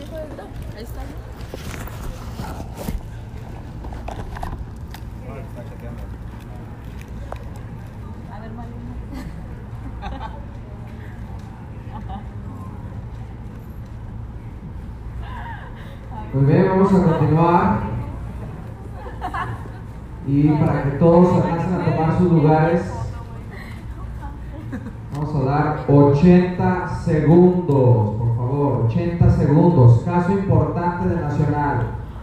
Ahí está. A ver, Maluma. Muy bien, vamos a continuar. Y para que todos alcancen a tomar sus lugares, vamos a dar 80 segundos, por favor, 80 segundos. Caso importante de Nacional.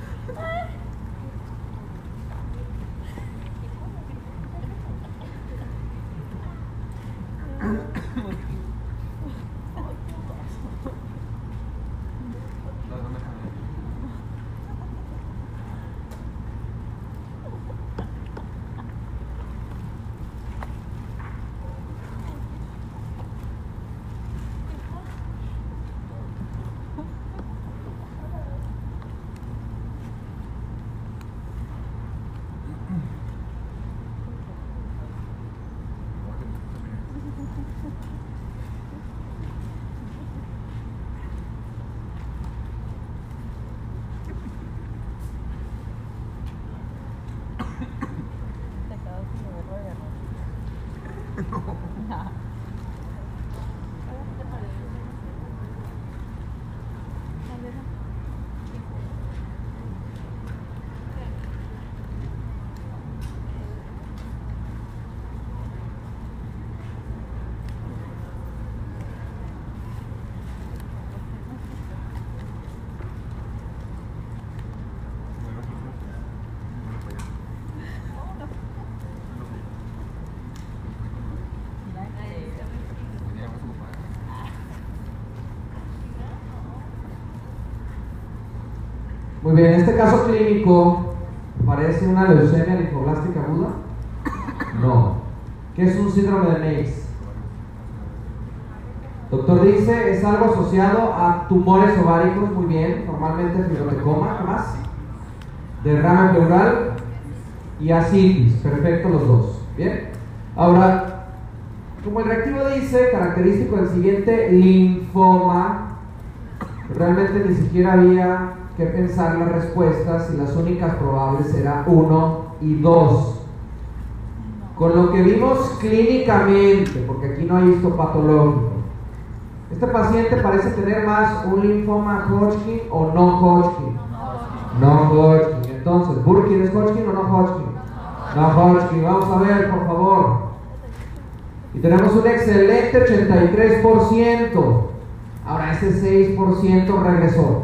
Muy bien, en este caso clínico, ¿parece una leucemia linfoblástica aguda? No. ¿Qué es un síndrome de Meigs? Doctor dice, es algo asociado a tumores ováricos, muy bien, normalmente fibrotecoma, ¿qué más? Derrame pleural y ascitis, perfecto los dos, ¿bien? Ahora, como el reactivo dice, característico del siguiente linfoma, realmente ni siquiera había que pensar las respuestas y las únicas probables eran 1 y 2. Con lo que vimos clínicamente, porque aquí no hay histopatológico, este paciente parece tener más un linfoma Hodgkin o no Hodgkin. No Hodgkin. Entonces, ¿Burkitt es Hodgkin o no Hodgkin? No Hodgkin. Vamos a ver, por favor. Y tenemos un excelente 83%. Ahora ese 6% regresó.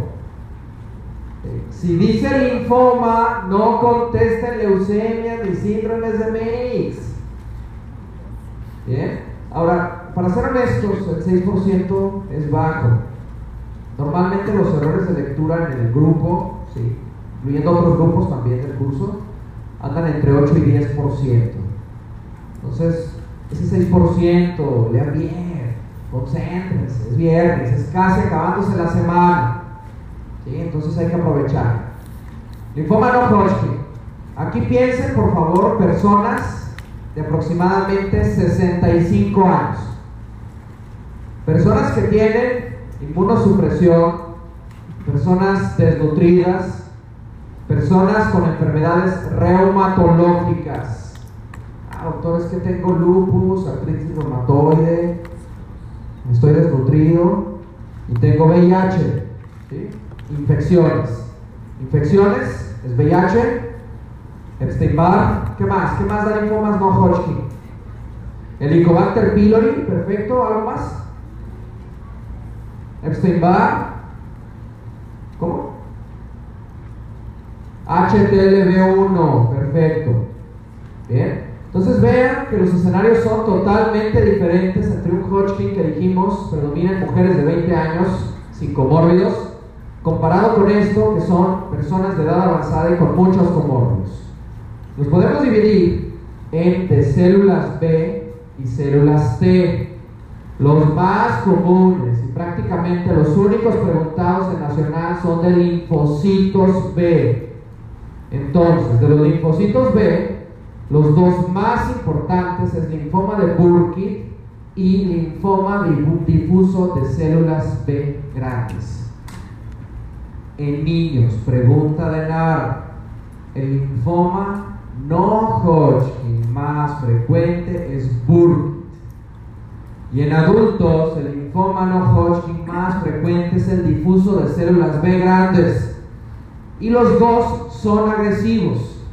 Si dice linfoma, no contesten leucemias ni síndromes de Meigs. Bien. Ahora, para ser honestos, el 6% es bajo. Normalmente los errores de lectura en el grupo, sí, incluyendo otros grupos también del curso, andan entre 8 y 10%. Entonces, ese 6%, lean bien, concéntrense, es viernes, es casi acabándose la semana. ¿Sí? Entonces hay que aprovechar. Linfoma no Hodgkin. Aquí piensen, por favor, personas de aproximadamente 65 años. Personas que tienen inmunosupresión, personas desnutridas, personas con enfermedades reumatológicas. Doctor, es que tengo lupus, artritis reumatoide, estoy desnutrido y tengo VIH. ¿Sí? Infecciones. Infecciones es VIH, Epstein-Barr. ¿Qué más? ¿Qué más da linfomas no Hodgkin? Helicobacter pylori, perfecto. ¿Algo más? Epstein-Barr. ¿Cómo? HTLV1, perfecto. Bien. Entonces vean que los escenarios son totalmente diferentes entre un Hodgkin que dijimos predomina en mujeres de 20 años sin comórbidos, comparado con esto que son personas de edad avanzada y con muchos comórbidos. Los podemos dividir entre células B y células T. Los más comunes y prácticamente los únicos preguntados en Nacional son de linfocitos B. Entonces, de los linfocitos B, los dos más importantes es linfoma de Burkitt y linfoma difuso de células B grandes. en niños? Pregunta de Nar. El linfoma no Hodgkin más frecuente es Burkitt. Y en adultos, el linfoma no Hodgkin más frecuente es el difuso de células B grandes. Y los dos son agresivos.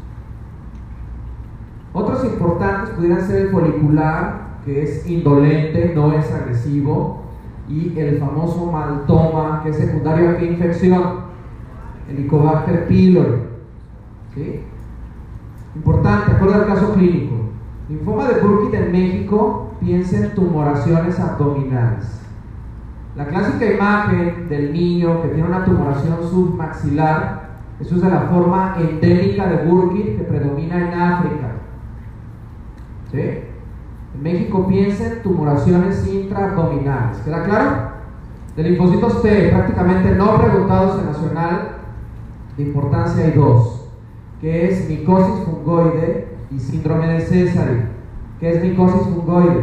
Otros importantes pudieran ser el folicular, que es indolente, no es agresivo, y el famoso maltoma, que es secundario a qué infección, el Helicobacter pylori. ¿Sí? Importante, acuerdo al caso clínico. Linfoma de Burkitt en México, piensa en tumoraciones abdominales. La clásica imagen del niño que tiene una tumoración submaxilar, eso es de la forma endémica de Burkitt que predomina en África. ¿Sí? En México piensa en tumoraciones intraabdominales. ¿Queda claro? De linfocitos T, prácticamente no preguntados en Nacional, de importancia hay dos, que es micosis fungoide y síndrome de Sézary. ¿Qué es micosis fungoide?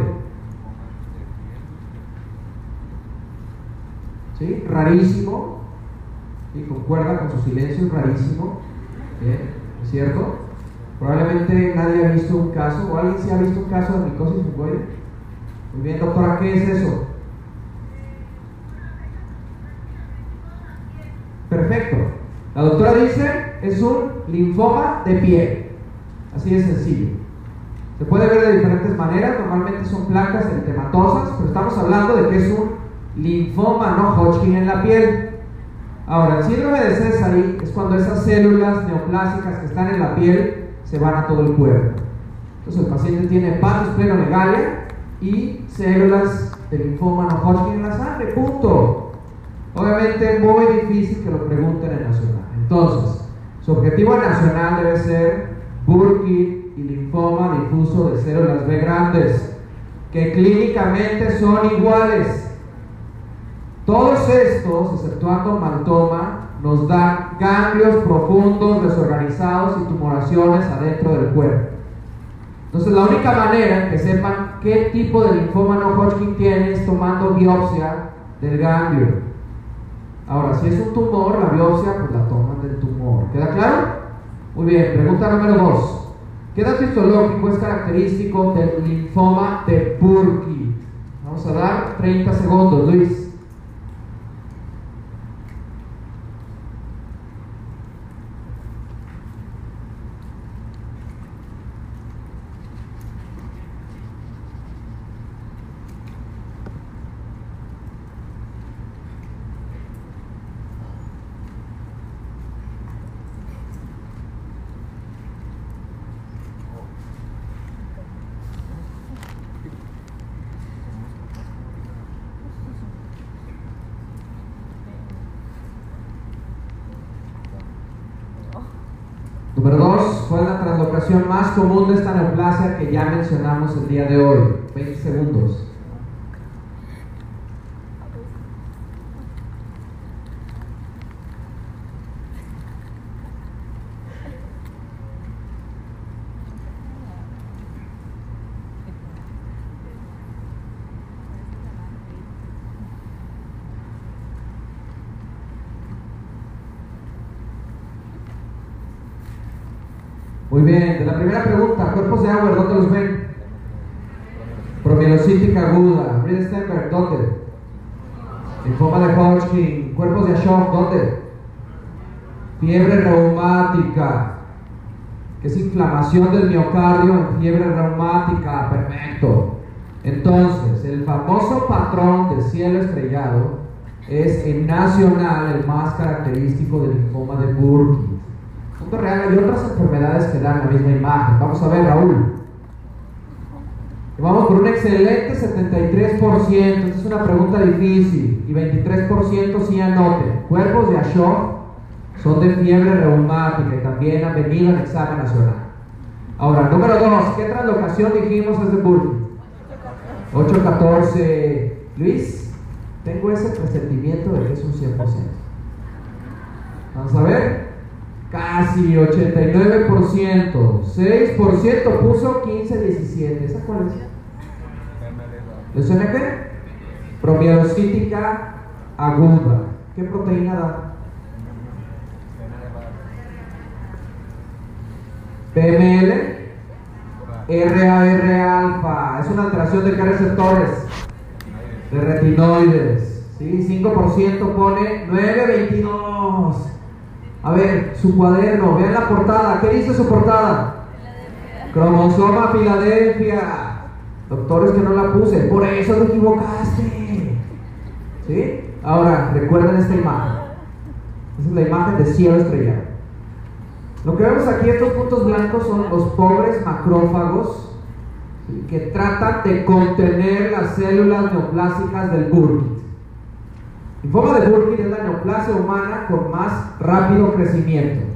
¿Sí? Rarísimo. ¿Sí? Concuerda con su silencio, rarísimo. ¿Bien? ¿Es cierto? Probablemente nadie ha visto un caso, o alguien sí ha visto un caso de micosis fungoide. Muy bien, doctora, ¿qué es eso? Perfecto. La doctora dice, es un linfoma de piel. Así de sencillo. Se puede ver de diferentes maneras, normalmente son placas eritematosas, pero estamos hablando de que es un linfoma no Hodgkin en la piel. Ahora, el síndrome de Sézary es cuando esas células neoplásicas que están en la piel se van a todo el cuerpo. Entonces el paciente tiene hepatosplenomegalia y células de linfoma no Hodgkin en la sangre, punto. Obviamente muy difícil que lo pregunten en Nacional. Entonces, su objetivo nacional debe ser Burkitt y linfoma difuso de células B grandes, que clínicamente son iguales. Todos estos, exceptuando maltoma, nos dan ganglios profundos, desorganizados y tumoraciones adentro del cuerpo. Entonces la única manera en que sepan qué tipo de linfoma no Hodgkin tiene es tomando biopsia del ganglio. Ahora, si es un tumor, la biopsia pues la toman del tumor. ¿Queda claro? Muy bien, pregunta número 2. ¿Qué dato histológico es característico del linfoma de Burkitt? Vamos a dar 30 segundos, Luis. Número 2, ¿cuál es la translocación más común de esta neoplasia que ya mencionamos el día de hoy? 20 segundos. Muy bien, de la primera pregunta, cuerpos de Auer, ¿dónde los ven? Promielocítica aguda, Friedstenberg, ¿dónde? Linfoma de Hodgkin, cuerpos de Ashok, ¿dónde? Fiebre reumática, que es inflamación del miocardio en fiebre reumática, perfecto. Entonces, el famoso patrón de cielo estrellado es en Nacional el más característico del linfoma de Burkitt. Punto real, hay otras enfermedades que dan la misma imagen. Vamos a ver, Raúl. Vamos por un excelente 73%. Esta es una pregunta difícil. Y 23% sí anoten. Cuerpos de Ashok son de fiebre reumática y también han venido en examen nacional. Ahora, número 2. ¿Qué translocación dijimos es de Burkitt? 8-14. Luis, tengo ese presentimiento de que es un 100%. Vamos a ver. Casi 89%, 6% puso 15-17. ¿Esa cuál es? ¿Le suena qué? Promielocítica aguda. ¿Qué proteína da? ml, RAR alfa, es una alteración de qué receptores, de retinoides, ¿sí? 5% pone 922. A ver, su cuaderno, vean la portada, ¿qué dice su portada? Cromosoma Filadelfia. Doctores que no la puse, por eso te equivocaste, ¿sí? Ahora, recuerden esta imagen, esa es la imagen de cielo estrellado. Lo que vemos aquí, estos puntos blancos son los pobres macrófagos, ¿sí?, que tratan de contener las células neoplásicas del Burkitt. Linfoma de Burkitt es la neoplasia humana con más rápido crecimiento,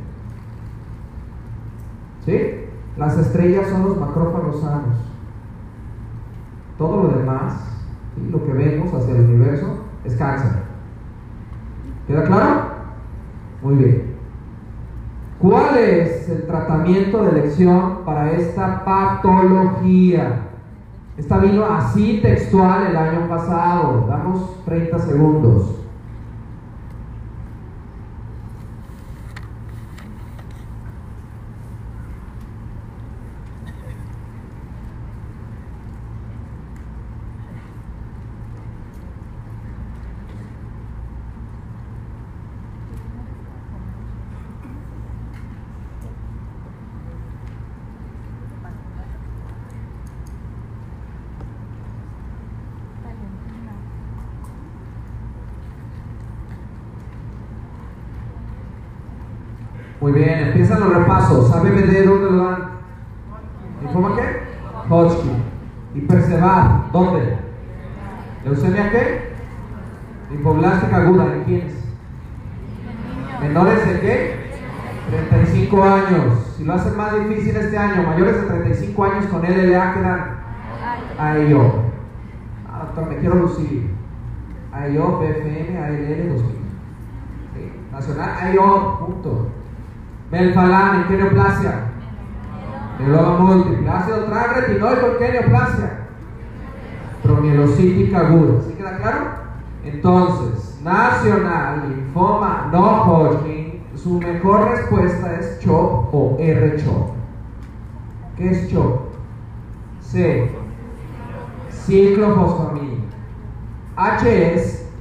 ¿sí? Las estrellas son los macrófagos sanos. Todo lo demás, ¿sí?, lo que vemos hacia el universo, es cáncer. ¿Queda claro? Muy bien. ¿Cuál es el tratamiento de elección para esta patología? Esta vino así textual el año pasado. Damos 30 segundos. Muy bien, empiezan los repasos. ABBD, ¿dónde lo dan? ¿Linfoma qué? Hodgkin. ¿Y Perceval? ¿Dónde? ¿Leucemia qué? Linfoblástica aguda. ¿En quiénes? ¿Menores de qué? 35 años. Si lo hacen más difícil este año, mayores de 35 años con LLA, ¿qué dan? AIO. Doctor, me quiero lucir. AIO, BFM, ALL 2000. ¿Sí? Nacional, AIO, punto. Melphalan, ¿en qué neoplasia? Mieloma múltiple. Ácido transretinoico, ¿en qué neoplasia? Promielocítica aguda. ¿Sí queda claro? Entonces, nacional, linfoma no Hodgkin, su mejor respuesta es CHOP o R-CHOP. ¿Qué es CHOP? C, ciclofosfamida. H es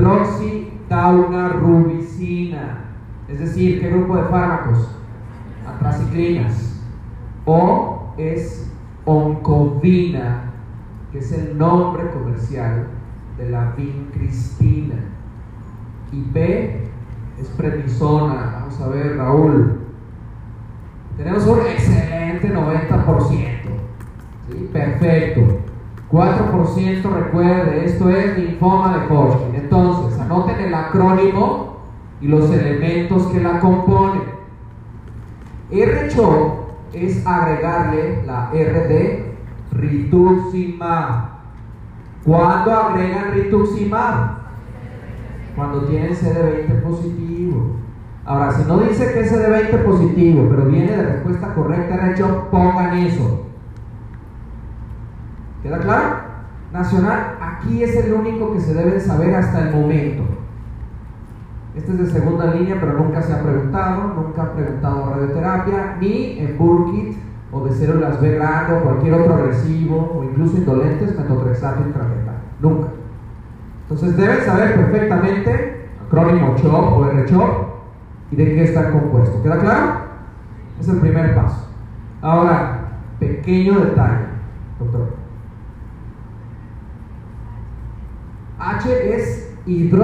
hidroxitaunarubicina. Es decir, ¿qué grupo de fármacos? Antraciclinas. O es oncovina, que es el nombre comercial de la vincristina. Y P es prednisona. Vamos a ver, Raúl. Tenemos un excelente 90%. ¿Sí? Perfecto. 4% recuerde, esto es linfoma de Hodgkin. Entonces, anoten el acrónimo y los elementos que la componen. R-CHOP es agregarle la R de rituximab. ¿Cuándo agregan rituximab? Cuando tienen CD20 positivo. Ahora, si no dice que es CD20 positivo, pero viene de respuesta correcta R-CHOP, pongan eso. ¿Queda claro? Nacional, aquí es el único que se debe saber hasta el momento. Este es de segunda línea, pero nunca se ha preguntado, nunca han preguntado radioterapia, ni en Burkitt o de células B grande o cualquier otro agresivo o incluso indolentes, metotrexato intratecal. Nunca. Entonces deben saber perfectamente acrónimo CHOP o R-CHOP y de qué está compuesto. ¿Queda claro? Es el primer paso. Ahora, pequeño detalle, doctor. H es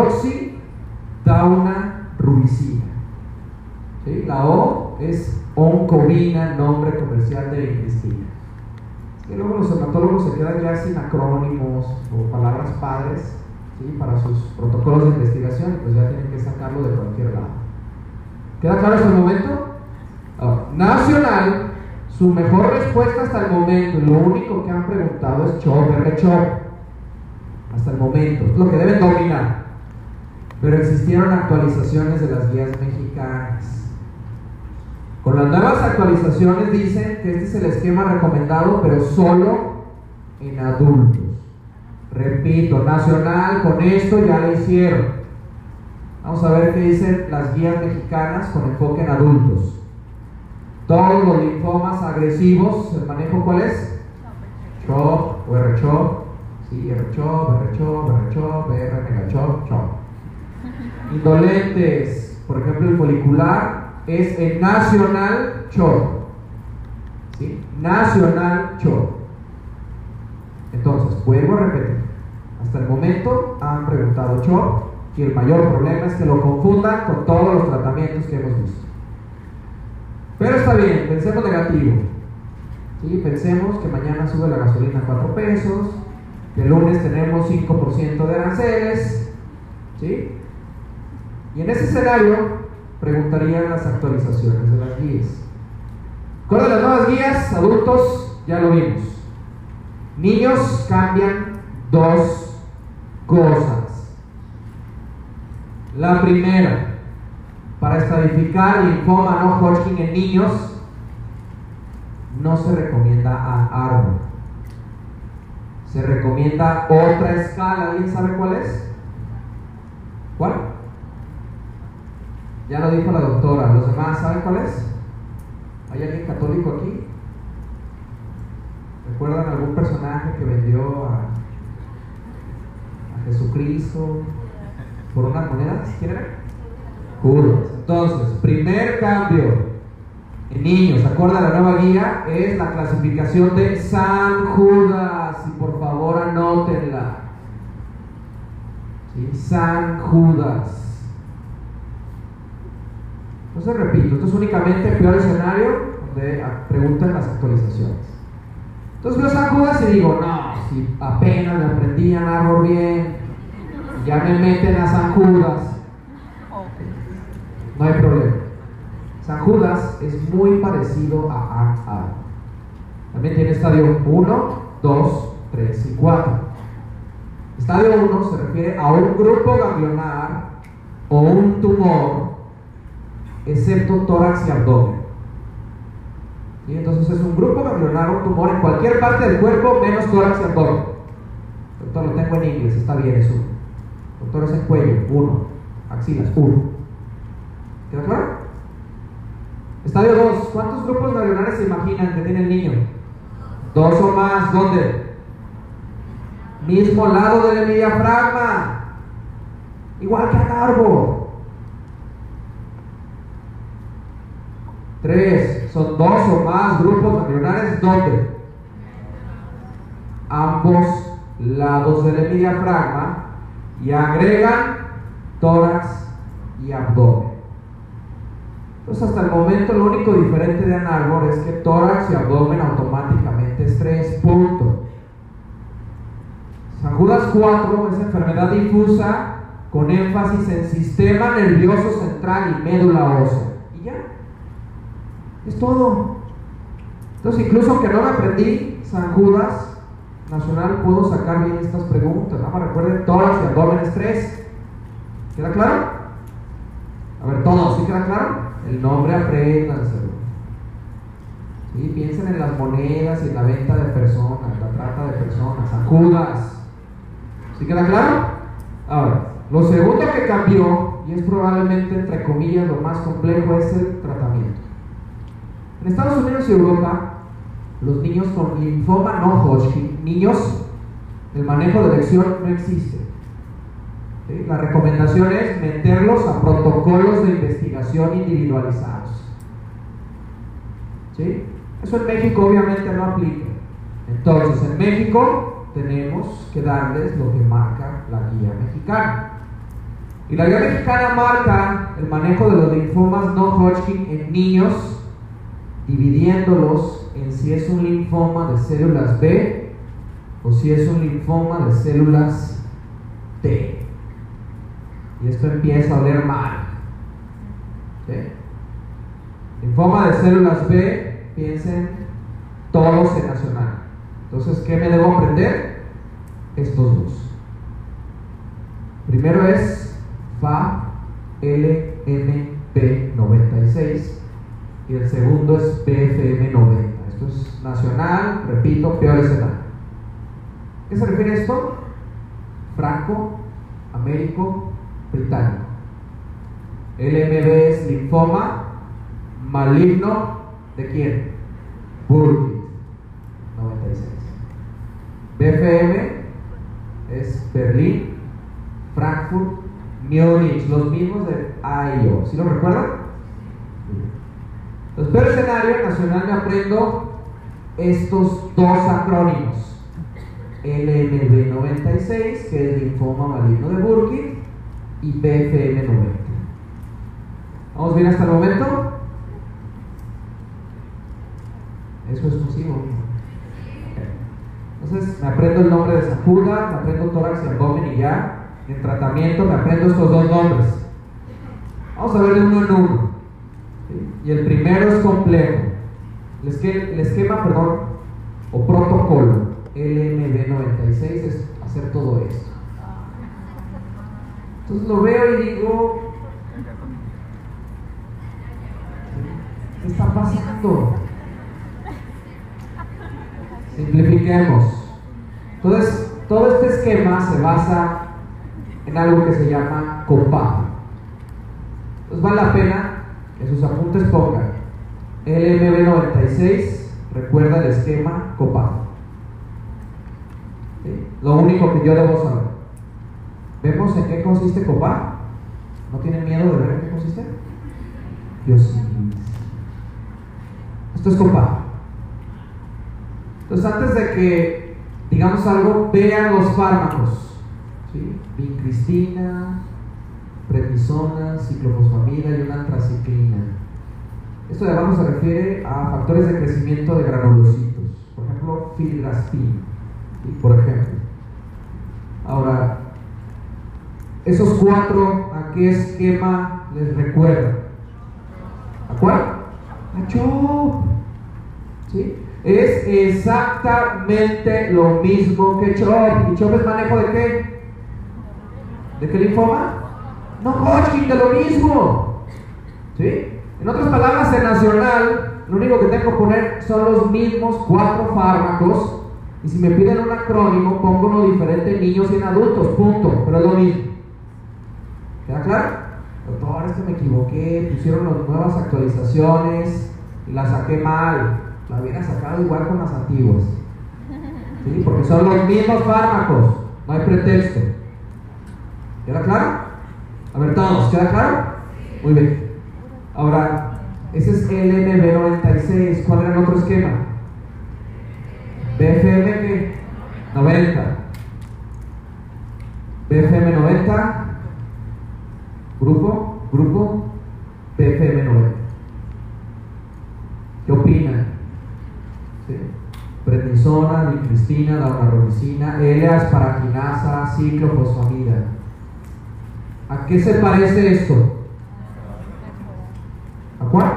hidroxitaunarubicina. ¿Sí? La O es oncovina, nombre comercial de vincristina. Y luego los hematólogos se quedan ya sin acrónimos o palabras padres, ¿sí?, para sus protocolos de investigación, pues ya tienen que sacarlo de cualquier lado. ¿Queda claro hasta el momento? Ahora, nacional, su mejor respuesta hasta el momento, y lo único que han preguntado es CHOP, R-CHOP. Hasta el momento, es lo que deben dominar. Pero existieron actualizaciones de las guías mexicanas. Con las nuevas actualizaciones dicen que este es el esquema recomendado, pero solo en adultos. Repito, nacional, con esto ya lo hicieron. Vamos a ver qué dicen las guías mexicanas con enfoque en adultos. Todos los linfomas agresivos, ¿el manejo cuál es? CHOP o R-CHOP. Sí, R-CHOP, R-CHOP, R-CHOP, R-Megachop, CHOP. Indolentes, por ejemplo, el folicular es el National CHOP. ¿Sí? National CHOP. Entonces, vuelvo a repetir. Hasta el momento han preguntado CHOP y el mayor problema es que lo confundan con todos los tratamientos que hemos visto. Pero está bien, pensemos negativo. ¿Sí? Pensemos que mañana sube la gasolina a 4 pesos, que el lunes tenemos 5% de aranceles. ¿Sí? Y en ese escenario preguntarían las actualizaciones de las guías. ¿Cuáles de las nuevas guías? Adultos, ya lo vimos. Niños cambian 2 cosas. La primera, para estadificar linfoma no Hodgkin en niños, no se recomienda a árbol. Se recomienda otra escala. ¿Alguien sabe cuál es? ¿Cuál? Ya lo dijo la doctora. ¿Los demás saben cuál es? ¿Hay alguien católico aquí? ¿Recuerdan algún personaje que vendió a Jesucristo por unas monedas? ¿Quién era? Judas. Entonces, primer cambio en niños, acorde a la nueva guía, es la clasificación de San Judas. Y por favor anótenla. ¿Sí? San Judas. Entonces repito, esto es únicamente el peor escenario donde preguntan las actualizaciones. Entonces veo San Judas y digo, no, si apenas me aprendí a narrar bien, ya me meten a San Judas, no hay problema. San Judas es muy parecido a AA. También tiene estadio 1, 2, 3 y 4. Estadio 1 se refiere a un grupo ganglionar o un tumor, excepto tórax y abdomen. ¿Sí? Entonces es un grupo ganglionar o un tumor en cualquier parte del cuerpo menos tórax y abdomen. Doctor, lo tengo en inglés, está bien, es 1. Doctor, es en cuello, 1. Axilas, 1. ¿Queda claro? Estadio 2. ¿Cuántos grupos ganglionares se imaginan que tiene el niño? 2 o más. ¿Dónde? Mismo lado del diafragma. Igual que a árbol. 3. Son 2 o más grupos ganglionares. ¿Dónde? Ambos lados del diafragma y agregan tórax y abdomen. Entonces hasta el momento lo único diferente de Ann-Arbor es que tórax y abdomen automáticamente es 3, punto. San Judas 4 es enfermedad difusa con énfasis en sistema nervioso central y médula ósea. Y ya, es todo. Entonces incluso aunque no me aprendí San Judas nacional, puedo sacar bien estas preguntas. Nada más recuerden, tórax y abdomen es 3. ¿Queda claro? A ver, todos, ¿sí queda claro? El nombre apréndanselo. ¿Sí? Piensen en las monedas y en la venta de personas, la trata de personas. San Judas. ¿Sí queda claro? Ahora, lo segundo que cambió, y es probablemente entre comillas lo más complejo, es el tratamiento. En Estados Unidos y Europa, los niños con linfoma no Hodgkin, niños, el manejo de elección no existe. ¿Sí? La recomendación es meterlos a protocolos de investigación individualizados. ¿Sí? Eso en México obviamente no aplica. Entonces en México tenemos que darles lo que marca la guía mexicana. Y la guía mexicana marca el manejo de los linfomas no Hodgkin en niños, dividiéndolos en si es un linfoma de células B o si es un linfoma de células T. Y esto empieza a oler mal. ¿Sí? Linfoma de células B, piensen todos en nacional. Entonces, ¿qué me debo aprender? Estos dos. Primero es FALMP96 y el segundo es BFM90. Esto es nacional, repito, peor escenario. ¿Qué se refiere a esto? Franco, Américo, británico. LMB es linfoma maligno ¿De quién? Burkitt, 96. BFM es Berlín, Frankfurt, Múnich, los mismos de AIO. ¿Sí lo recuerdan? Entonces, peor escenario nacional, me aprendo estos dos acrónimos: LMB96, que es linfoma maligno de Burkitt, y BFM90. ¿Vamos bien hasta el momento? Eso es exclusivo. Entonces me aprendo el nombre de Sajuda, me aprendo tórax y abdomen y ya. En tratamiento me aprendo estos dos nombres. Vamos a ver de uno en uno. ¿Sí? Y el primero es complejo. El esquema, o protocolo LMB96 es hacer todo esto. Entonces lo veo y digo, ¿qué está pasando? Simplifiquemos. Entonces, todo este esquema se basa en algo que se llama COPAP. Entonces vale la pena que sus apuntes pongan LMB96, recuerda el esquema COPAP. ¿Sí? Lo único que yo debo saber. ¿Vemos en qué consiste COPAP? ¿No tienen miedo de ver en qué consiste? Dios sí. Esto es COPAP. Entonces, antes de que digamos algo, vean los fármacos. ¿Sí? Vincristina, prednisona, ciclofosfamida y una antraciclina. Esto de abajo se refiere a factores de crecimiento de granulocitos, por ejemplo, filgraspina, ¿sí? Por ejemplo. Ahora, esos cuatro, ¿a qué esquema les recuerda? ¿A cuál? A CHOP. ¿Sí? Es exactamente lo mismo que CHOP. ¿Y CHOP es manejo de qué? ¿De qué linfoma? No Hodgkin, de lo mismo. ¿Sí? En otras palabras, en nacional, lo único que tengo que poner son los mismos cuatro fármacos. Y si me piden un acrónimo, pongo uno diferente en niños y en adultos, punto. Pero es lo mismo. ¿Queda claro? Doctor, es que me equivoqué, pusieron las nuevas actualizaciones y las saqué mal. La hubiera sacado igual con las antiguas. ¿Sí? Porque son los mismos fármacos, no hay pretexto. ¿Queda claro? A ver todos, ¿queda claro? Muy bien. Ahora, ese es LMB96. ¿Cuál era el otro esquema? BFM ¿qué? 90. BFM 90. Grupo BFM 90. ¿Qué opinan? ¿Sí? Prednisona, vincristina, daunorubicina, L-asparaginasa, ciclofosfamida. ¿A qué se parece esto? ¿A cuál?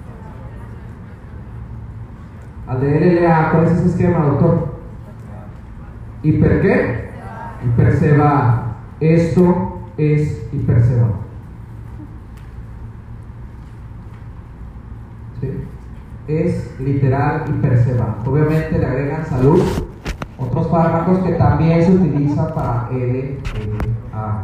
Al de LLA. ¿Cuál es ese esquema, doctor? ¿Hiper qué? Hiperseba. Esto es hiperseba. ¿Sí? Es literal hiperseba. Obviamente le agregan salud, otros fármacos que también se utilizan para LLA.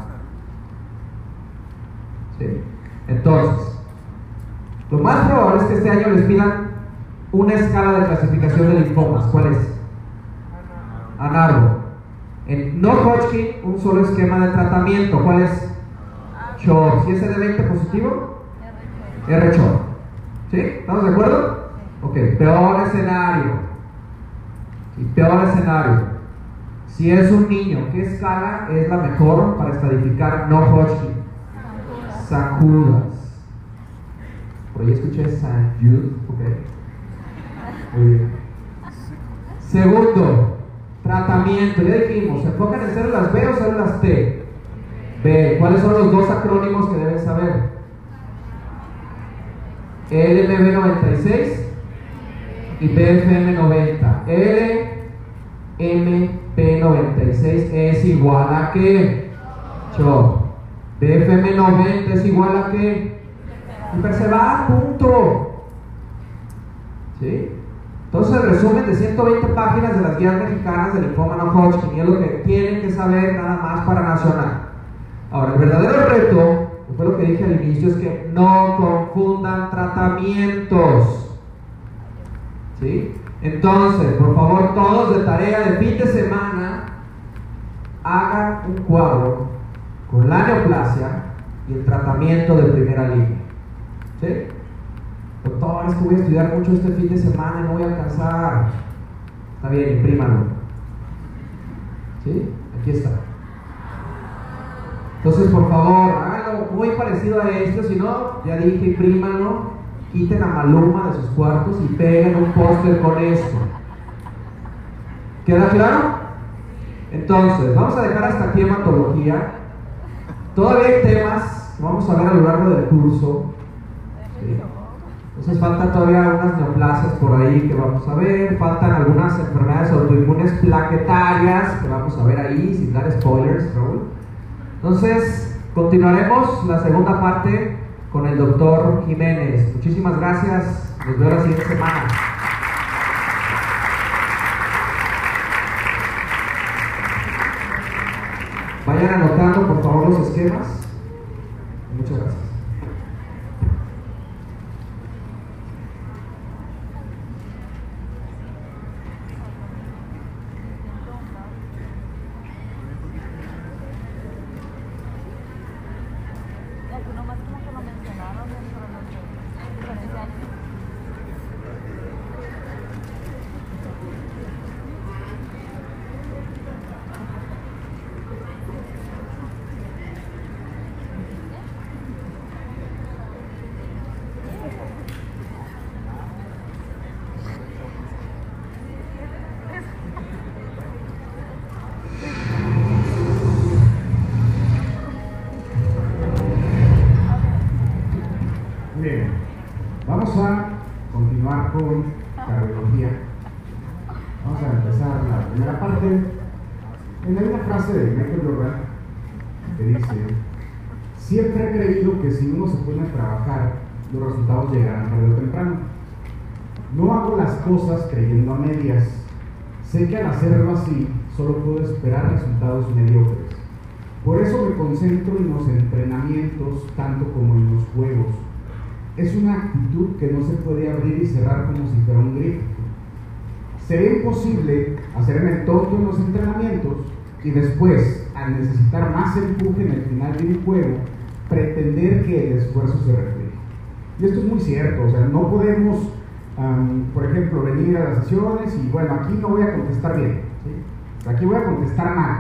¿Sí? Entonces, lo más probable es que este año les pidan una escala de clasificación de linfomas. ¿Cuál es? ANARBO. En no Hodgkin, un solo esquema de tratamiento. ¿Cuál es? CHOP. ¿Si es de 20 positivo? R-CHOP. ¿Sí? ¿Estamos de acuerdo? Ok, peor escenario. Sí, peor escenario. Si es un niño, ¿qué escala es la mejor para estadificar no Hodgkin? Sajudas. Por ahí escuché San Jude. Ok. Muy bien. Segundo, tratamiento. Ya dijimos, ¿se enfocan en células B o células T? B. ¿Cuáles son los dos acrónimos que deben saber? LMB96 y BFM90. LMB96 es igual a ¿qué? CHOP. BFM90 es igual a ¿qué? Hiperseba, punto. ¿Sí? Entonces el resumen de 120 páginas de las guías mexicanas del linfoma no Hodgkin, y es lo que tienen que saber nada más para nacional. Ahora, el verdadero reto, que fue lo que dije al inicio, es que no confundan tratamientos. ¿Sí? Entonces, por favor, todos de tarea de fin de semana, hagan un cuadro con la neoplasia y el tratamiento de primera línea. ¿Sí? Doctor, es que voy a estudiar mucho este fin de semana y no voy a alcanzar. Está bien, imprímalo. ¿Sí? Aquí está. Entonces, por favor, háganlo muy parecido a esto. Si no, ya dije, imprímanlo. Quiten a Maluma de sus cuartos y peguen un póster con esto. ¿Queda claro? Entonces, vamos a dejar hasta aquí hematología. Todavía hay temas que vamos a ver a lo largo del curso. ¿Sí? Entonces faltan todavía algunas neoplasias por ahí que vamos a ver, faltan algunas enfermedades autoinmunes plaquetarias que vamos a ver ahí, sin dar spoilers, Raúl. Entonces, continuaremos la segunda parte con el doctor Jiménez. Muchísimas gracias, nos vemos la siguiente semana. Vayan anotando por favor los esquemas. Muchas gracias. Bien, vamos a continuar con cardiología. Vamos a empezar la primera parte. Hay una frase de Michael Jordan que dice: siempre he creído que si uno se pone a trabajar, los resultados llegarán tarde o temprano. No hago las cosas creyendo a medias. Sé que al hacerlo así, solo puedo esperar resultados mediocres. Por eso me concentro en los entrenamientos tanto como en los juegos. Es una actitud que no se puede abrir y cerrar como si fuera un grifo. Sería imposible hacerme el tonto en los entrenamientos y después, al necesitar más empuje en el final del juego, pretender que el esfuerzo se refleje. Y esto es muy cierto, o sea, no podemos, por ejemplo, venir a las sesiones y bueno, aquí no voy a contestar bien, ¿sí? Aquí voy a contestar mal,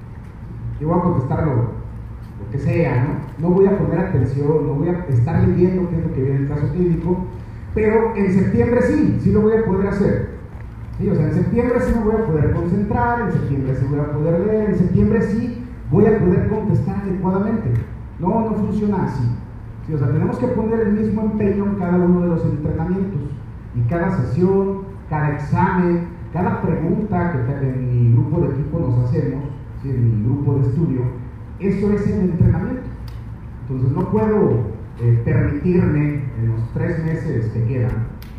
yo voy a contestar lo que sea, ¿no? No voy a poner atención, no voy a estar leyendo qué es lo que viene en el caso clínico, pero en septiembre sí lo voy a poder hacer. ¿Sí? O sea, en septiembre sí me voy a poder concentrar, en septiembre sí voy a poder leer, en septiembre sí voy a poder contestar adecuadamente. No funciona así. ¿Sí? O sea, tenemos que poner el mismo empeño en cada uno de los entrenamientos, y cada sesión, cada examen, cada pregunta que en mi grupo de equipo nos hacemos, ¿sí? En mi grupo de estudio. Eso es el entrenamiento. Entonces no puedo permitirme en los 3 meses que quedan,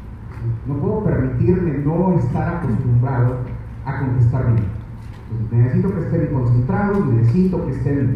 no puedo permitirme no estar acostumbrado a contestar bien. Entonces necesito que estén concentrados, necesito que estén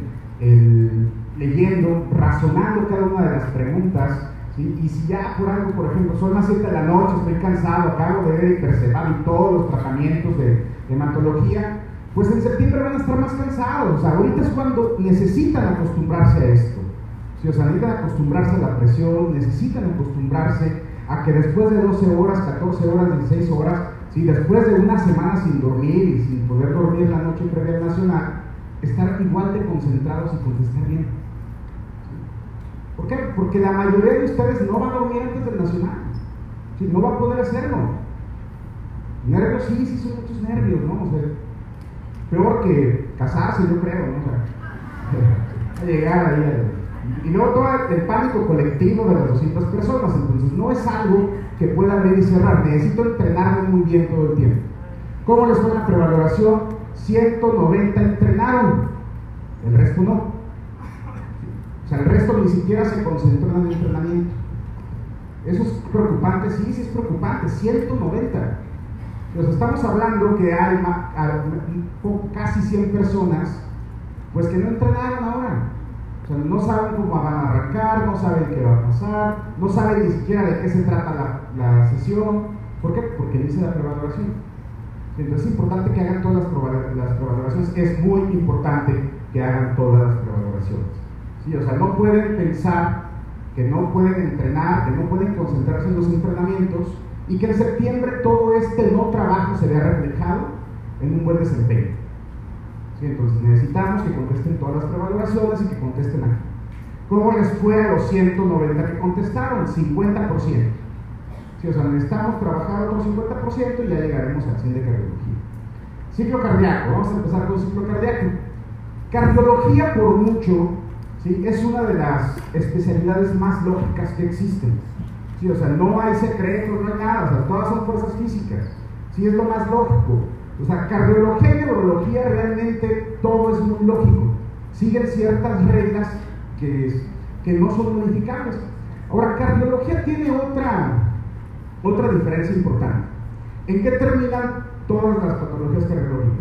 leyendo, razonando cada una de las preguntas, ¿sí? Y si ya por algo, por ejemplo, son las 7 de la noche, estoy cansado, acabo de ver Hiperceval y todos los tratamientos de hematología, pues en septiembre van a estar más cansados. O sea, ahorita es cuando necesitan acostumbrarse a esto. ¿Sí? O sea, necesitan acostumbrarse a la presión, necesitan acostumbrarse a que después de 12 horas, 14 horas, 16 horas, ¿sí? Después de una semana sin dormir y sin poder dormir la noche previa al nacional, estar igual de concentrados y contestar bien. ¿Sí? ¿Por qué? Porque la mayoría de ustedes no va a dormir antes del nacional. ¿Sí? No va a poder hacerlo. Nervios, sí son muchos nervios, ¿no? O sea, peor que casarse, yo creo, ¿no? O sea, a llegar ahí y luego todo el pánico colectivo de las 200 personas. Entonces no es algo que pueda abrir y cerrar. Necesito entrenarme muy bien todo el tiempo. ¿Cómo les fue la prevaloración? 190 entrenaron, el resto no. O sea, el resto ni siquiera se concentró en el entrenamiento. ¿Eso es preocupante? Sí es preocupante, 190. Pues estamos hablando que hay casi 100 personas pues que no entrenaron ahora. O sea, no saben cómo van a arrancar, no saben qué va a pasar, no saben ni siquiera de qué se trata la sesión. ¿Por qué? Porque no hice la prevaloración. Entonces es importante que hagan todas las prevaloraciones. Es muy importante que hagan todas las prevaloraciones. ¿Sí? O sea, no pueden pensar que no pueden entrenar, que no pueden concentrarse en los entrenamientos y que en septiembre todo este no trabajo se vea reflejado en un buen desempeño. ¿Sí? Entonces necesitamos que contesten todas las prevaloraciones y que contesten aquí. ¿Cómo les fue a los 190 que contestaron? 50%. ¿Sí? O sea, necesitamos trabajar otro 50% y ya llegaremos al 100 de cardiología. Ciclo cardíaco, vamos a empezar con ciclo cardíaco. Cardiología por mucho, ¿sí? Es una de las especialidades más lógicas que existen. ¿Sí? O sea, no hay secretos, no hay nada, o sea, todas son fuerzas físicas. ¿Sí? Es lo más lógico. O sea, cardiología y neurología realmente todo es muy lógico. Siguen ciertas reglas que no son modificables. Ahora, cardiología tiene otra diferencia importante. ¿En qué terminan todas las patologías cardiológicas?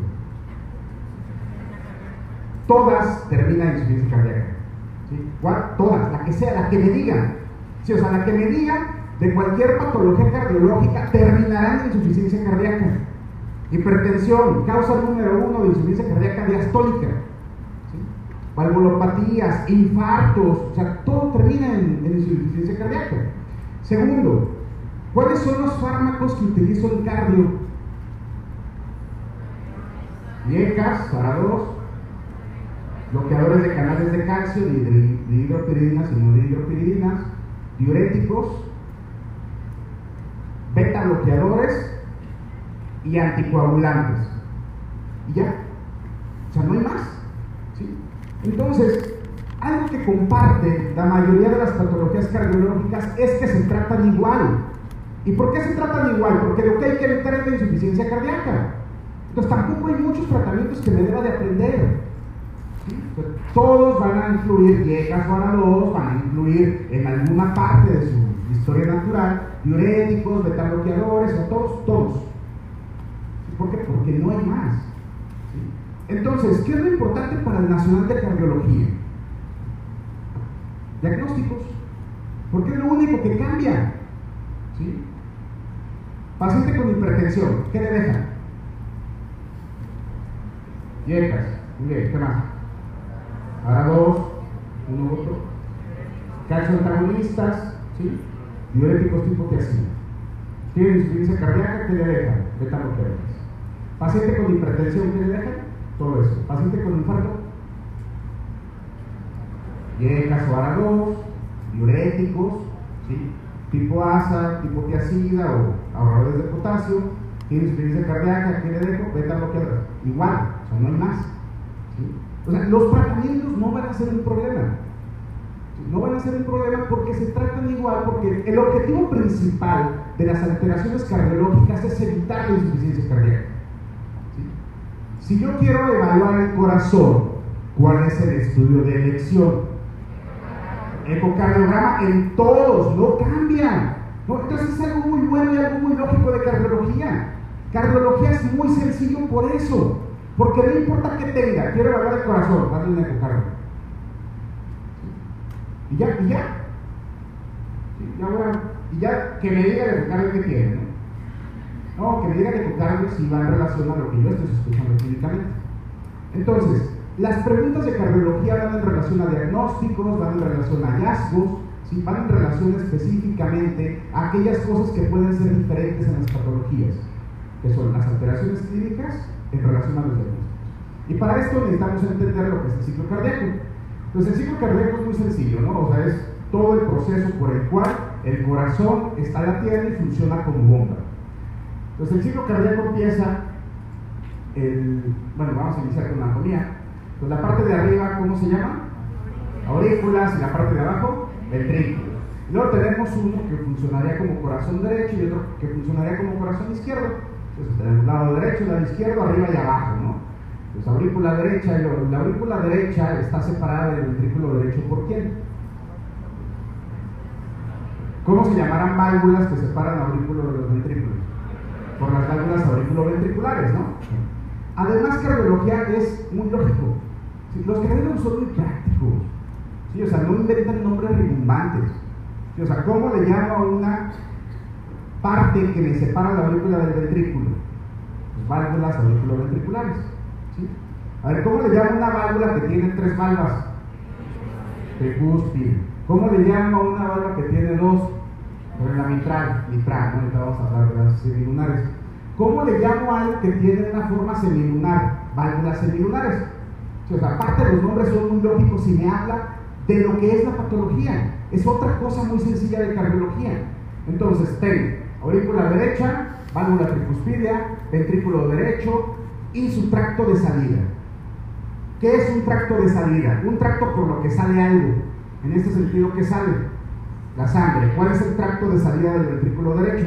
Todas terminan en insuficiencia cardíaca. ¿Sí? ¿Cuál? Todas, la que sea, la que me digan. ¿Sí? O sea, la que me digan de cualquier patología cardiológica terminarán en insuficiencia cardíaca. Hipertensión, causa número 1 de insuficiencia cardíaca diastólica. ¿Sí? Valvulopatías, infartos, o sea, todo termina en insuficiencia cardíaca. Segundo, ¿cuáles son los fármacos que utilizo en cardio? IECAS, SARA2, bloqueadores de canales de calcio, de hidropiridinas y no de hidropiridinas, diuréticos, beta bloqueadores y anticoagulantes. Y ya, o sea, no hay más. ¿Sí? Entonces, algo que comparte la mayoría de las patologías cardiológicas es que se tratan igual. ¿Y por qué se tratan igual? Porque lo que hay que evitar es la insuficiencia cardíaca. Entonces tampoco hay muchos tratamientos que me deba de aprender. ¿Sí? Entonces, todos van a incluir IECAS o ARA2, van a incluir en alguna parte de su historia natural diuréticos, beta bloqueadores, o todos. ¿Por qué? Porque no hay más. ¿Sí? Entonces, ¿qué es lo importante para el Nacional de Cardiología? Diagnósticos, porque es lo único que cambia. ¿Sí? Paciente con hipertensión, ¿qué le dejan? IECAS, muy bien, ¿qué más? ARA2, uno u otro. Calcio antagonistas, ¿sí? Diuréticos tipo tiacina. Tiene insuficiencia cardíaca, ¿qué le dejan? Beta bloqueadores. Paciente con hipertensión, ¿qué le dejan? Todo eso. Paciente con infarto, IECAS o ARA2, diuréticos, ¿sí? Tipo ASA, tipo tiacida o ahorradores de potasio. Tiene insuficiencia cardíaca, ¿qué le dejo? Beta bloqueadores. Igual, o sea, no hay más. ¿Sí? O sea, los tratamientos no van a ser un problema. ¿Sí? No van a ser un problema porque se tratan igual, porque el objetivo principal de las alteraciones cardiológicas es evitar la insuficiencia cardíaca. ¿Sí? Si yo quiero evaluar el corazón, ¿cuál es el estudio de elección? Ecocardiograma en todos, no cambian. ¿No? Entonces es algo muy bueno y algo muy lógico de cardiología. Cardiología es muy sencillo por eso, porque no importa qué tenga, quiero evaluar el corazón, dale un ecocardiograma. ¿Sí? Y ya. ¿Sí? Y ya que me diga el ecocardiograma que quiere, ¿no? No, que me diga el ecocardiograma si va en relación a lo que yo estoy sospechando clínicamente. Entonces, las preguntas de cardiología van en relación a diagnósticos, van en relación a hallazgos, ¿sí? Van en relación específicamente a aquellas cosas que pueden ser diferentes en las patologías, que son las alteraciones clínicas en relación a los diagnósticos. Y para esto necesitamos entender lo que es el ciclo cardíaco. Entonces, el ciclo cardíaco es muy sencillo, ¿no? O sea, es todo el proceso por el cual el corazón está latiendo y funciona como bomba. Entonces, el ciclo cardíaco empieza, bueno, vamos a iniciar con la anatomía. Entonces, la parte de arriba, ¿cómo se llama? Aurículas, y la parte de abajo, ventrículos. Luego tenemos uno que funcionaría como corazón derecho y otro que funcionaría como corazón izquierdo. Entonces tenemos lado derecho, lado izquierdo, arriba y abajo, ¿no? Entonces aurícula derecha, y la aurícula derecha está separada del ventrículo derecho ¿por quién? ¿Cómo se llamarán válvulas que separan aurículo de los ventrículos? Por las válvulas auriculoventriculares, ¿no? Además, cardiología es muy lógico. ¿Sí? Los cardiólogos son muy prácticos. ¿Sí? O sea, no inventan nombres rimbombantes. ¿Sí? O sea, ¿cómo le llamo a una parte que me separa la aurícula del ventrículo? Pues válvulas auriculoventriculares, ¿sí? A ver, ¿cómo le llamo una válvula que tiene 3 valvas? Tricúspide. ¿Cómo le llamo a una válvula que tiene 2? Pero la mitral, ¿no? Ahorita vamos a hablar de las semilunares. ¿Cómo le llamo a algo que tiene una forma semilunar? Válvulas semilunares. O sea, aparte los nombres son muy lógicos y me habla de lo que es la patología. Es otra cosa muy sencilla de cardiología. Entonces, tengo aurícula derecha, válvula tricuspidia, ventrículo derecho y su tracto de salida. ¿Qué es un tracto de salida? Un tracto por lo que sale algo. En este sentido, ¿qué sale? La sangre. ¿Cuál es el tracto de salida del ventrículo derecho?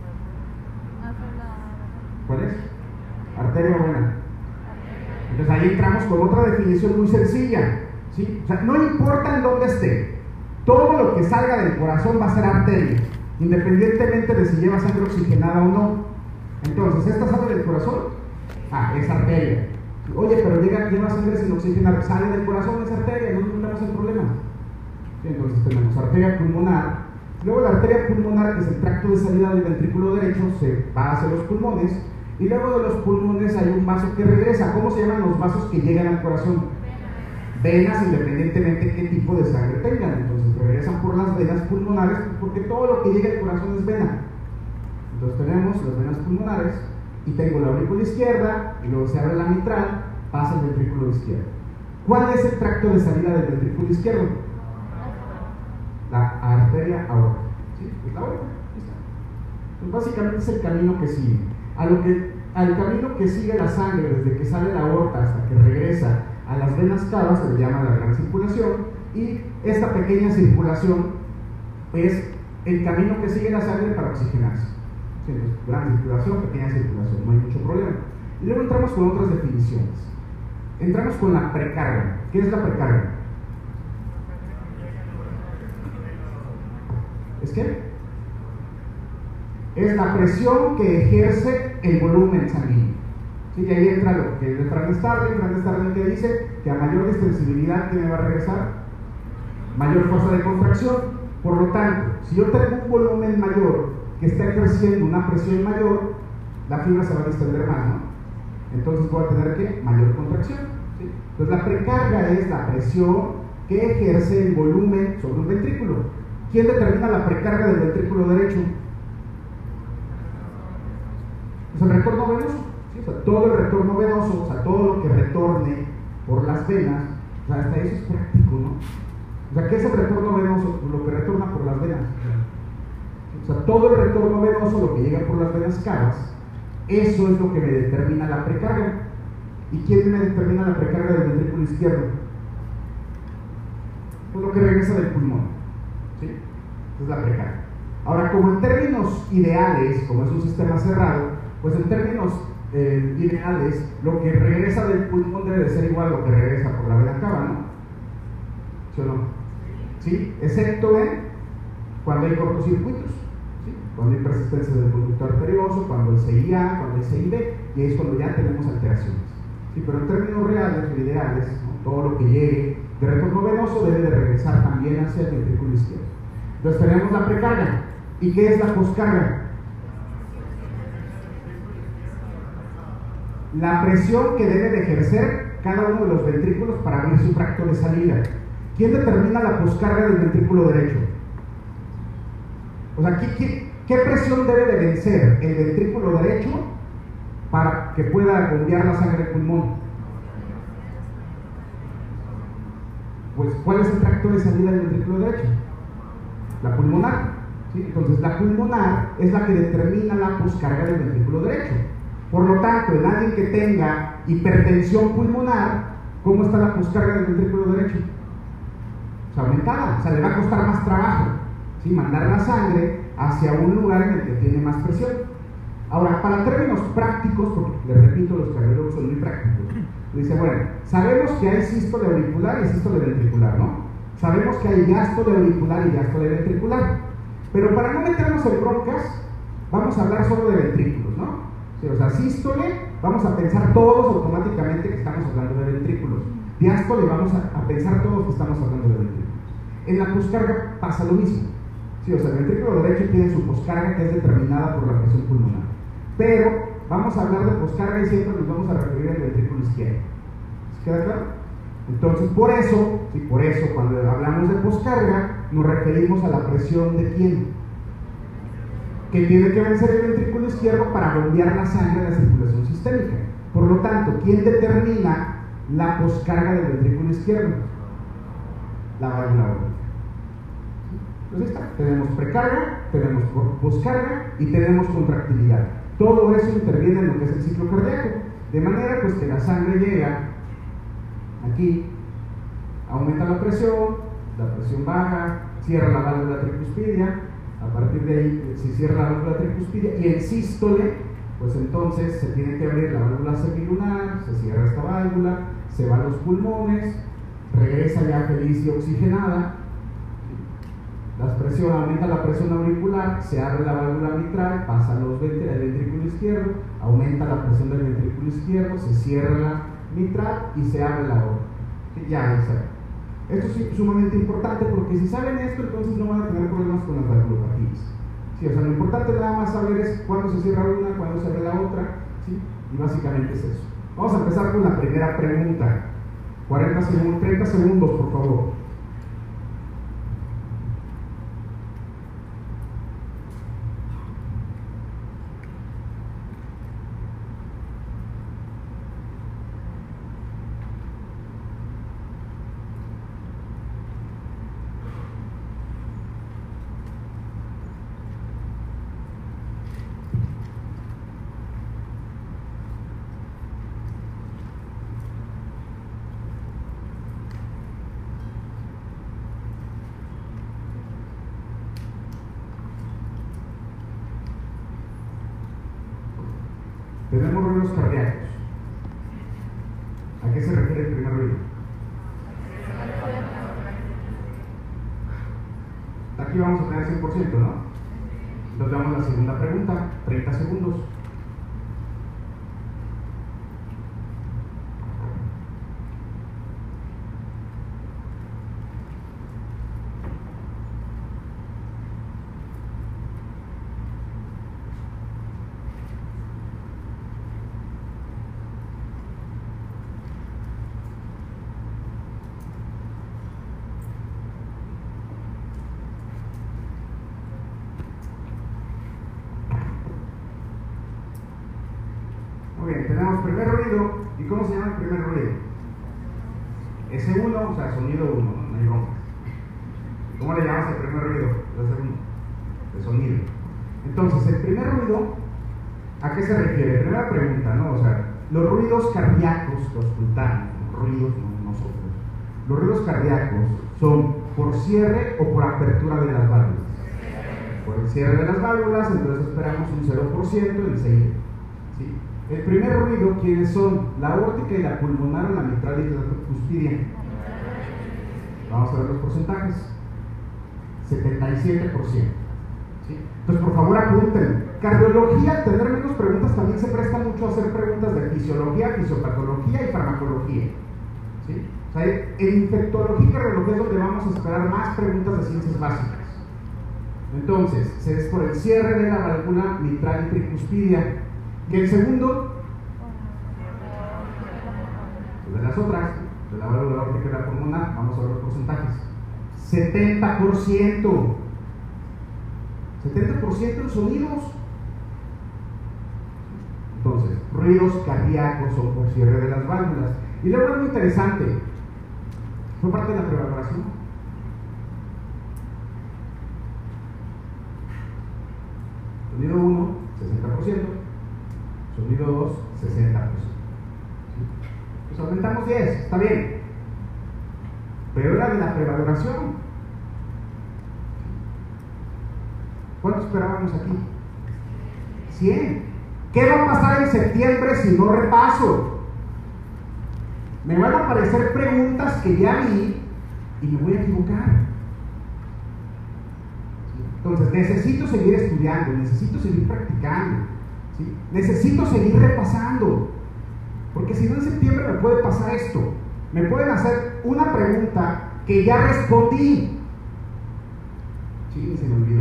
¿Cuál es? Arteria buena. Entonces ahí entramos con otra definición muy sencilla, ¿sí? O sea, no importa en dónde esté, todo lo que salga del corazón va a ser arteria, independientemente de si lleva sangre oxigenada o no. Entonces, ¿esta sale del corazón? Es arteria. Oye, pero lleva sangre sin oxigenar, sale del corazón, es arteria, no tenemos el problema. Sí, entonces tenemos arteria pulmonar. Luego la arteria pulmonar, que es el tracto de salida del ventrículo derecho, se va hacia los pulmones. Y luego de los pulmones hay un vaso que regresa. ¿Cómo se llaman los vasos que llegan al corazón? Venas, independientemente de qué tipo de sangre tengan. Entonces regresan por las venas pulmonares, porque todo lo que llega al corazón es vena. Entonces tenemos las venas pulmonares y tengo la aurícula izquierda y luego se abre la mitral, pasa el ventrículo izquierdo. ¿Cuál es el tracto de salida del ventrículo izquierdo? La arteria aorta. ¿Sí? Es la aorta. Pues básicamente es el camino que sigue. Al camino que sigue la sangre desde que sale la aorta hasta que regresa a las venas cavas se le llama la gran circulación, y esta pequeña circulación es el camino que sigue la sangre para oxigenarse. Sí, entonces, gran circulación, pequeña circulación, no hay mucho problema. Y luego entramos con otras definiciones. Entramos con la precarga. ¿Qué es la precarga? ¿Es qué? Es la presión que ejerce el volumen sanguíneo. ¿Sí? Y ahí entra lo que es Frank Starling, que dice que a mayor distensibilidad, ¿qué me va a regresar? Mayor fuerza de contracción. Por lo tanto, si yo tengo un volumen mayor que está ejerciendo una presión mayor, la fibra se va a distender más, ¿no? Entonces voy a tener ¿qué? Mayor contracción. ¿Sí? Entonces la precarga es la presión que ejerce el volumen sobre un ventrículo. ¿Quién determina la precarga del ventrículo derecho? Pues el retorno venoso, ¿sí? O sea, todo el retorno venoso, o sea, todo lo que retorne por las venas, o sea, hasta eso es práctico, ¿no? O sea, ¿qué es el retorno venoso? Lo que retorna por las venas. O sea, todo el retorno venoso, lo que llega por las venas cavas, eso es lo que me determina la precarga. ¿Y quién me determina la precarga del ventrículo izquierdo? Pues lo que regresa del pulmón, ¿sí? Es la precarga. Ahora, como en términos ideales, como es un sistema cerrado, pues en términos ideales, lo que regresa del pulmón debe de ser igual a lo que regresa por la vena cava, ¿no? ¿Sí o no? ¿Sí? Excepto en cuando hay cortocircuitos, ¿sí? Cuando hay persistencia del conducto arterioso, cuando el CIA, cuando el CIB, y es cuando ya tenemos alteraciones. ¿Sí? Pero en términos reales o ideales, ¿no? Todo lo que llegue de retorno venoso debe de regresar también hacia el ventrículo izquierdo. Entonces tenemos la precarga. ¿Y qué es la poscarga? La presión que debe de ejercer cada uno de los ventrículos para abrir su tracto de salida. ¿Quién determina la poscarga del ventrículo derecho? O sea, ¿qué presión debe de vencer el ventrículo derecho para que pueda bombear la sangre al pulmón? Pues, ¿cuál es el tracto de salida del ventrículo derecho? La pulmonar. ¿Sí? Entonces, la pulmonar es la que determina la poscarga del ventrículo derecho. Por lo tanto, en alguien que tenga hipertensión pulmonar, ¿cómo está la poscarga del ventrículo derecho? O sea, aumentada, o sea, le va a costar más trabajo, ¿sí? Mandar la sangre hacia un lugar en el que tiene más presión. Ahora, para términos prácticos, porque les repito, los cardiólogos son muy prácticos, dice, bueno, sabemos que hay sístole auricular y sístole ventricular, ¿no? Sabemos que hay diástole auricular y diástole ventricular, pero para no meternos en broncas, vamos a hablar solo de ventrículos, ¿no? Sí, o sea, sístole, vamos a pensar todos automáticamente que estamos hablando de ventrículos. Diástole, vamos a pensar todos que estamos hablando de ventrículos. En la poscarga pasa lo mismo. Sí, o sea, el ventrículo derecho tiene su poscarga que es determinada por la presión pulmonar. Pero vamos a hablar de poscarga y siempre nos vamos a referir al ventrículo izquierdo. ¿Se queda claro? Entonces, por eso, cuando hablamos de poscarga, nos referimos a la presión de quién, que tiene que vencer el ventrículo izquierdo para bombear la sangre a la circulación sistémica. Por lo tanto, ¿quién determina la poscarga del ventrículo izquierdo? La válvula aórtica. Entonces está, tenemos precarga, tenemos poscarga y tenemos contractilidad. Todo eso interviene en lo que es el ciclo cardíaco, de manera pues que la sangre llega aquí, aumenta la presión baja, cierra la válvula tricuspidia, a partir de ahí se cierra la válvula tricuspidia y en sístole, pues entonces se tiene que abrir la válvula semilunar, se cierra esta válvula, se va a los pulmones, regresa ya feliz y oxigenada, aumenta la presión auricular, se abre la válvula mitral, pasa al ventrículo izquierdo, aumenta la presión del ventrículo izquierdo, se cierra la mitral y se abre la aorta. Ya, exacto. Esto es sumamente importante porque si saben esto, entonces no van a tener problemas con las valvulopatías. Sí, o sea, lo importante nada más saber es cuándo se cierra una, cuándo se abre la otra, ¿sí? Y básicamente es eso. Vamos a empezar con la primera pregunta. 30 segundos, por favor. Tenemos ruidos cardíacos. ¿A qué se refiere el primer ruido? Aquí vamos a tener 100%, ¿no? Entonces damos la segunda pregunta, 30 segundos. Muy bien, tenemos primer ruido. ¿Y cómo se llama el primer ruido? S1, o sea, sonido 1, no hay broncas. ¿Cómo le llamas al primer ruido? El segundo, de sonido. Entonces, el primer ruido, ¿a qué se refiere? Primera pregunta, ¿no? O sea, los ruidos cardíacos, los espontáneos, ruidos, no nosotros. Los ruidos cardíacos son por cierre o por apertura de las válvulas. Por el cierre de las válvulas, entonces esperamos un 0% enseguida. ¿Sí? El primer ruido, ¿quiénes son? La aórtica y la pulmonar o la mitral y la tricuspidia. Vamos a ver los porcentajes. 77%. ¿Sí? Entonces, por favor, apunten. Cardiología, tener menos preguntas, también se presta mucho a hacer preguntas de fisiología, fisiopatología y farmacología. ¿Sí? O sea, en infectología y cardiología es donde vamos a esperar más preguntas de ciencias básicas. Entonces, se es por el cierre de la válvula mitral y tricuspidia. ¿Y el segundo? De las otras, de la válvula aórtica y la pulmonar, vamos a ver los porcentajes. 70%. 70% en sonidos. Entonces, ruidos cardíacos son por cierre de las válvulas. Y luego es muy interesante. Fue parte de la prevaloración. Sonido 1, 60%. Sonido 2, 60%. ¿Sí? Pues aumentamos 10, está bien. Pero era de la prevaloración. ¿Cuánto esperábamos aquí? 100. ¿Qué va a pasar en septiembre si no repaso? Me van a aparecer preguntas que ya vi y me voy a equivocar. Entonces necesito seguir estudiando, necesito seguir practicando, ¿sí? Necesito seguir repasando, porque si no en septiembre me puede pasar esto. Me pueden hacer una pregunta que ya respondí, Sí, se me olvidó.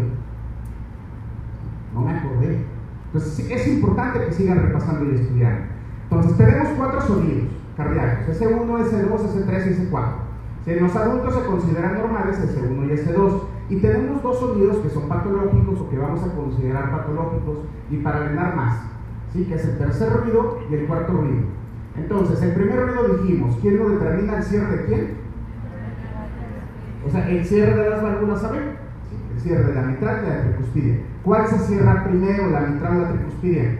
No me acordé. Entonces, sí, es importante que sigan repasando y estudiando. Entonces, tenemos 4 sonidos cardíacos: S1, S2, S3 y S4. Si en los adultos se consideran normales, S1 y S2. Y tenemos 2 sonidos que son patológicos o que vamos a considerar patológicos, y para llenar más, ¿sí? Que es el tercer ruido y el cuarto ruido. Entonces, el primer ruido dijimos, ¿quién lo determina? ¿El cierre de quién? O sea, el cierre de las válvulas, ¿saben? ¿Sí? El cierre de la mitral y de la tricuspidia. ¿Cuál se cierra primero, la mitral o la tricuspidia?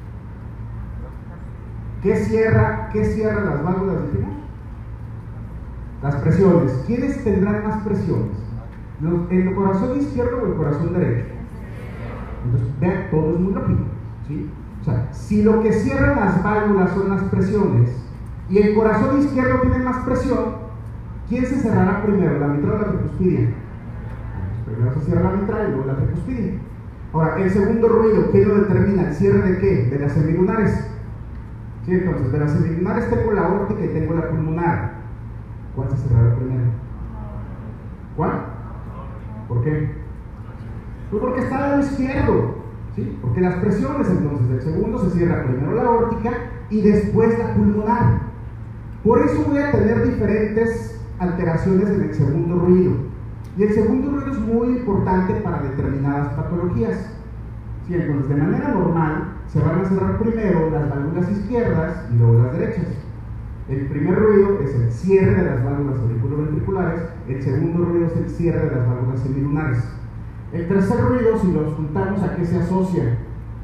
¿Qué cierra las válvulas, dijimos? Las presiones. ¿Quiénes tendrán más presiones? ¿El corazón izquierdo o el corazón derecho? Entonces, vean, todo es muy lógico, ¿sí? O sea, si lo que cierra las válvulas son las presiones y el corazón izquierdo tiene más presión, ¿quién se cerrará primero, la mitral o la tricuspidia? Pues primero se cierra la mitral y luego la tricuspidia. Ahora, el segundo ruido, ¿quién lo determina? ¿El cierre de qué? De las semilunares. ¿Sí? Entonces, de las semilunares tengo la aórtica y tengo la pulmonar. ¿Cuál se cerrará primero? ¿Cuál? ¿Por qué? Pues porque está al lado izquierdo, ¿sí? Porque las presiones, entonces, del segundo se cierra primero la aórtica y después la pulmonar. Por eso voy a tener diferentes alteraciones en el segundo ruido. Y el segundo ruido es muy importante para determinadas patologías. ¿Sí? Entonces, de manera normal, se van a cerrar primero las válvulas izquierdas y luego las derechas. El primer ruido es el cierre de las válvulas auriculoventriculares, el segundo ruido es el cierre de las válvulas semilunares. El tercer ruido, si lo juntamos, ¿a qué se asocia?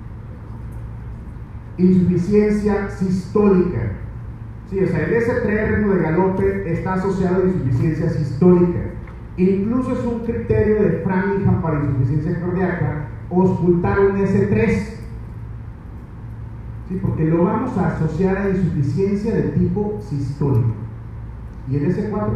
Insuficiencia sistólica. Sí, o sea, el S3, ritmo de galope, está asociado a insuficiencia sistólica. Incluso es un criterio de Framingham para insuficiencia cardíaca auscultar un S3. Sí, porque lo vamos a asociar a insuficiencia de tipo sistólico. ¿Y el S4?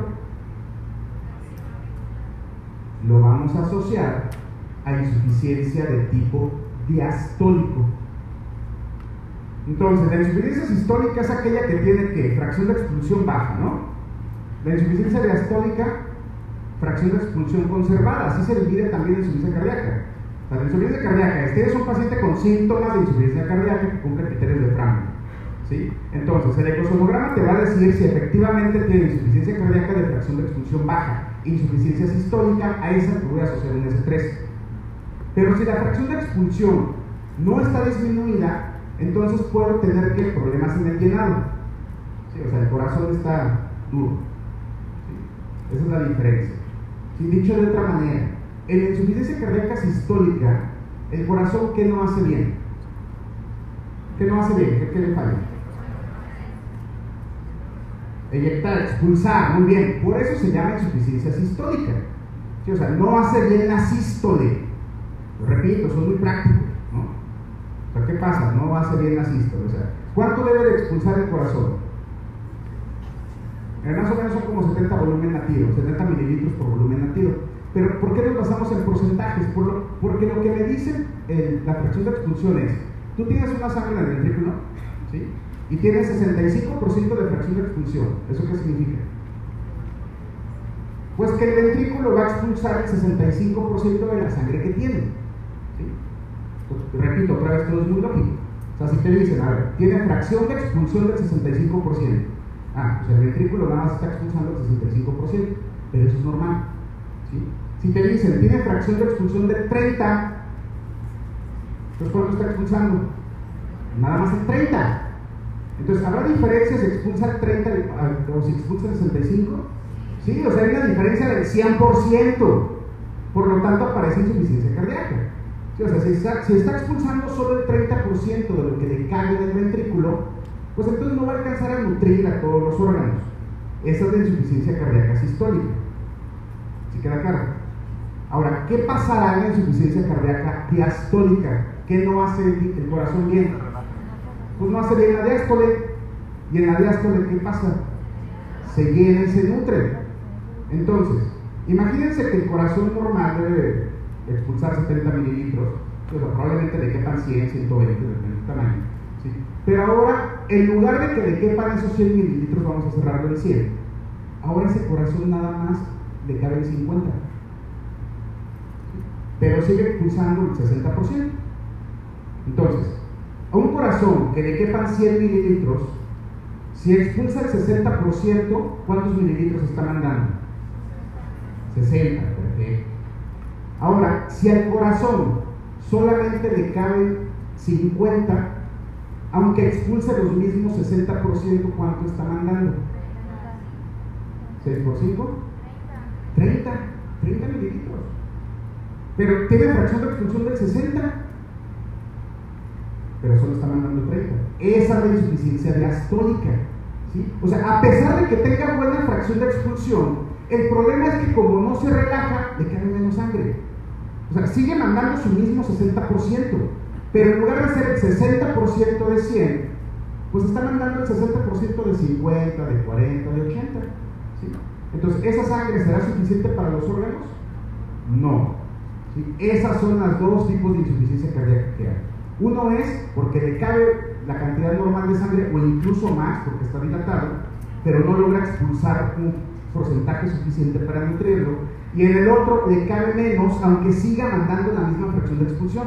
Lo vamos a asociar a insuficiencia de tipo diastólico. Entonces, la insuficiencia sistólica es aquella que tiene que fracción de expulsión baja, ¿no? La insuficiencia diastólica, fracción de expulsión conservada. Así se divide también la insuficiencia cardíaca. O sea, la insuficiencia cardíaca es: tienes un paciente con síntomas de insuficiencia cardíaca que cumple criterios de Framingham, ¿sí? Entonces, el ecosonograma te va a decir si efectivamente tiene insuficiencia cardíaca de fracción de expulsión baja, insuficiencia sistólica, a esa te voy a asociar un S3. Pero si la fracción de expulsión no está disminuida, entonces puedo tener que problemas en el llenado, ¿sí? O sea, el corazón está duro, ¿sí? Esa es la diferencia. ¿Sí? Dicho de otra manera, en la insuficiencia cardíaca sistólica, el corazón, ¿qué no hace bien? ¿Qué no hace bien? ¿Qué le falla? Eyectar, expulsar, muy bien. Por eso se llama insuficiencia sistólica, ¿sí? O sea, no hace bien la sístole. Lo repito, son muy prácticos, ¿no? O sea, ¿qué pasa? No hace bien la sístole. O sea, ¿cuánto debe de expulsar el corazón? Más o menos son como 70 volumen latido, 70 mililitros por volumen latido. Pero ¿por qué nos basamos en porcentajes? Porque lo que me dicen la fracción de expulsión es: tú tienes una sangre en el ventrículo, ¿sí? Y tienes 65% de fracción de expulsión. ¿Eso qué significa? Pues que el ventrículo va a expulsar el 65% de la sangre que tiene, ¿sí? Pues, repito otra vez, todo es muy lógico. O sea, si te dicen, a ver, tiene fracción de expulsión del 65%. Pues el ventrículo nada más está expulsando el 65%, pero eso es normal, ¿sí? Si te dicen, tiene fracción de expulsión del 30%, pues ¿cuánto está expulsando? Nada más el 30%. Entonces, ¿habrá diferencia si expulsa el 30 o si expulsa el 65? Sí, o sea, hay una diferencia del 100%. Por lo tanto, aparece insuficiencia cardíaca. Sí, o sea, si está expulsando solo el 30% de lo que le cae del ventrículo, pues entonces no va a alcanzar a nutrir a todos los órganos. Esa es la insuficiencia cardíaca sistólica. ¿Sí queda claro? Ahora, ¿qué pasará en la insuficiencia cardíaca diastólica? ¿Qué no hace el corazón bien? Pues no hace bien la diástole. Y en la diástole, ¿qué pasa? Se llena y se nutre. Entonces, imagínense que el corazón normal debe expulsar 70 mililitros, pues probablemente le quepan 100, 120, depende del tamaño, ¿sí? Pero ahora, en lugar de que le quepan esos 100 mililitros, vamos a cerrarlo en 100. Ahora ese corazón nada más le cabe en 50. pero sigue expulsando el 60%. Entonces, a un corazón que le quepan 100 mililitros, si expulsa el 60%, ¿cuántos mililitros está mandando? 60, perfecto. Ahora, si al corazón solamente le caben 50, aunque expulse los mismos 60%, ¿cuánto está mandando? 6 por 5, 30 mililitros. Pero tiene fracción de expulsión del 60, pero solo está mandando 30. Esa es la insuficiencia diastólica, ¿sí? O sea, a pesar de que tenga buena fracción de expulsión, el problema es que como no se relaja, le cae menos sangre. O sea, sigue mandando su mismo 60%, pero en lugar de ser el 60% de 100, pues está mandando el 60% de 50, de 40, de 80, ¿sí? Entonces, ¿esa sangre será suficiente para los órganos? No, ¿sí? Esas son las dos tipos de insuficiencia cardíaca que hay. Uno es porque le cabe la cantidad normal de sangre o incluso más porque está dilatado, pero no logra expulsar un porcentaje suficiente para nutrirlo, y en el otro le cabe menos aunque siga mandando la misma fracción de expulsión.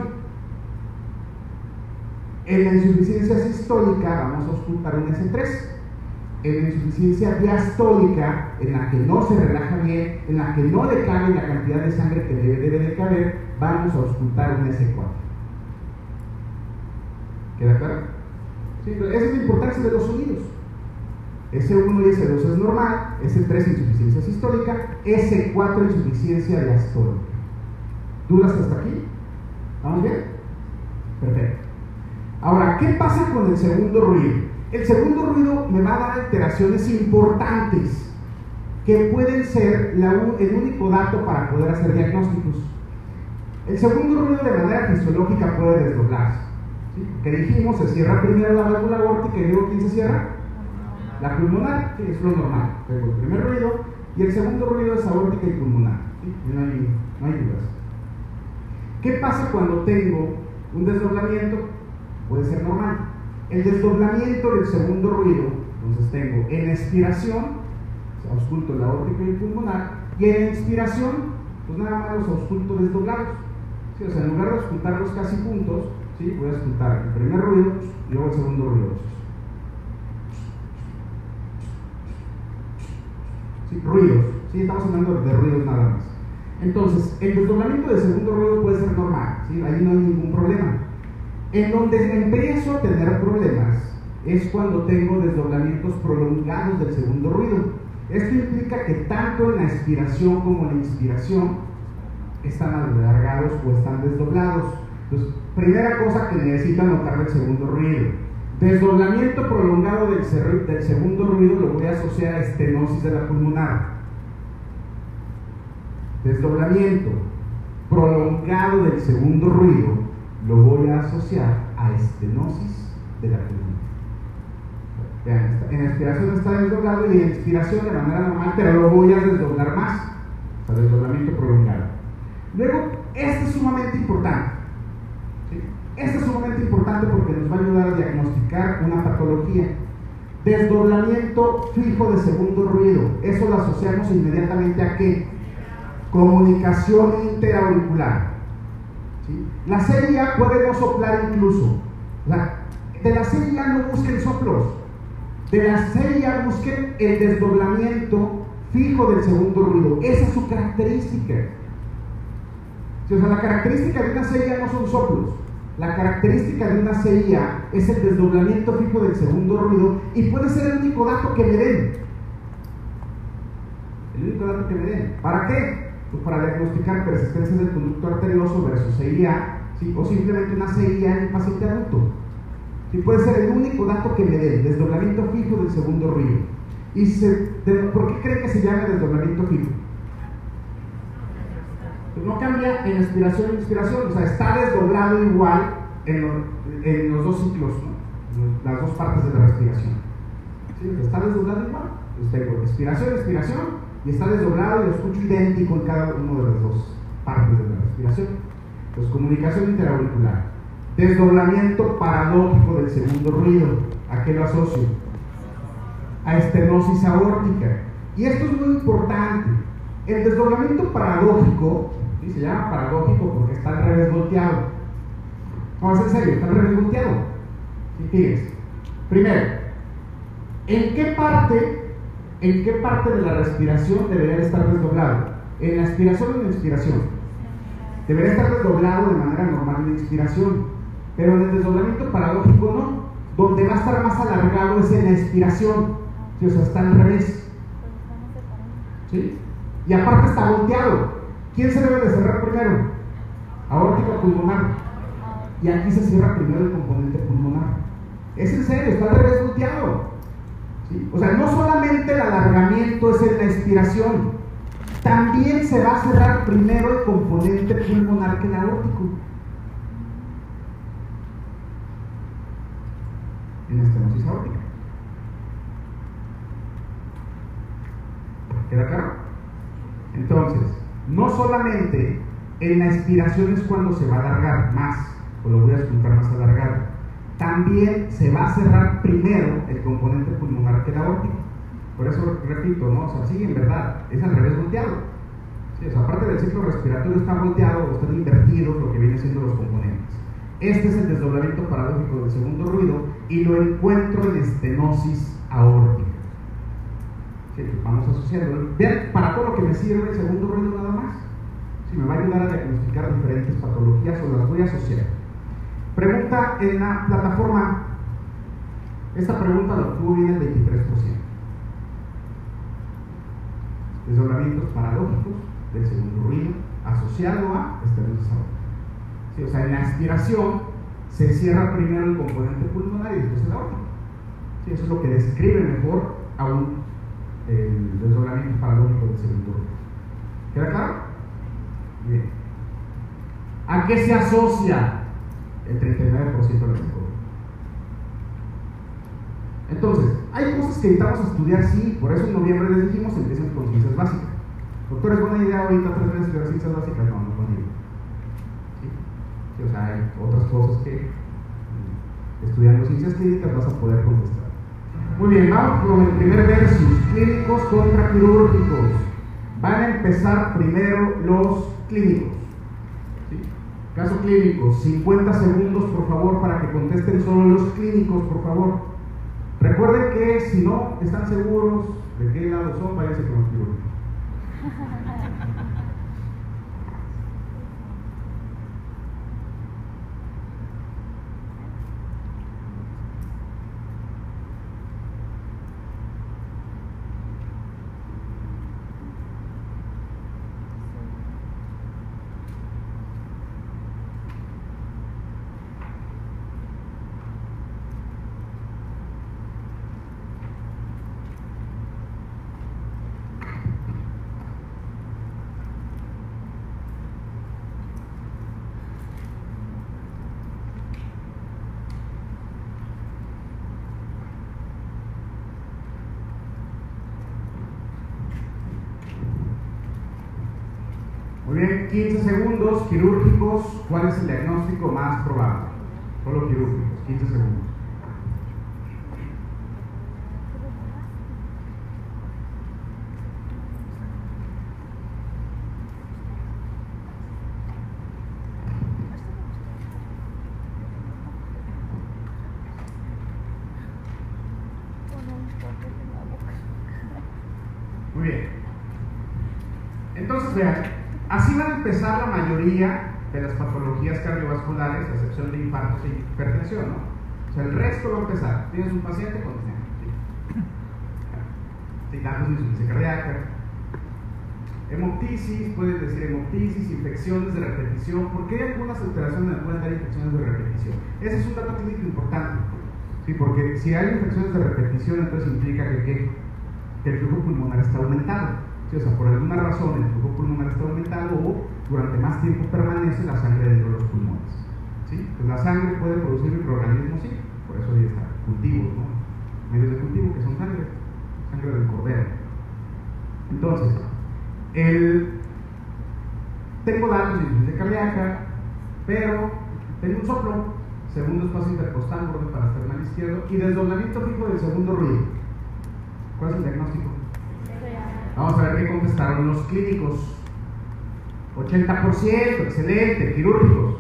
En la insuficiencia sistólica vamos a auscultar un S3. En la insuficiencia diastólica, en la que no se relaja bien, en la que no le cabe la cantidad de sangre que debe de caber, vamos a auscultar un S4. ¿Queda claro? Sí, esa es la importancia de los sonidos. S1 y S2 es normal, S3 insuficiencia sistólica, S4 insuficiencia diastólica. ¿Dudas hasta aquí? ¿Estamos bien? Perfecto. Ahora, ¿qué pasa con el segundo ruido? El segundo ruido me va a dar alteraciones importantes que pueden ser el único dato para poder hacer diagnósticos. El segundo ruido de manera fisiológica puede desdoblarse, ¿sí? Que dijimos, se cierra primero la válvula aórtica y luego ¿quién se cierra? La pulmonar, que es lo normal. Tengo el primer ruido y el segundo ruido es aórtica y pulmonar, ¿sí? Y no hay dudas. ¿Qué pasa cuando tengo un desdoblamiento? Puede ser normal. El desdoblamiento del segundo ruido, entonces tengo en expiración, ausculto la aórtica y el pulmonar, y en inspiración, pues nada más los ausculto desdoblados. ¿Sí? O sea, en lugar de auscultarlos casi juntos, ¿sí? Voy a auscultar el primer ruido y luego el segundo ruido. ¿Sí? Ruidos, ¿sí? Estamos hablando de ruidos nada más. Entonces, el desdoblamiento del segundo ruido puede ser normal, ¿sí? Ahí no hay ningún problema. En donde empiezo a tener problemas es cuando tengo desdoblamientos prolongados del segundo ruido. Esto implica que tanto en la expiración como en la inspiración están alargados o están desdoblados. Entonces, primera cosa que necesito anotar del segundo ruido: desdoblamiento prolongado del segundo ruido lo voy a asociar a estenosis de la pulmonar. Desdoblamiento prolongado del segundo ruido lo voy a asociar a estenosis de la pulmonar. Vean, en expiración está desdoblado y en expiración de manera normal, pero lo voy a desdoblar más. O sea, desdoblamiento prolongado. Luego, este es sumamente importante. ¿Sí? Este es sumamente importante porque nos va a ayudar a diagnosticar una patología. Desdoblamiento fijo de segundo ruido. Eso lo asociamos inmediatamente a ¿qué? Comunicación interauricular. ¿Sí? La CIA puede no soplar incluso. De la CIA no busquen soplos. De la CIA busquen el desdoblamiento fijo del segundo ruido. Esa es su característica. ¿Sí? O sea, la característica de una CIA no son soplos. La característica de una CIA es el desdoblamiento fijo del segundo ruido y puede ser el único dato que me den. El único dato que me den. ¿Para qué? Pues para diagnosticar persistencia del conducto arterioso versus CIA, ¿sí? O simplemente una CIA en un paciente adulto. ¿Sí? Puede ser el único dato que me dé, desdoblamiento fijo del segundo ruido. ¿Por qué creen que se llama desdoblamiento fijo? Pues no cambia en expiración e inspiración, o sea, está desdoblado igual en los dos ciclos, ¿no? Las dos partes de la respiración. ¿Sí? Está desdoblado igual. Entonces tengo expiración, y está desdoblado y lo escucho idéntico en cada una de las dos partes de la respiración. Entonces, comunicación interauricular. Desdoblamiento paradójico del segundo ruido. ¿A qué lo asocio? A estenosis aórtica. Y esto es muy importante. El desdoblamiento paradójico, ¿Sí? Se llama paradójico porque está al revés volteado. No, es en serio, está al revés volteado. ¿Sí? Fíjense. Primero, ¿en qué parte de la respiración debería estar desdoblado? ¿En la expiración o en la inspiración? Debería estar desdoblado de manera normal en la inspiración, pero en el desdoblamiento paradójico no. Donde va a estar más alargado es en la expiración. ¿Sí? O sea, está al revés. ¿Sí? Y aparte está volteado. ¿Quién se debe de cerrar primero? Aórtica o pulmonar. Y aquí se cierra primero el componente pulmonar. Es en serio, está al revés volteado. ¿Sí? O sea, no solamente el alargamiento es en la expiración, también se va a cerrar primero el componente pulmonar que el aórtico. En la estenosis aórtica. ¿Queda claro? Entonces, no solamente en la expiración es cuando se va a alargar más, o lo voy a explicar más alargado, también se va a cerrar primero el componente pulmonar que el aórtico. Por eso repito, ¿no? O sea, sí, en verdad, es al revés volteado. Sí, o sea, aparte del ciclo respiratorio está volteado, están invertidos lo que vienen siendo los componentes. Este es el desdoblamiento paradójico del segundo ruido y lo encuentro en estenosis aórtica. Sí, pues vamos asociando. Vean para todo lo que me sirve el segundo ruido nada más. Sí, me va a ayudar a diagnosticar diferentes patologías o las voy a asociar. Pregunta en la plataforma. Esta pregunta la obtuvo bien el 23%. Desdoblamientos paradójicos del segundo ruido asociado a estenosis aórtica. Sí, o sea, en la aspiración se cierra primero el componente pulmonar y después el aórtico. Sí, eso es lo que describe mejor aún el desdoblamiento paradójico del segundo ruido. ¿Queda claro? Bien. ¿A qué se asocia el 39% de la psicología? Entonces, hay cosas que necesitamos estudiar, sí, por eso en noviembre les dijimos empiecen con ciencias básicas. Doctor, ¿es buena idea ahorita 3 meses estudiar ciencias básicas? No, no es buena idea. ¿Sí? O sea, hay otras cosas que estudiando ciencias clínicas vas a poder contestar. Muy bien, vamos con el primer versus, clínicos contra quirúrgicos. Van a empezar primero los clínicos. ¿Sí? Caso clínico, 50 segundos por favor para que contesten solo los clínicos, por favor. Recuerden que si no están seguros de qué lado son, váyanse con los quirúrgicos. Muy bien, 15 segundos, quirúrgicos, ¿cuál es el diagnóstico más probable? Solo quirúrgicos, 15 segundos. Muy bien. Entonces, vean, así van a empezar la mayoría de las patologías cardiovasculares, a excepción de infartos y hipertensión, ¿no? O sea, el resto va a empezar. Tienes un paciente con datos de insuficiencia cardíaca, hemoptisis, puedes decir hemoptisis, infecciones de repetición, porque hay algunas alteraciones que pueden dar infecciones de repetición. Ese es un dato clínico importante, ¿sí? Porque si hay infecciones de repetición, entonces implica que el flujo pulmonar está aumentado. ¿Sí? O sea, por alguna razón el flujo pulmonar está aumentado o durante más tiempo permanece la sangre dentro de los pulmones. ¿Sí? Pues la sangre puede producir microorganismos, sí, por eso ahí está, cultivos, ¿no? Medios de cultivo que son sangre del cordero. Entonces, tengo datos de insuficiencia cardíaca, pero tengo un soplo, segundo espacio intercostal, borde parasternal izquierdo y desdoblamiento fijo del segundo ruido. ¿Cuál es el diagnóstico? Vamos a ver qué contestaron los clínicos. 80%, excelente. Quirúrgicos,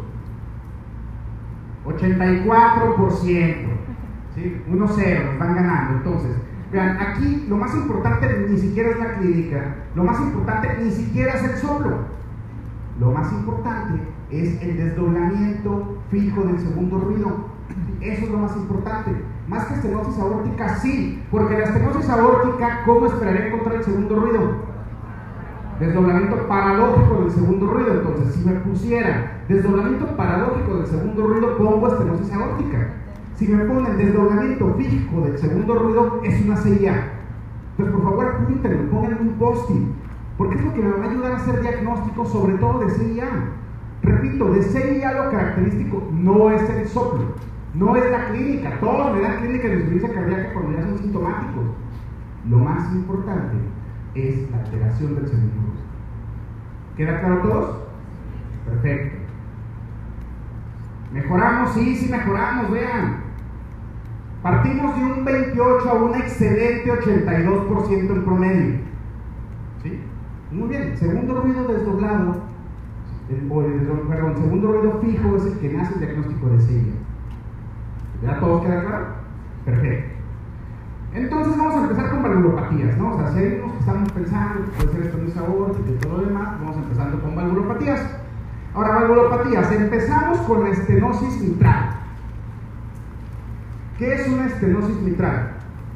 84%. ¿Sí? 1-0, van ganando. Entonces, vean, aquí lo más importante ni siquiera es la clínica, lo más importante ni siquiera es el soplo. Lo más importante es el desdoblamiento fijo del segundo ruido. Eso es lo más importante. Más que estenosis aórtica, sí, porque la estenosis aórtica, ¿cómo esperaría encontrar el segundo ruido? Desdoblamiento paradójico del segundo ruido. Entonces, si me pusiera desdoblamiento paradójico del segundo ruido, pongo estenosis aórtica. Si me ponen desdoblamiento fijo del segundo ruido, es una CIA. Pues por favor, apúntenlo, pónganle un post-it, porque es lo que me va a ayudar a hacer diagnóstico, sobre todo de CIA. Repito, de CIA lo característico no es el soplo, no es la clínica. Todos me dan clínica de insuficiencia cardíaca cuando ya son sintomáticos. Lo más importante es la alteración del segundo ruido. ¿Queda claro a todos? Perfecto. ¿Mejoramos? Sí mejoramos, vean. Partimos de un 28 a un excelente 82% en promedio. ¿Sí? Muy bien. Segundo ruido desdoblado, segundo ruido fijo es el que me hace el diagnóstico de CIA. ¿Ya todos queda claro? Perfecto. Entonces vamos a empezar con valvulopatías, ¿no? O sea, si hay unos que estamos pensando que puede ser estenosis aórtica y todo lo demás, vamos empezando con valvulopatías. Ahora, valvulopatías, empezamos con la estenosis mitral. ¿Qué es una estenosis mitral?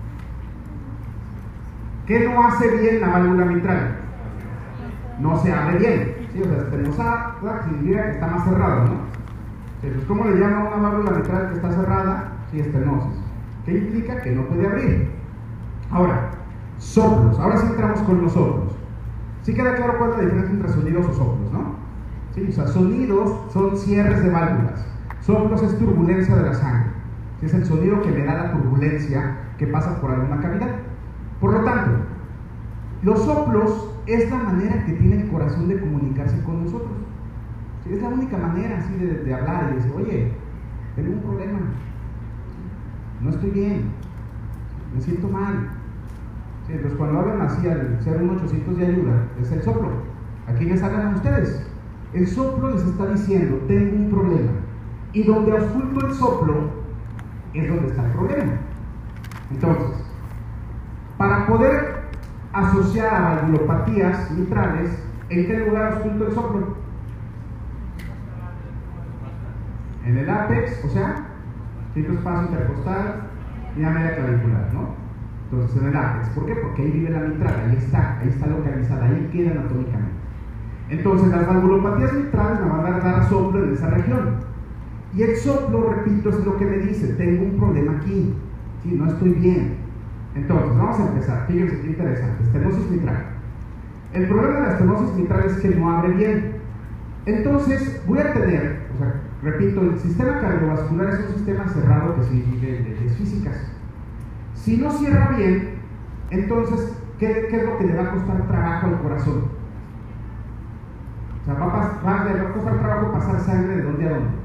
¿Qué no hace bien la válvula mitral? No se abre bien. ¿Sí? O sea, estenosada significa que está más cerrada, ¿no? Entonces, ¿cómo le llaman a una válvula mitral que está cerrada? Sí, estenosis. ¿Qué implica? Que no puede abrir. Ahora, soplos. Ahora sí entramos con los soplos. ¿Sí queda claro cuál es la diferencia entre sonidos o soplos, no? Sí, o sea, sonidos son cierres de válvulas. Soplos es turbulencia de la sangre. Es el sonido que me da la turbulencia que pasa por alguna cavidad. Por lo tanto, los soplos es la manera que tiene el corazón de comunicarse con nosotros. ¿Sí? Es la única manera así de hablar y decir, oye, tengo un problema, no estoy bien, me siento mal. Sí, entonces cuando hablan así al 01800 de ayuda, es el soplo. Aquí les hablan a ustedes. El soplo les está diciendo, tengo un problema. Y donde ausculto el soplo es donde está el problema. Entonces, para poder asociar a valvulopatías mitrales, ¿en qué lugar ausculto el soplo? En el ápex, o sea, quinto espacio intercostal y la media clavicular, ¿no? Entonces, en el ápex. ¿Por qué? Porque ahí vive la mitral, ahí está localizada, ahí queda anatómicamente. Entonces, las valvulopatías mitrales me van a dar soplo en esa región. Y el soplo, repito, es lo que me dice, tengo un problema aquí, ¿sí? No estoy bien. Entonces, vamos a empezar. Fíjense qué interesante, estenosis mitral. El problema de la estenosis mitral es que no abre bien. Entonces, voy a tener, o sea, repito, el sistema cardiovascular es un sistema cerrado que se divide en leyes físicas. Si no cierra bien, entonces, ¿qué es lo que le va a costar trabajo al corazón? O sea, le va a costar trabajo pasar sangre de dónde a dónde.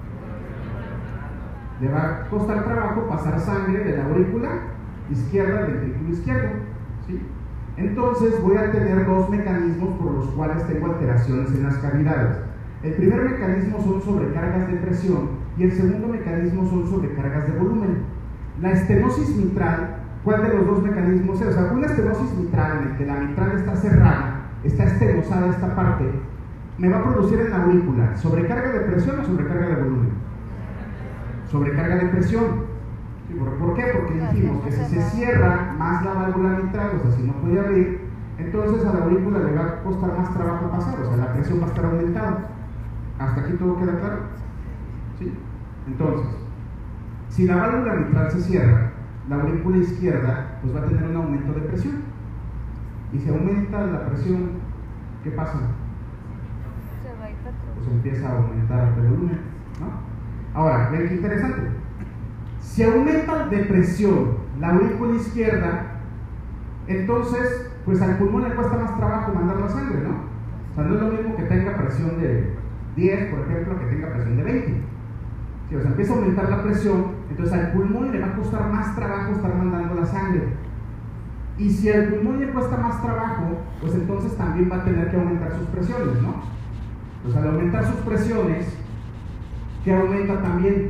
Le va a costar trabajo pasar sangre de la aurícula izquierda al ventrículo izquierdo, ¿sí? Entonces voy a tener dos mecanismos por los cuales tengo alteraciones en las cavidades. El primer mecanismo son sobrecargas de presión y el segundo mecanismo son sobrecargas de volumen. La estenosis mitral, ¿cuál de los dos mecanismos es? O sea, una estenosis mitral en el que la mitral está cerrada, está estenosada esta parte, me va a producir en la aurícula sobrecarga de presión o sobrecarga de volumen. Sobrecarga de presión. ¿Sí? ¿Por qué? Porque dijimos que si se cierra más la válvula mitral, o sea, si no puede abrir, entonces a la aurícula le va a costar más trabajo pasar, o sea, la presión va a estar aumentada. ¿Hasta aquí todo queda claro? ¿Sí? Entonces, si la válvula mitral se cierra, la aurícula izquierda pues va a tener un aumento de presión. Y si aumenta la presión, ¿qué pasa? Pues empieza a aumentar el volumen, ¿no? Ahora, ven qué interesante. Si aumenta de presión la aurícula izquierda, entonces, pues al pulmón le cuesta más trabajo mandar la sangre, ¿no? O sea, no es lo mismo que tenga presión de 10, por ejemplo, que tenga presión de 20. Si, o sea, empieza a aumentar la presión, entonces al pulmón le va a costar más trabajo estar mandando la sangre. Y si al pulmón le cuesta más trabajo, pues entonces también va a tener que aumentar sus presiones, ¿no? Pues al aumentar sus presiones, ¿qué aumenta también?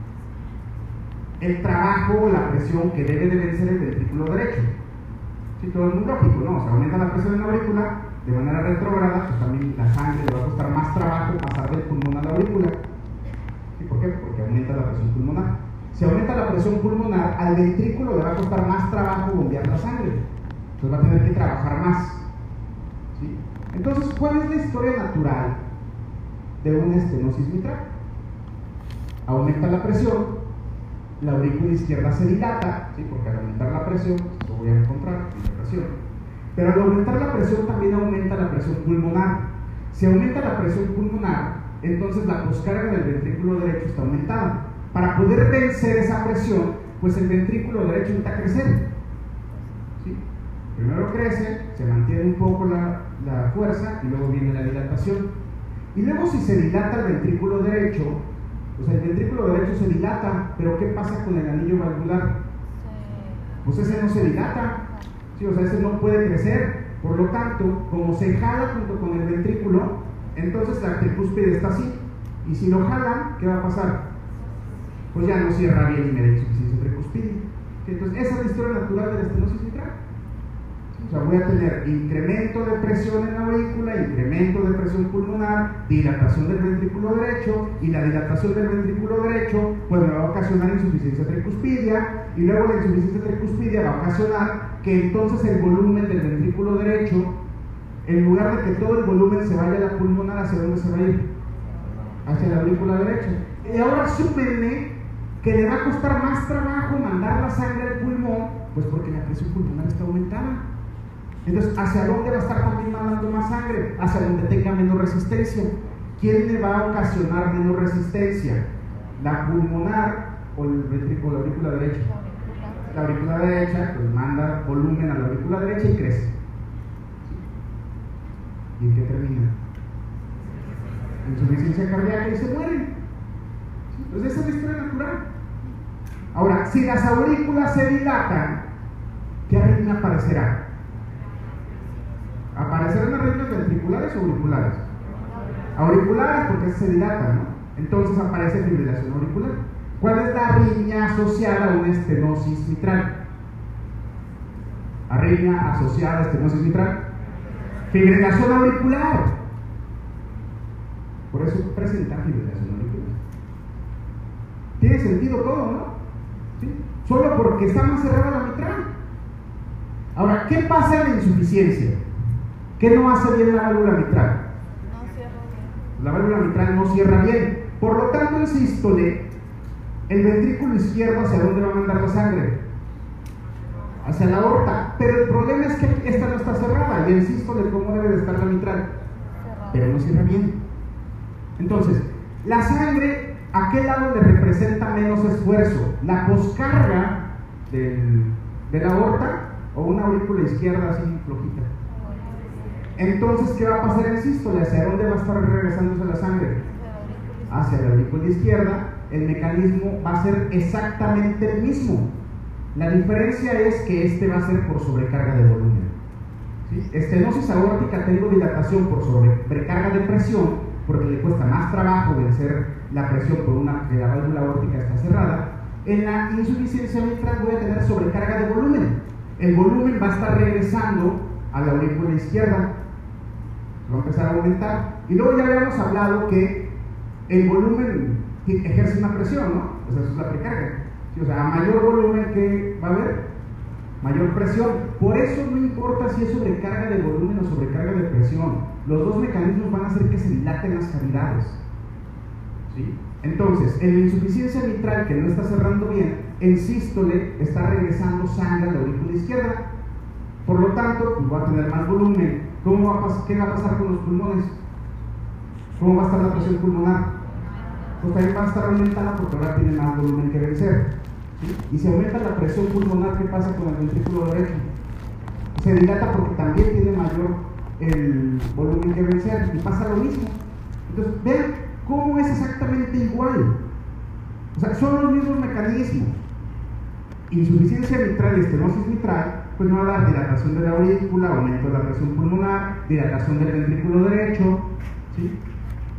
El trabajo o la presión que debe de vencer el ventrículo derecho. Sí, todo es muy lógico, ¿no? O sea, aumenta la presión en la aurícula, de manera retrógrada, pues también la sangre le va a costar más trabajo pasar del pulmón a la aurícula. ¿Sí? ¿Por qué? Porque aumenta la presión pulmonar. Si aumenta la presión pulmonar, al ventrículo le va a costar más trabajo bombear la sangre. Entonces va a tener que trabajar más. ¿Sí? Entonces, ¿cuál es la historia natural de una estenosis mitral? Aumenta la presión, la aurícula izquierda se dilata, ¿sí? Porque al aumentar la presión, lo voy a encontrar, dilatación. Pero al aumentar la presión también aumenta la presión pulmonar. Si aumenta la presión pulmonar, entonces la poscarga del ventrículo derecho está aumentada. Para poder vencer esa presión, pues el ventrículo derecho necesita crecer. ¿Sí? Primero crece, se mantiene un poco la fuerza y luego viene la dilatación. Y luego si se dilata el ventrículo derecho, pues el ventrículo derecho se dilata, pero ¿qué pasa con el anillo valvular? Pues ese no se dilata. Sí, o sea, ese no puede crecer. Por lo tanto, como se jala junto con el ventrículo, entonces la tricúspide está así. Y si lo jalan, ¿qué va a pasar? Pues ya no cierra bien y me da insuficiencia tricúspide. Entonces, esa es la historia natural de la estenosis mitral. O sea, voy a tener incremento de presión en la aurícula, incremento de presión pulmonar, dilatación del ventrículo derecho, y la dilatación del ventrículo derecho pues me va a ocasionar insuficiencia tricuspidia, y luego la insuficiencia tricuspidia va a ocasionar que entonces el volumen del ventrículo derecho, en lugar de que todo el volumen se vaya a la pulmonar, ¿hacia dónde se va a ir? Hacia la aurícula derecha. Y ahora súmenle que le va a costar más trabajo mandar la sangre al pulmón, pues porque la presión pulmonar está aumentada. Entonces, ¿hacia dónde va a estar también mandando más sangre? Hacia donde tenga menos resistencia. ¿Quién le va a ocasionar menos resistencia? ¿La pulmonar o el ventrículo, la aurícula derecha? La aurícula derecha, pues manda volumen a la aurícula derecha y crece. ¿Y en qué termina? Insuficiencia cardíaca y se mueren. Entonces, esa es la historia natural. Ahora, si las aurículas se dilatan, ¿qué arritmia aparecerá? ¿Aparecerán arritmias ventriculares o auriculares? Auriculares, porque se dilata, ¿no? Entonces aparece fibrilación auricular. ¿Cuál es la arritmia asociada a una estenosis mitral? Arritmia asociada a estenosis mitral. Fibrilación auricular. Por eso presenta fibrilación auricular. Tiene sentido todo, ¿no? ¿Sí? Solo porque está más cerrada la mitral. Ahora, ¿qué pasa en la insuficiencia? ¿Qué no hace bien la válvula mitral? No cierra bien. La válvula mitral no cierra bien. Por lo tanto, en sístole, el ventrículo izquierdo, ¿hacia dónde va a mandar la sangre? Hacia la aorta. Pero el problema es que esta no está cerrada. Y en sístole, ¿cómo debe de estar la mitral? Cerrado. Pero no cierra bien. Entonces, la sangre, ¿a qué lado le representa menos esfuerzo? ¿La poscarga de la aorta o una aurícula izquierda así flojita? Entonces, ¿qué va a pasar en sístole? ¿Hacia dónde va a estar regresándose la sangre? Hacia la aurícula izquierda. El mecanismo va a ser exactamente el mismo. La diferencia es que este va a ser por sobrecarga de volumen. ¿Sí? Estenosis aórtica, tengo dilatación por sobrecarga de presión, porque le cuesta más trabajo vencer la presión por una que la válvula aórtica está cerrada. En la insuficiencia mitral voy a tener sobrecarga de volumen. El volumen va a estar regresando a la aurícula izquierda. Va a empezar a aumentar. Y luego ya habíamos hablado que el volumen ejerce una presión, ¿no? O sea, eso es la precarga. ¿Sí? O sea, a mayor volumen que va a haber, mayor presión. Por eso no importa si es sobrecarga de volumen o sobrecarga de presión. Los dos mecanismos van a hacer que se dilaten las cavidades. ¿Sí? Entonces, en la insuficiencia mitral que no está cerrando bien, en sístole está regresando sangre a la aurícula izquierda. Por lo tanto, pues va a tener más volumen. ¿Qué va a pasar con los pulmones? ¿Cómo va a estar la presión pulmonar? Pues también va a estar aumentada porque ahora tiene más volumen que vencer. ¿Sí? Y si aumenta la presión pulmonar, ¿qué pasa con el ventrículo derecho? Se dilata porque también tiene mayor el volumen que vencer y pasa lo mismo. Entonces, vean cómo es exactamente igual. O sea, son los mismos mecanismos. Insuficiencia mitral y estenosis mitral, pues me va a dar dilatación de la aurícula, aumento de la presión pulmonar, dilatación del ventrículo derecho, ¿sí?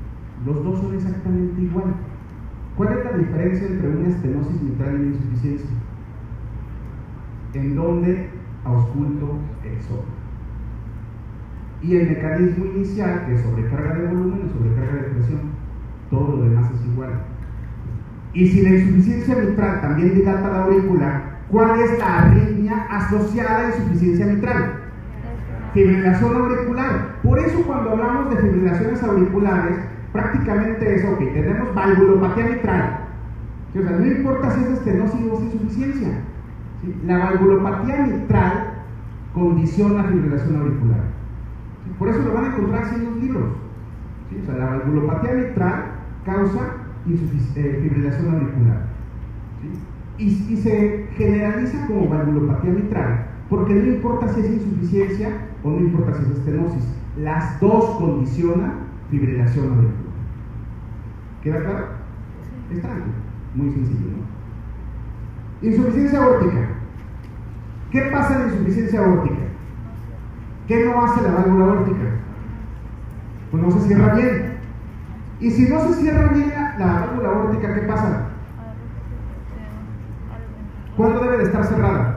Los dos son exactamente igual. ¿Cuál es la diferencia entre una estenosis mitral y una insuficiencia? En donde ausculto el sol. Y el mecanismo inicial, que es sobrecarga de volumen y sobrecarga de presión. Todo lo demás es igual. Y si la insuficiencia mitral también dilata la aurícula, ¿cuál es la arritmia asociada a insuficiencia mitral? Fibrilación auricular. Por eso cuando hablamos de fibrilaciones auriculares, prácticamente es, ok, tenemos valvulopatía mitral. ¿Sí? O sea, no importa si es estenosis o es insuficiencia. ¿Sí? La valvulopatía mitral condiciona fibrilación auricular. ¿Sí? Por eso lo van a encontrar así en los libros. ¿Sí? O sea, la valvulopatía mitral causa fibrilación auricular. ¿Sí? Y se generaliza como valvulopatía mitral porque no importa si es insuficiencia o no importa si es estenosis, las dos condicionan fibrilación auricular. ¿Queda claro? Está muy sencillo, ¿no? Insuficiencia aórtica. ¿Qué pasa en la insuficiencia aórtica? ¿Qué no hace la válvula aórtica? Pues no se cierra bien. Y si no se cierra bien la válvula aórtica, ¿qué pasa? ¿Cuándo debe de estar cerrada?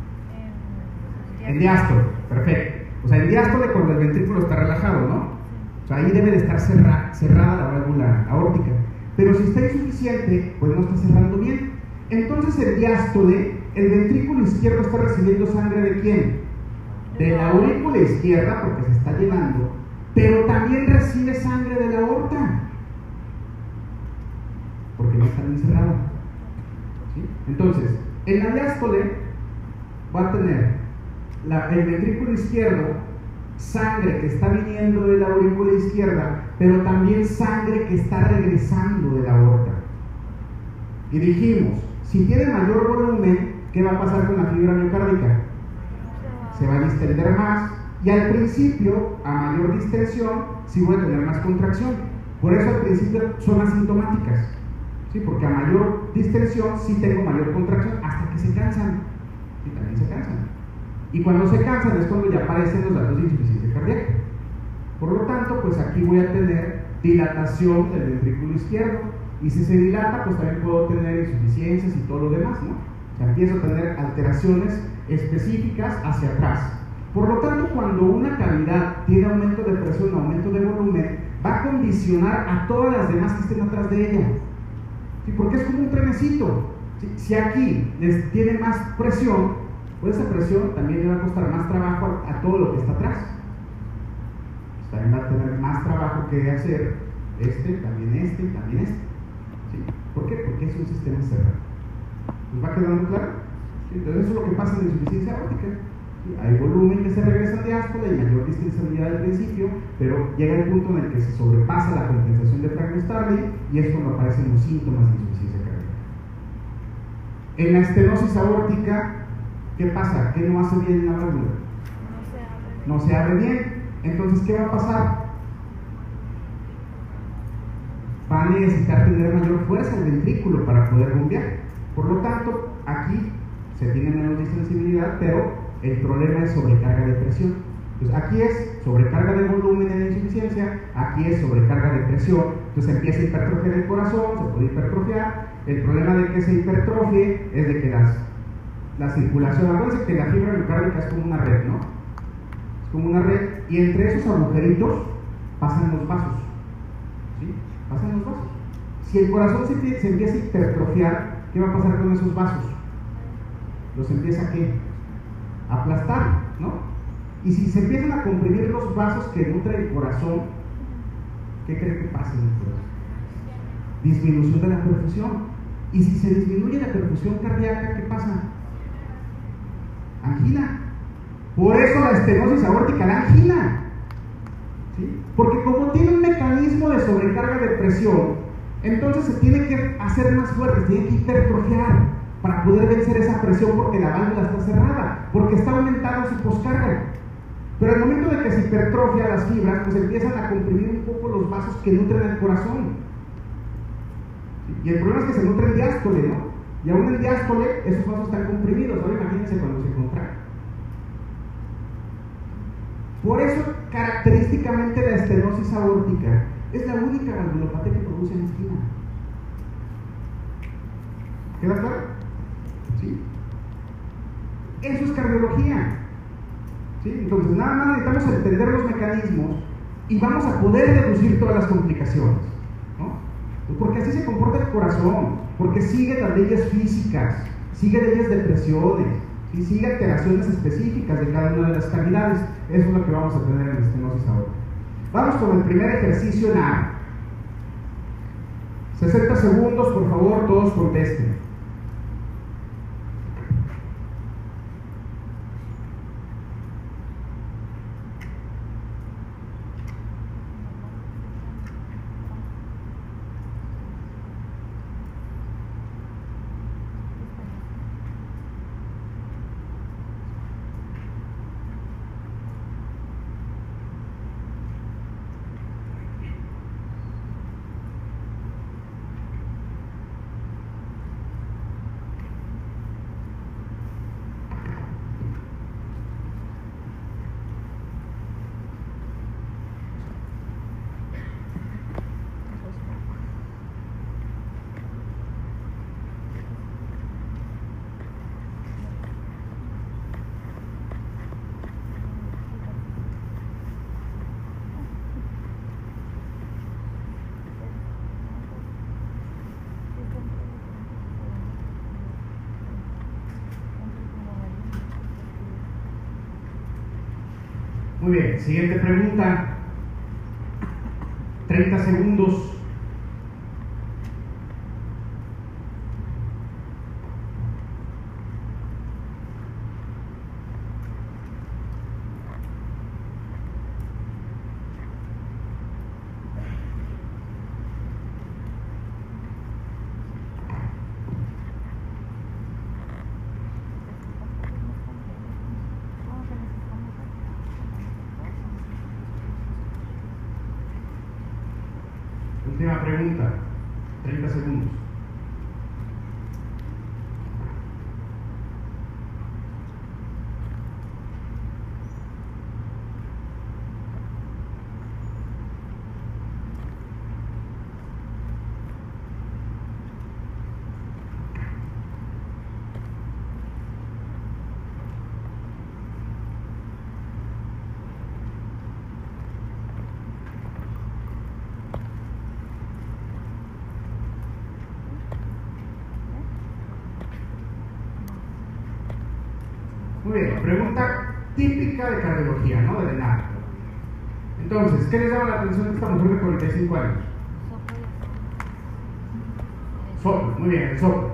En diástole, perfecto. O sea, en diástole cuando el ventrículo está relajado, ¿no? O sea, ahí debe de estar cerrada la válvula aórtica. Pero si está insuficiente, pues no está cerrando bien. Entonces en diástole, el ventrículo izquierdo está recibiendo sangre ¿de quién? De la aurícula izquierda, porque se está llenando, pero también recibe sangre de la aorta, porque no está bien cerrada. ¿Sí? Entonces, en la diástole va a tener el ventrículo izquierdo, sangre que está viniendo de la aurícula izquierda, pero también sangre que está regresando de la aorta. Y dijimos, si tiene mayor volumen, ¿qué va a pasar con la fibra miocárdica? Se va a distender más, y al principio, a mayor distensión, sí voy a tener más contracción. Por eso al principio son asintomáticas, ¿sí? Porque a mayor distensión sí tengo mayor contracción hasta que se cansan, y también se cansan. Y cuando se cansan es cuando ya aparecen los datos de insuficiencia cardíaca. Por lo tanto, pues aquí voy a tener dilatación del ventrículo izquierdo, y si se dilata, pues también puedo tener insuficiencias y todo lo demás, ¿no? O sea, empiezo a tener alteraciones específicas hacia atrás. Por lo tanto, cuando una cavidad tiene aumento de presión o aumento de volumen, va a condicionar a todas las demás que estén atrás de ella. ¿Sí? Porque es como un trenecito. ¿Sí? Si aquí les tiene más presión, pues esa presión también le va a costar más trabajo a todo lo que está atrás. Pues también va a tener más trabajo que hacer también este y también este. ¿Sí? ¿Por qué? Porque es un sistema cerrado. ¿Nos va quedando claro? ¿Sí? Entonces eso es lo que pasa en la insuficiencia aórtica. ¿Sí? Hay volumen que se regresa al diástole y mayor distensibilidad al principio, pero llega el punto en el que se sobrepasa la compensación de Diafragma-Starling y es cuando aparecen los síntomas de insuficiencia cardíaca. En la estenosis aórtica, ¿qué pasa? ¿Qué no hace bien la válvula? No se abre bien. Entonces, ¿qué va a pasar? Va a necesitar tener mayor fuerza el ventrículo para poder bombear. Por lo tanto, aquí se tiene menos distensibilidad, pero el problema es sobrecarga de presión. Entonces, aquí es sobrecarga de volumen en la insuficiencia, aquí es sobrecarga de presión. Entonces empieza a hipertrofiar el corazón, se puede hipertrofiar. El problema de que se hipertrofie es de que la circulación, acuérdense que la fibra miocárdica es como una red, ¿no? Es como una red, y entre esos agujeritos pasan los vasos. ¿Sí? Pasan los vasos. Si el corazón se empieza a hipertrofiar, ¿qué va a pasar con esos vasos? Los empieza a aplastar, ¿no? Y si se empiezan a comprimir los vasos que nutren el corazón, ¿qué creen que pasa en el corazón? Disminución de la perfusión. Y si se disminuye la perfusión cardíaca, ¿qué pasa? Angina. Por eso la estenosis aórtica da angina. ¿Sí? Porque como tiene un mecanismo de sobrecarga de presión, entonces se tiene que hacer más fuerte, se tiene que hipertrofiar para poder vencer esa presión porque la válvula está cerrada, porque está aumentada su poscarga. Pero al momento de que se hipertrofia las fibras, pues empiezan a comprimir un poco los vasos que nutren el corazón. ¿Sí? Y el problema es que se nutre el diástole, ¿no? Y aún en diástole, esos vasos están comprimidos. Ahora imagínense cuando se contraen. Por eso, característicamente, la estenosis aórtica es la única valvulopatía que produce angina. ¿Queda claro? ¿Sí? Eso es cardiología. ¿Sí? Entonces, nada más necesitamos entender los mecanismos y vamos a poder reducir todas las complicaciones, ¿no? Porque así se comporta el corazón, porque sigue las leyes físicas, sigue leyes de presiones, ¿sí? Sigue alteraciones específicas de cada una de las cavidades. Eso es lo que vamos a tener en la estenosis ahora. Vamos con el primer ejercicio en A. 60 segundos, por favor, todos contesten. Muy bien, siguiente pregunta. 30 segundos. Última pregunta, 30 segundos. Muy bien, pregunta típica de cardiología, ¿no? De drenaje. Entonces, ¿qué les llama la atención de esta mujer de 45 años? Soplo, muy bien, el soplo.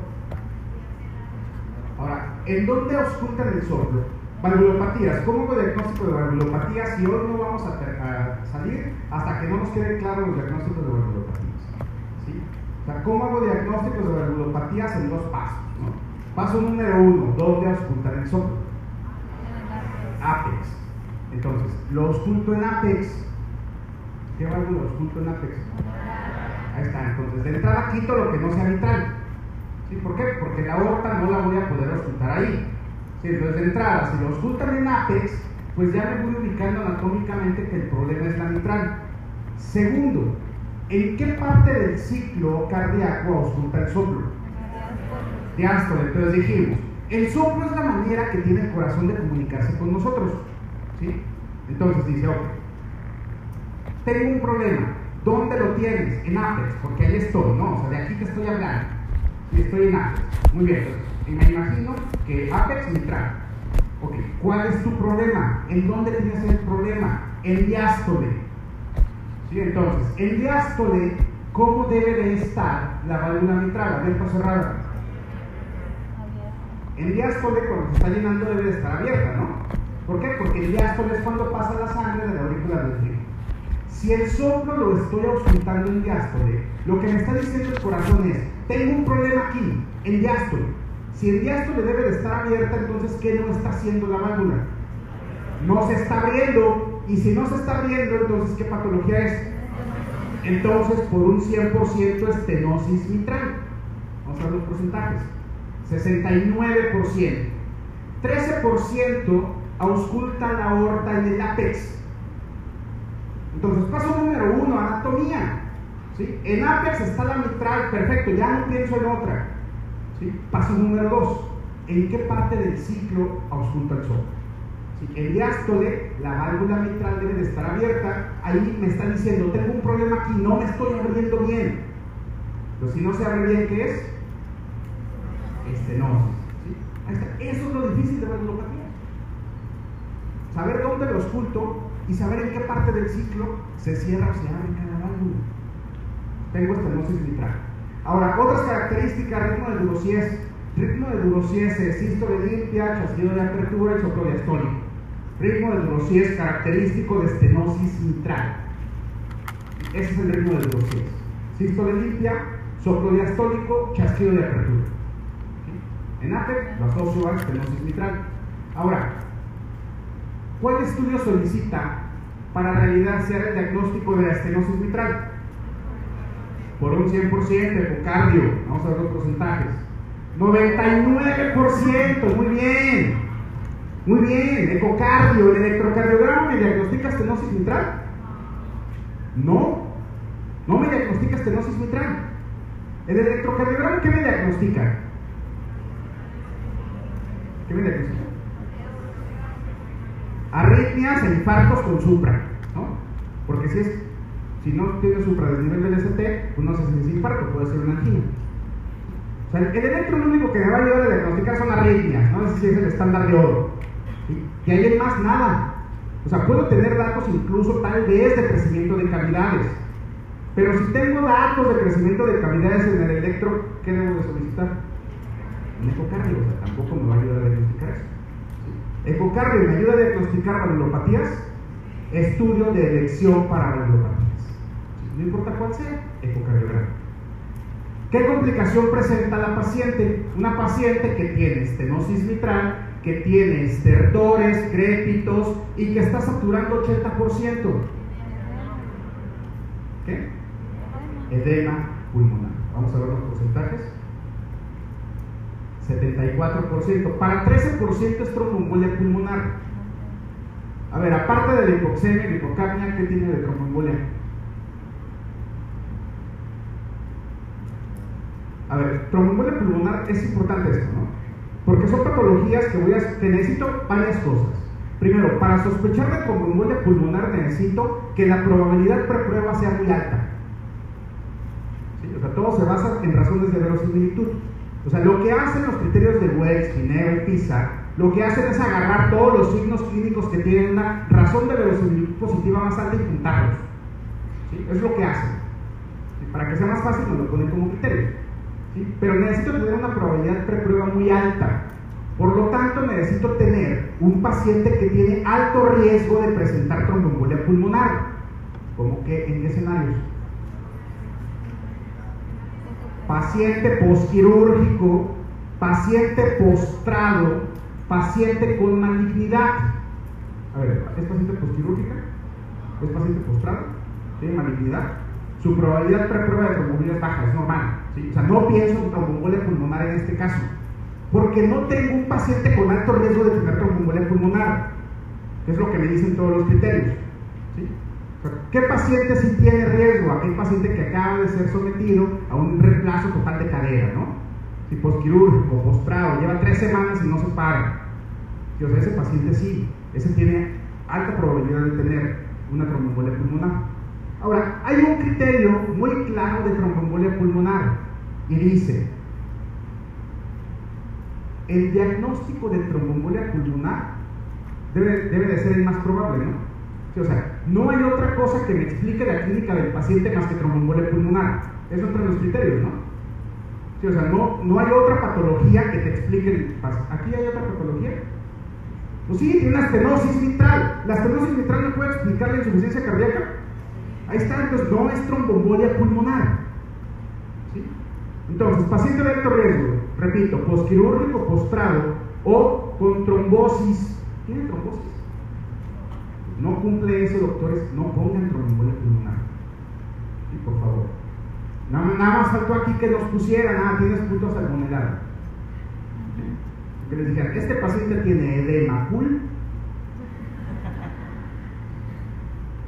Ahora, ¿en dónde auscultan el soplo? Valvulopatías. ¿Cómo hago diagnóstico de valvulopatías si hoy no vamos a salir hasta que no nos quede claro los diagnósticos de valvulopatías? ¿Sí? O sea, ¿cómo hago diagnósticos de valvulopatías en dos pasos? ¿No? Paso número 1, ¿dónde auscultan el soplo? Apex. Entonces, lo ausculto en Apex. ¿Qué válvula ausculto en Apex? Ahí está. Entonces, de entrada quito lo que no sea mitral. ¿Sí? ¿Por qué? Porque la aorta no la voy a poder auscultar ahí. ¿Sí? Entonces, de entrada, si lo auscultan en Apex, pues ya me voy ubicando anatómicamente que el problema es la mitral. Segundo, ¿en qué parte del ciclo cardíaco ausculta el soplo? Diástole. Entonces dijimos, el soplo es la manera que tiene el corazón de comunicarse con nosotros. ¿Sí? Entonces dice, ok, tengo un problema. ¿Dónde lo tienes? En Apex, porque ahí estoy, ¿no? O sea, de aquí te estoy hablando. Y estoy en Apex. Muy bien, entonces, me imagino que Apex mitral. Ok, ¿cuál es tu problema? ¿En dónde tienes el problema? En diástole. ¿Sí? Entonces, en diástole, ¿cómo debe de estar la válvula mitral? ¿Abierta o cerrada? En diástole, cuando se está llenando, debe de estar abierta, ¿no? ¿Por qué? Porque el diástole es cuando pasa la sangre de la aurícula del río. Si el soplo lo estoy auscultando en diástole, lo que me está diciendo el corazón es, tengo un problema aquí, en diástole. Si el diástole debe de estar abierta, entonces, ¿qué no está haciendo la válvula? No se está abriendo. Y si no se está abriendo, entonces, ¿qué patología es? Entonces, por un 100% estenosis mitral. Vamos a ver los porcentajes. 69%. 13% ausculta la aorta en el Apex. Entonces, paso número 1, anatomía. ¿Sí? En ápex está la mitral, perfecto, ya no pienso en otra. ¿Sí? Paso número 2, ¿en qué parte del ciclo ausculta el sol? ¿Sí? En diástole, la válvula mitral debe de estar abierta. Ahí me está diciendo, tengo un problema aquí, no me estoy abriendo bien. Pero si no se abre bien, ¿qué es? Estenosis. ¿Sí? Ahí está. Eso es lo difícil de la valvulopatía. Saber dónde lo ausculto y saber en qué parte del ciclo se cierra o se abre cada válvula. Tengo estenosis mitral. Ahora, otras características: ritmo de Durocies. Ritmo de Durocies es sístole limpia, chasquido de apertura y soplo diastólico. Ritmo de Durocies característico de estenosis mitral. Ese es el ritmo de Durocies. Sístole limpia, soplo diastólico, chasquido de apertura. ¿Sí? En APEC lo asocio a estenosis mitral. Ahora, ¿cuál estudio solicita para realizar el diagnóstico de la estenosis mitral? Por un 100%, ecocardio. Vamos a ver los porcentajes. 99%, muy bien. Muy bien, ecocardio. ¿El electrocardiograma me diagnostica estenosis mitral? No, no me diagnostica estenosis mitral. ¿El electrocardiograma qué me diagnostica? ¿Qué me diagnostica? Arritmias e infartos con supra, ¿no? Porque si no tiene supra del nivel del ST, pues no sé si es infarto, puede ser una angina. O sea, el electro lo único que me va a ayudar a diagnosticar son arritmias, no sé si es el estándar de oro. ¿Sí? Y ahí hay más nada. O sea, puedo tener datos incluso tal vez de crecimiento de cavidades. Pero si tengo datos de crecimiento de cavidades en el electro, ¿qué debo de solicitar? Un ecocardio, o sea, tampoco me va a ayudar a diagnosticar eso. ¿Sí? Ecocardio me ayuda a diagnosticar valvulopatías, estudio de elección para valvulopatías. ¿Sí? No importa cuál sea, ecocardiograma. ¿Qué complicación presenta la paciente? Una paciente que tiene estenosis mitral, que tiene estertores, crépitos y que está saturando 80%. ¿Qué? Edema pulmonar. Vamos a ver los porcentajes. 74%. Para 13% es tromboembolia pulmonar. A ver, aparte de la hipoxemia y la hipocapnia, ¿qué tiene de tromboembolia? A ver, tromboembolia pulmonar es importante esto, ¿no? Porque son patologías que necesito varias cosas. Primero, para sospechar de tromboembolia pulmonar necesito que la probabilidad preprueba sea muy alta. ¿Sí? O sea, todo se basa en razones de verosimilitud. O sea, lo que hacen los criterios de Wells, Ginebra y PISA, lo que hacen es agarrar todos los signos clínicos que tienen una razón de verosimilitud positiva más alta y juntarlos. ¿Sí? Es lo que hacen. ¿Sí? Para que sea más fácil, nos lo ponen como criterio. ¿Sí? Pero necesito tener una probabilidad preprueba muy alta. Por lo tanto, necesito tener un paciente que tiene alto riesgo de presentar tromboembolia pulmonar. ¿Cómo que en qué escenarios? Paciente posquirúrgico, paciente postrado, paciente con malignidad. A ver, ¿es paciente posquirúrgica? ¿Es paciente postrado? ¿Tiene malignidad? Su probabilidad preprueba de tromboembolia es baja, es normal. ¿Sí? O sea, no pienso en tromboembolia pulmonar en este caso, porque no tengo un paciente con alto riesgo de tener tromboembolia pulmonar, que es lo que me dicen todos los criterios. ¿Sí? O sea, ¿qué paciente sí tiene riesgo? Aquel paciente que acaba de ser sometido a un reemplazo total de cadera, ¿no? Si posquirúrgico, postrado, lleva 3 semanas y no se para. ¿Sí? O sea, ese paciente sí, ese tiene alta probabilidad de tener una tromboembolia pulmonar. Ahora, hay un criterio muy claro de tromboembolia pulmonar y dice: el diagnóstico de tromboembolia pulmonar debe de ser el más probable, ¿no? Sí, o sea, no hay otra cosa que me explique la clínica del paciente más que tromboembolia pulmonar. Eso entra en los criterios, ¿no? Sí, o sea, no hay otra patología que te explique el paciente. ¿Aquí hay otra patología? Pues sí, tiene una estenosis mitral. ¿La estenosis mitral no puede explicar la insuficiencia cardíaca? Ahí está, entonces no es tromboembolia pulmonar. ¿Sí? Entonces, paciente de alto riesgo, repito, posquirúrgico, postrado o con trombosis. ¿Tiene trombosis? No cumple eso, doctores, no pongan tromboembolia pulmonar. Sí, por favor. Nada más faltó aquí que nos pusieran, tienes punto salmonelado. ¿Sí? Que les dijeran, este paciente tiene edema pul.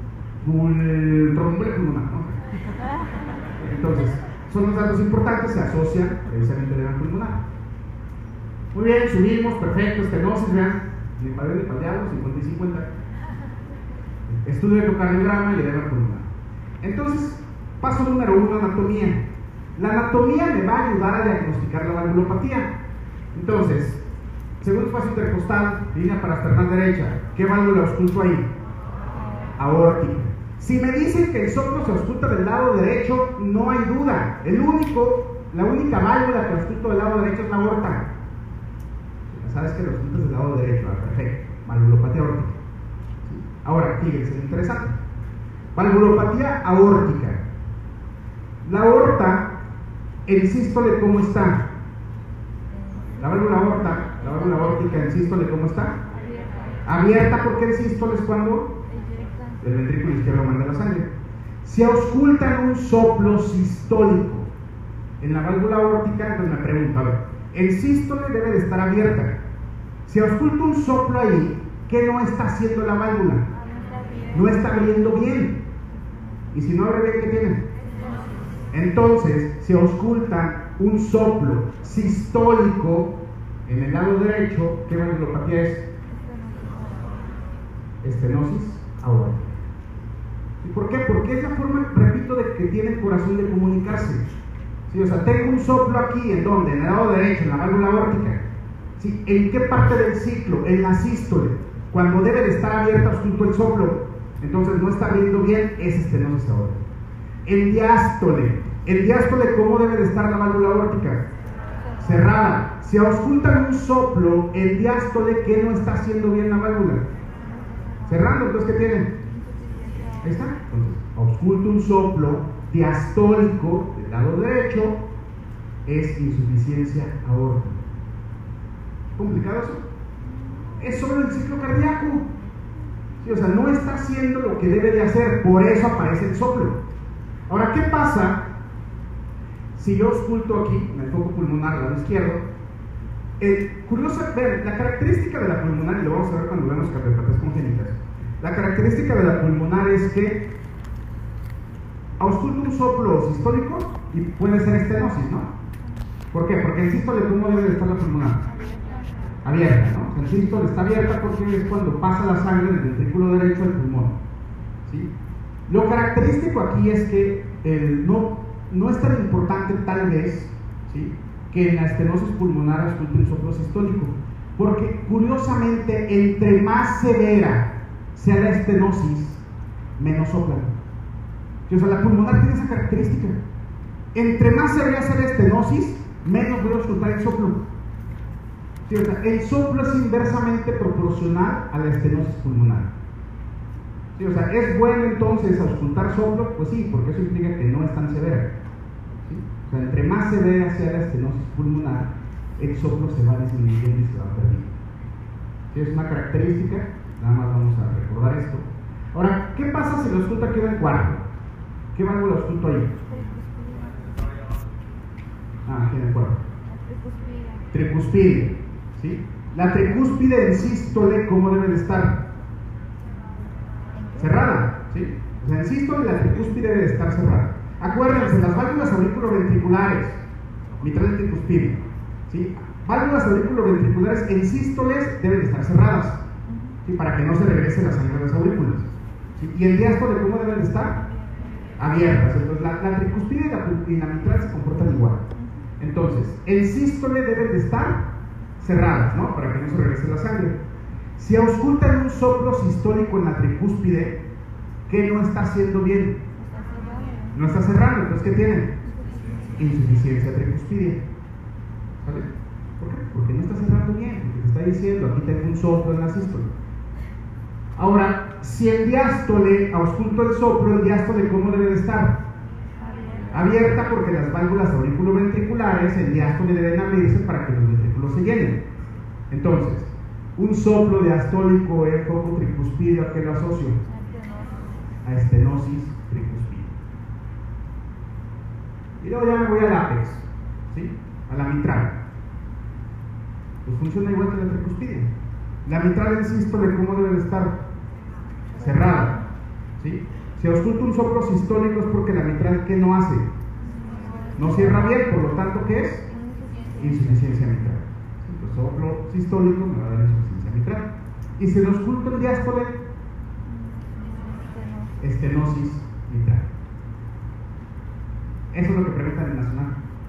tromboembolia pulmonar, ¿no? Entonces, son los datos importantes, se asocian precisamente al edema pulmonar. Muy bien, subimos, perfecto, estenosis, vean, ni para ver ni para el diablo, 50 y 50. Estudio de ecocardiograma y edema pulmonar. Entonces, paso número 1, anatomía. La anatomía me va a ayudar a diagnosticar la valvulopatía. Entonces, segundo espacio intercostal, línea parasternal derecha. ¿Qué válvula ausculto ahí? Aórtica. Si me dicen que el soplo se ausculta del lado derecho, no hay duda. La única válvula que ausculto del lado derecho es la aorta. Sabes que lo auscultas del lado derecho, perfecto. Valvulopatía aórtica. Ahora, fíjense, interesante. Valvulopatía aórtica. La aorta, en sístole, ¿cómo está? La válvula aórtica en sístole, ¿cómo está? Abierta, porque en sístole es cuando el ventrículo izquierdo manda la sangre. Si auscultan un soplo sistólico en la válvula aórtica, entonces me pregunto, a ver, el sístole debe de estar abierta. Si ausculto un soplo ahí, ¿qué no está haciendo la válvula? No está abriendo bien. Y si no abre bien, ¿qué tiene? Entonces, si auscultan un soplo sistólico en el lado derecho, ¿qué valvulopatía es? Estenosis aórtica. ¿Y por qué? Porque es la forma, repito, de que tiene el corazón de comunicarse. ¿Sí? O sea, tengo un soplo aquí, ¿en dónde? En el lado derecho, en la válvula aórtica. ¿Sí? ¿En qué parte del ciclo? En la sístole. Cuando debe de estar abierta, ausculto el soplo. Entonces no está abriendo bien, es estenosis aórtica. El diástole, ¿cómo debe de estar la válvula aórtica? Cerrada. Si auscultan un soplo, el diástole, ¿qué no está haciendo bien la válvula? Cerrando, entonces ¿qué tienen? Ahí está. Entonces, ausculto un soplo diastólico del lado derecho, es insuficiencia aórtica. ¿Complicado eso? Es solo el ciclo cardíaco. Sí, o sea, no está haciendo lo que debe de hacer, por eso aparece el soplo. Ahora, ¿qué pasa si yo ausculto aquí, en el foco pulmonar al lado izquierdo? Curioso, vean, la característica de la pulmonar, y lo vamos a ver cuando veamos cardiopatías congénitas, la característica de la pulmonar es que ausculto un soplo sistólico y puede ser estenosis, ¿no? ¿Por qué? Porque el sístole, ¿cómo debe de estar la pulmonar? Abierta, ¿no? O sea, el sístole está abierta porque es cuando pasa la sangre del ventrículo derecho al pulmón, ¿sí? Lo característico aquí es que no es tan importante tal vez, ¿sí?, que en la estenosis pulmonar ausculte un soplo sistólico, porque curiosamente entre más severa sea la estenosis, menos soplan. O sea, la pulmonar tiene esa característica. Entre más severa sea la estenosis, menos voy a auscultar el soplo. Sí, o sea, el soplo es inversamente proporcional a la estenosis pulmonar. Sí, o sea, ¿es bueno entonces auscultar soplo? Pues sí, porque eso implica que no es tan severa. ¿Sí? O sea, entre más severa sea la estenosis pulmonar, el soplo se va disminuyendo y se va perdiendo. ¿Sí? Es una característica, nada más vamos a recordar esto. Ahora, ¿qué pasa si la ausculta queda en cuarto? ¿Qué válvula ausculto ahí? Queda en cuarto. Tricúspide. ¿Sí? La tricúspide en sístole, ¿cómo debe de estar? Cerrada, ¿sí? O sea, en sístole la tricúspide debe de estar cerrada. Acuérdense, las válvulas auriculoventriculares, mitral y tricúspide, ¿sí? Válvulas auriculoventriculares en sístoles deben de estar cerradas, ¿sí?, para que no se regrese la sangre a las aurículas, ¿sí? Y el diástole, ¿cómo deben de estar? Abiertas. Entonces, la tricúspide y la mitral se comportan igual. Entonces, en sístole deben de estar cerradas, ¿no?, para que no se regrese la sangre. Si auscultan un soplo sistólico en la tricúspide, ¿qué no está haciendo bien? No está cerrando, entonces ¿qué tienen? Insuficiencia tricúspide. ¿Vale? ¿Por qué? Porque no está cerrando bien, porque te está diciendo, aquí tengo un soplo en la sístole. Ahora, si el diástole, ausculto el soplo, el diástole, ¿cómo debe de estar? Abierta, porque las válvulas auriculoventriculares, el diástole deben abrirse para que los ventrículos se llenen. Entonces, un soplo diastólico en foco tricúspide, ¿a qué lo asocio? A estenosis tricúspide. Y luego ya me voy al ápex, ¿sí?, a la mitral. Pues funciona igual que la tricúspide. La mitral en sístole, ¿cómo debe de estar? Cerrada, ¿sí? Si ausculto un soplo sistólico es porque la mitral, ¿qué no hace? No cierra bien, por lo tanto, ¿qué es? Insuficiencia mitral. Entonces, soplo sistólico me va a dar insuficiencia mitral. Y si lo ausculto en diástole, estenosis mitral. Eso es lo que preguntan en Nacional.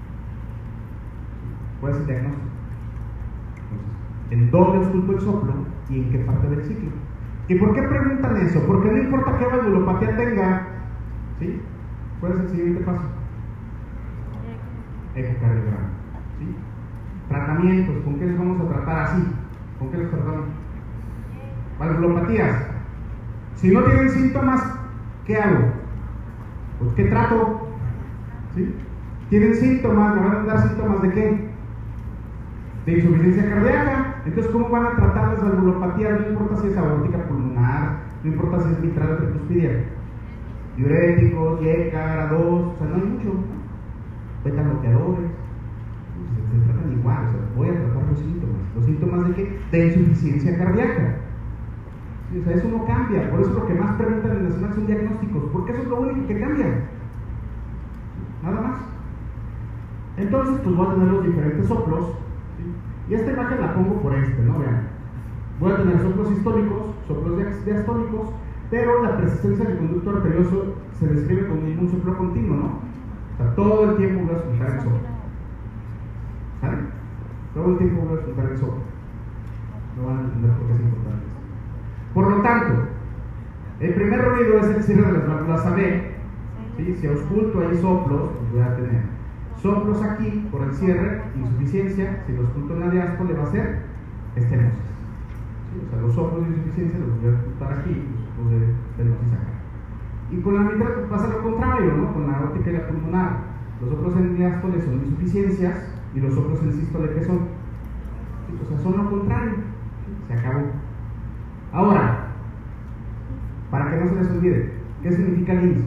¿Cuál es el diagnóstico? Entonces, ¿en dónde ausculto el soplo y en qué parte del ciclo? ¿Y por qué preguntan eso? Porque no importa qué valvulopatía tenga, ¿sí? ¿Cuál es el siguiente paso? Ecocardiograma, ¿sí? Tratamientos, ¿con qué les vamos a tratar así? ¿Con qué les tratamos? Valvulopatías. Si no tienen síntomas, ¿qué hago? Pues, ¿qué trato? ¿Sí? ¿Tienen síntomas? ¿Me van a dar síntomas de qué? De insuficiencia cardíaca. Entonces, ¿cómo van a tratar las valvulopatías? No importa si es aórtica pulmonar, no importa si es mitral o tricuspidia. Diuréticos, YECA, ARA2, o sea, no hay mucho, ¿no? Beta-bloqueadores, se tratan igual, o sea, voy a tratar los síntomas. ¿Los síntomas de qué? De insuficiencia cardíaca. Sí, o sea, eso no cambia, por eso lo que más preguntan en Nacional son diagnósticos, porque eso es lo único que cambia. Nada más. Entonces, pues voy a tener los diferentes soplos, ¿sí? Y esta imagen la pongo por ¿no? Vean. Voy a tener soplos sistólicos, soplos diastólicos, pero la persistencia del conducto arterioso se describe como un soplo continuo, ¿no? O sea, todo el tiempo voy a escuchar el soplo. ¿Sale? Todo el tiempo voy a escuchar el soplo. No van a entender por qué es importante esto. Por lo tanto, el primer ruido es el cierre de las válvulas AB. ¿Sí? Si ausculto ahí soplos, pues voy a tener soplos aquí por el cierre, insuficiencia. Si lo ausculto en la diástole va a ser estenosis. ¿Sí? O sea, los soplos de insuficiencia los voy a auscultar aquí, los soplos de estenosis acá. Y con la mitral pues pasa lo contrario, ¿no? Con la aórtica y la pulmonar. Los soplos en diástole son insuficiencias y los soplos en sístole, ¿qué son? ¿Sí? O sea, son lo contrario. ¿Sí? Se acabó. Ahora, para que no se les olvide, ¿qué significa LINS?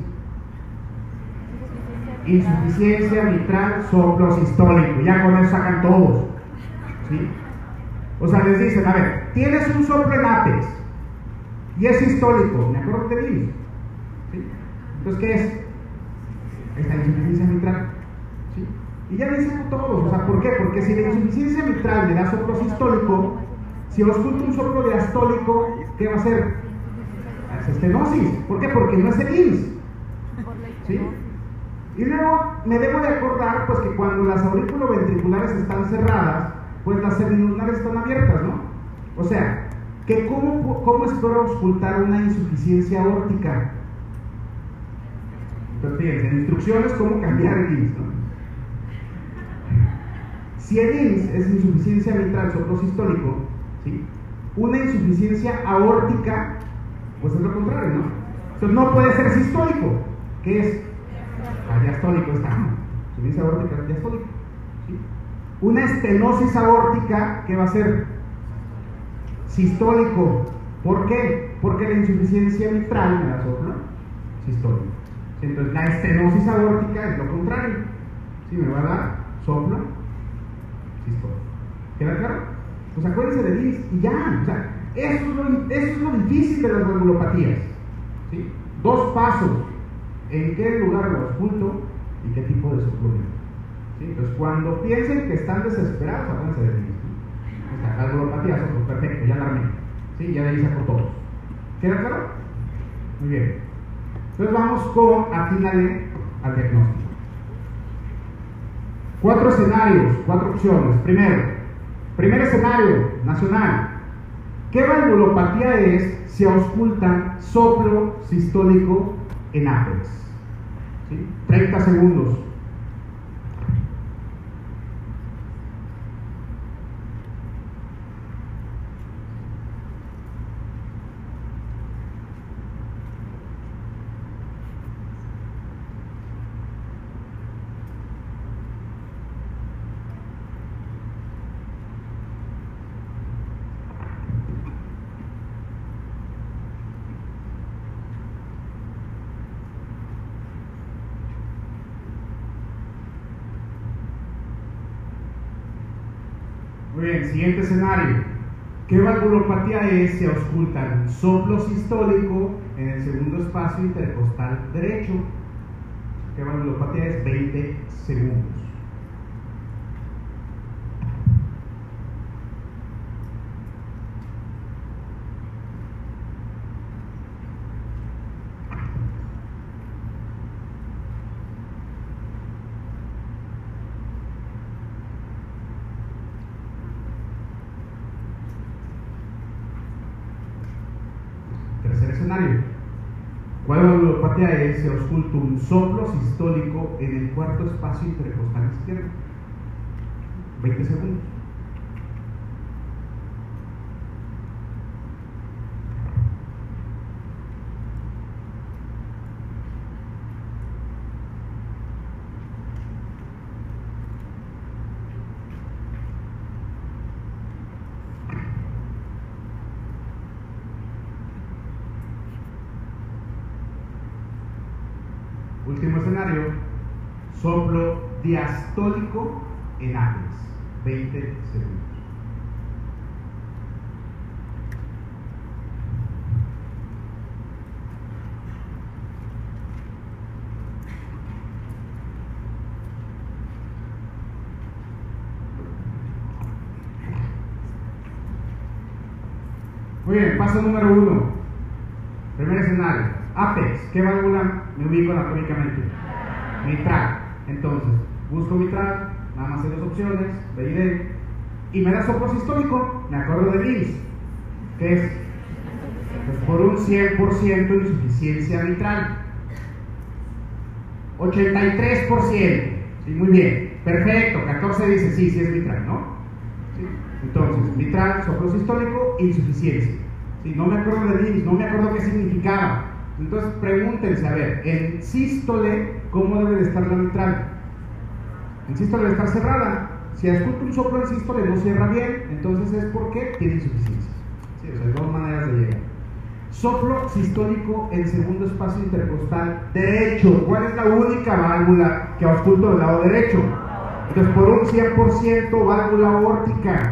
Insuficiencia mitral, soplo sistólico. Ya con eso sacan todos. ¿Sí? O sea, les dicen, a ver, tienes un soplo en ápex y es sistólico. Me acuerdo de LINS. ¿Sí? Entonces, ¿qué es? Esta insuficiencia mitral. ¿Sí? Y ya les saco todos. O sea, ¿por qué? Porque si la insuficiencia mitral me da soplo sistólico, si ausculto un soplo diastólico, ¿qué va a hacer? Es estenosis. ¿Por qué? Porque no es el INS. ¿Sí? Y luego me debo de acordar pues que cuando las aurículo-ventriculares están cerradas, pues las semilunares están abiertas, ¿no? O sea, que ¿cómo espero auscultar una insuficiencia aórtica? Entonces, fíjense, en instrucciones, ¿cómo cambiar el INS, ¿no? Si el INS es insuficiencia mitral, soplo sistólico, ¿sí? Una insuficiencia aórtica, pues es lo contrario, ¿no? Entonces no puede ser sistólico, que es diastólico, está. Insuficiencia aórtica diastólica, ¿sí? Una estenosis aórtica, ¿qué va a ser? Sistólico. ¿Por qué? Porque la insuficiencia mitral me da soplo sistólico. Entonces la estenosis aórtica es lo contrario. ¿Sí? Me va a dar soplo sistólico. ¿Queda claro? Pues acuérdense de LINS y ya. O sea, eso es lo difícil de las valvulopatías. ¿Sí? Dos pasos. ¿En qué lugar lo ausculto y qué tipo de soplo viene? ¿Sí? Entonces, cuando piensen que están desesperados, acuérdense de LINS. Esta valvulopatía, soplo, perfecto, ya la armé. ¿Sí? Ya de ahí saco todos. ¿Queda claro? Muy bien. Entonces vamos con atínale al diagnóstico. 4 escenarios, 4 opciones. Primer escenario, nacional. ¿Qué valvulopatía es si auscultan soplo sistólico en ápex? ¿Sí? 30 segundos. Muy bien, siguiente escenario. ¿Qué valvulopatía es si auscultan soplo sistólico en el segundo espacio intercostal derecho. ¿Qué valvulopatía es? 20 segundos. Tercer escenario. ¿Cuál valvulopatía es? Se ausculta un soplo sistólico en el cuarto espacio intercostal izquierdo. 20 segundos. Último escenario, soplo diastólico en ápex, 20 segundos. Muy bien, paso número 1. Primer escenario, ápex. ¿Qué válvula me ubico anatómicamente? Mitral. Entonces, busco mitral, nada más hay dos opciones, B y D, y me da soplo sistólico. Me acuerdo de LIMS, que es pues, por un 100% insuficiencia mitral. 83%. Sí, muy bien. Perfecto. 14 dice sí, sí es mitral, ¿no? Sí. Entonces, mitral, soplo sistólico, insuficiencia. Sí, no me acuerdo de LIMS, no me acuerdo qué significaba. Entonces pregúntense, a ver, en sístole, ¿cómo debe de estar la mitral? En sístole debe estar cerrada. Si escucho un soplo en sístole no cierra bien, entonces es porque tiene insuficiencia. Sí, o sea, hay dos maneras de llegar. Soplo sistólico en segundo espacio intercostal derecho. ¿Cuál es la única válvula que ausculto del lado derecho? Entonces, por un 100% válvula aórtica.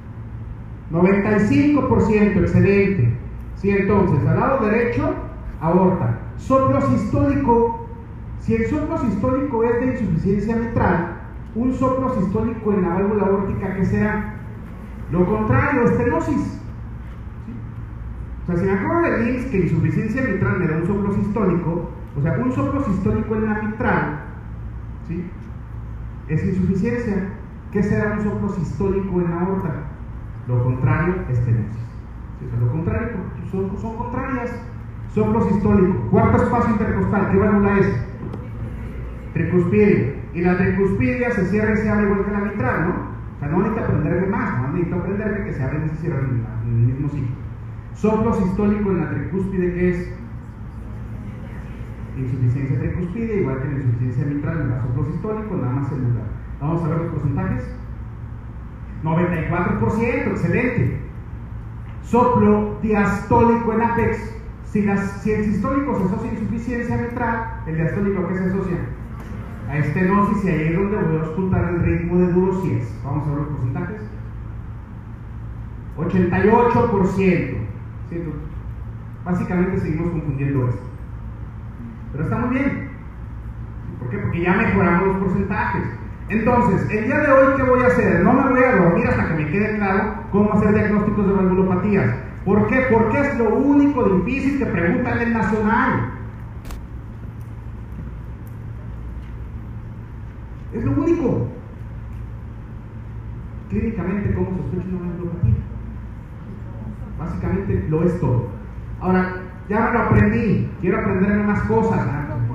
95%, excelente. Sí, entonces, al lado derecho, aorta. Soplo sistólico. Si el soplo sistólico es de insuficiencia mitral, un soplo sistólico en la válvula aórtica, ¿qué será? Lo contrario, estenosis. ¿Sí? O sea, si me acuerdo de LIMS que insuficiencia mitral me da un soplo sistólico, o sea, un soplo sistólico en la mitral, ¿sí?, es insuficiencia. ¿Qué será un soplo sistólico en la aorta? Lo contrario, estenosis. ¿Sí? O sea, lo contrario, son contrarias. Soplo sistólico, cuarto espacio intercostal, ¿qué válvula es? Tricuspidia. Y la tricuspidia se cierra y se abre igual que la mitral, ¿no? O sea, no necesito aprenderme más, no necesito aprenderme que se abren y se cierran en el mismo sitio. Soplo sistólico en la tricúspide, ¿qué es? Insuficiencia tricuspidia, igual que la insuficiencia mitral en el soplo sistólico, nada más celular. Vamos a ver los porcentajes. 94%, excelente. Soplo diastólico en ápex. Si el sistólico se asocia a insuficiencia mitral, el diastólico ¿a qué se asocia? A estenosis, y ahí es donde voy a auscultar el ritmo de Duros-Sies. Vamos a ver los porcentajes. 88%. ¿Sí? Básicamente seguimos confundiendo esto. Pero está muy bien. ¿Por qué? Porque ya mejoramos los porcentajes. Entonces, el día de hoy, ¿qué voy a hacer? No me voy a dormir hasta que me quede claro cómo hacer diagnósticos de valvulopatías. ¿Por qué? Porque es lo único difícil que preguntan en el nacional. Es lo único. Clínicamente, ¿cómo sospecho una valvulopatía? Básicamente lo es todo. Ahora, ya lo aprendí, quiero aprenderme más cosas.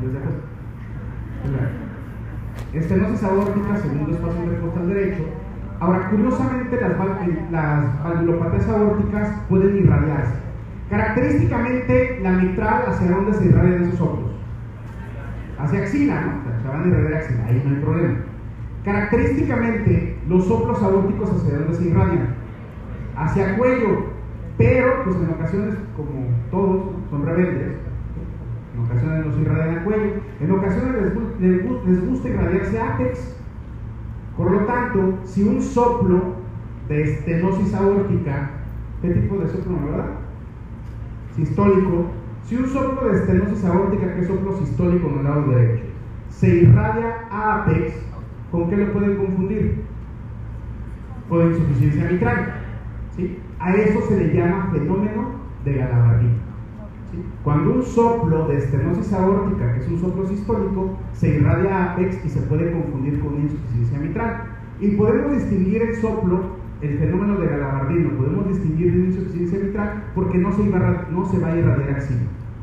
Estenosis aórtica, segundo espacio intercostal derecho. Ahora, curiosamente, las valvulopatías aórticas pueden irradiarse. Característicamente, la mitral, ¿hacia dónde se irradian esos soplos? Hacia axila, ¿no? O sea, se van a irradiar axila, ahí no hay problema. Característicamente, los soplos aórticos, ¿hacia dónde se irradian? Hacia cuello. Pero, pues en ocasiones, como todos, son rebeldes. En ocasiones nos irradian al cuello. En ocasiones les gusta irradiarse ápex. Por lo tanto, si un soplo de estenosis aórtica, ¿qué tipo de soplo, verdad? Sistólico, Si un soplo de estenosis aórtica, que es soplo sistólico en el lado derecho, se irradia a apex, ¿con qué lo pueden confundir? Con insuficiencia mitral, ¿sí? A eso se le llama fenómeno de Galavagui, ¿sí? Cuando un soplo de estenosis aórtica, que es un soplo sistólico, se irradia a apex y se puede confundir con insuficiencia mitral. Y podemos distinguir el soplo, el fenómeno de Galavagui, podemos distinguir de insuficiencia mitral porque no se va a irradiar axila.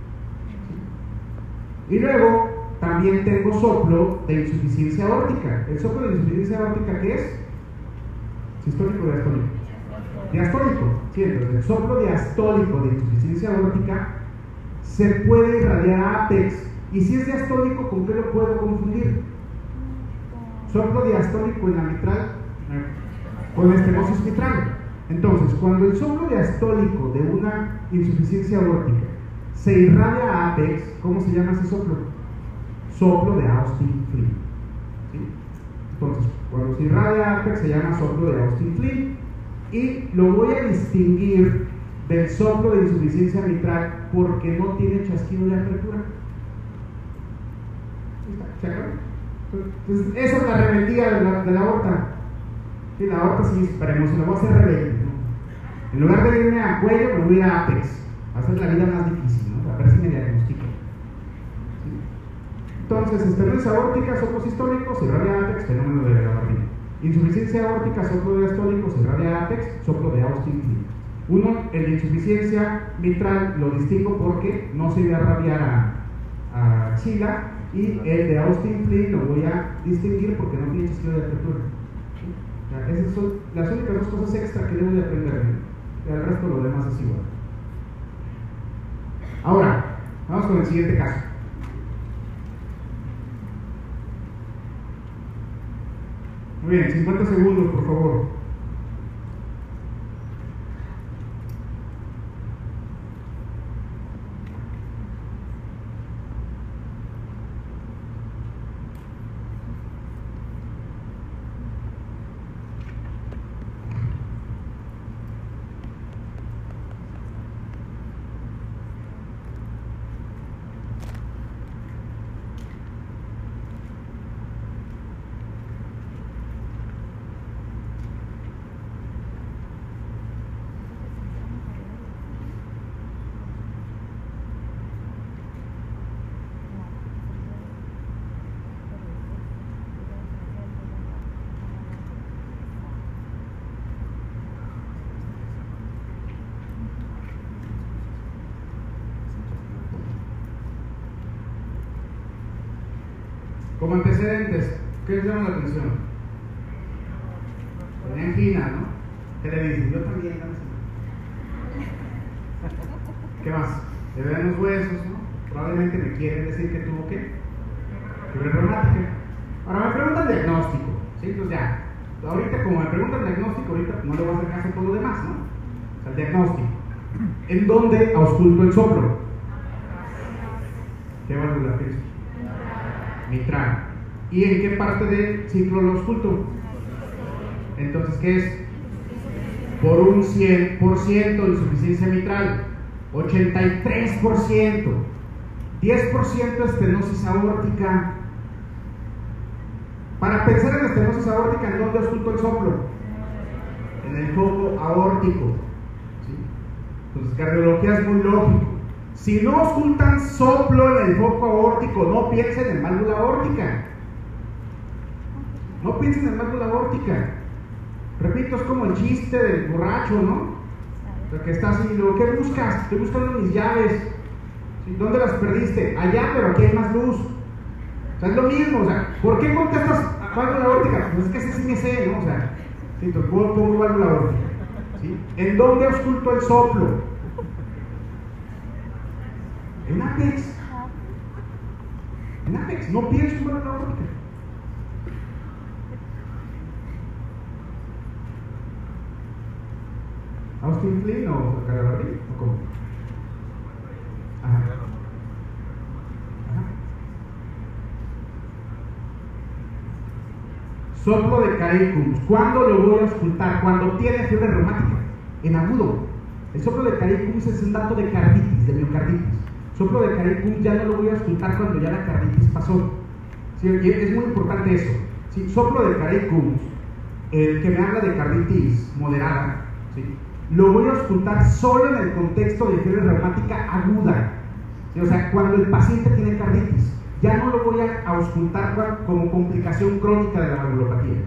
Y luego también tengo soplo de insuficiencia aórtica. ¿El soplo de insuficiencia aórtica qué es? ¿Sistólico o diastólico? Diastólico. Sí, entonces el soplo diastólico de insuficiencia aórtica se puede irradiar a apex. Y si es diastólico, ¿con qué lo puedo confundir? Soplo diastólico en la mitral con estenosis mitral. Entonces, cuando el soplo diastólico de una insuficiencia aórtica se irradia a apex, ¿cómo se llama ese soplo? Soplo de Austin-Flea. ¿Sí? Entonces, cuando se irradia a apex se llama soplo de Austin-Flea y lo voy a distinguir del soplo de insuficiencia mitral porque no tiene chasquido de apertura. ¿Se acabó? Entonces, esa es la rebeldía de la aorta. Sí, la aorta sí, esperemos, se lo voy a hacer rebelde, ¿no? En lugar de irme a cuello, me voy a apex. Va a ser la vida más difícil, ¿no? A ver si me diagnostico. ¿Sí? Entonces, estenosis aórtica, soplo sistólico, se irradia a apex, fenómeno de Galavagui. Insuficiencia aórtica, soplo diastólico, se irradia a apex, soplo de Austin-Flea. Uno, el de insuficiencia mitral, lo distingo porque no se va a irradiar a axila, y el de Austin-Flea lo voy a distinguir porque no tiene chasquido de apertura. ¿Sí? O sea, esas son las únicas dos cosas extra que debo de aprender, ¿no? El resto lo demás es igual. Ahora, vamos con el siguiente caso. Muy bien, 50 segundos, por favor. Como antecedentes, ¿qué les llama la atención? Tenía angina, ¿no? ¿Qué le dicen? Yo también, ¿qué más? Le ven los huesos, ¿no? Probablemente me quieren decir que tuvo ¿qué? Fiebre reumática. Ahora me preguntan diagnóstico, ¿sí? Entonces ya, ahorita como me preguntan diagnóstico, ahorita no le voy a hacer caso a todo lo demás, ¿no? O sea, el diagnóstico. ¿En dónde ausculto el soplo? ¿Qué válvula es? Mitral. ¿Y en qué parte del ciclo lo ausculto? Entonces, ¿qué es? Por un 100% de insuficiencia mitral, 83%, 10% estenosis aórtica. Para pensar en estenosis aórtica, ¿en dónde ausculto el soplo? En el foco aórtico. ¿Sí? Entonces, cardiología es muy lógico. Si no auscultan soplo en el foco aórtico, no piensen en válvula aórtica. No piensen en válvula aórtica. Repito, es como el chiste del borracho, ¿no? O sea, que está así, luego, ¿qué buscas? Estoy buscando mis llaves. ¿Sí? ¿Dónde las perdiste? Allá, pero aquí hay más luz. O sea, es lo mismo. O sea, ¿por qué contestas válvula aórtica? Pues es que ese sí me sé, ¿no? O sea, ¿sí? Entonces pongo válvula aórtica. ¿Sí? ¿En dónde ausculto el soplo? En apex. En apex. No pienso en válvula aórtica. ¿Austin-Flea o Galavagui? ¿O cómo? Ajá. Ajá. Soplo de Caricum. ¿Cuándo lo voy a auscultar? Cuando tiene fiebre reumática, en agudo. El soplo de Caricum es un dato de carditis, de miocarditis. Soplo de Carey-Coombs ya no lo voy a auscultar cuando ya la carditis pasó. ¿Sí? Es muy importante eso. ¿Sí? Soplo de Carey-Coombs, el que me habla de carditis moderada, ¿sí? Lo voy a auscultar solo en el contexto de fiebre reumática aguda. ¿Sí? O sea, cuando el paciente tiene carditis. Ya no lo voy a auscultar como complicación crónica de la valvulopatía.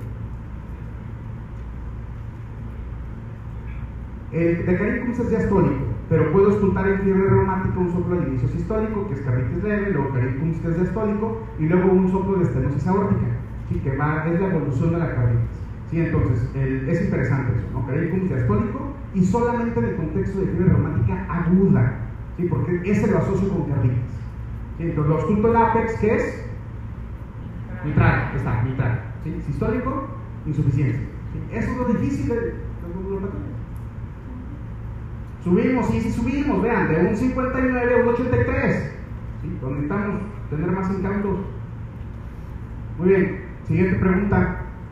El de Carey-Coombs es diastólico, pero puedo auscultar en fiebre reumática un soplo de inicio sistólico, que es carditis leve, luego Carey-Coombs, que es diastólico, y luego un soplo de estenosis aórtica, ¿sí? Que es la evolución de la carditis. ¿Sí? Entonces, es interesante eso, ¿no? Carey-Coombs diastólico y solamente en el contexto de fiebre reumática aguda, ¿sí? Porque ese lo asocio con carditis. ¿Sí? Entonces, lo ausculto en Apex, que es mitral, está, mitral. ¿Sí? Sistólico, insuficiencia. ¿Sí? Eso es lo difícil de la valvulopatía. Subimos, sí subimos, vean, de un 59 a un 83. ¿Sí? Necesitamos tener más encantos. Muy bien, siguiente pregunta.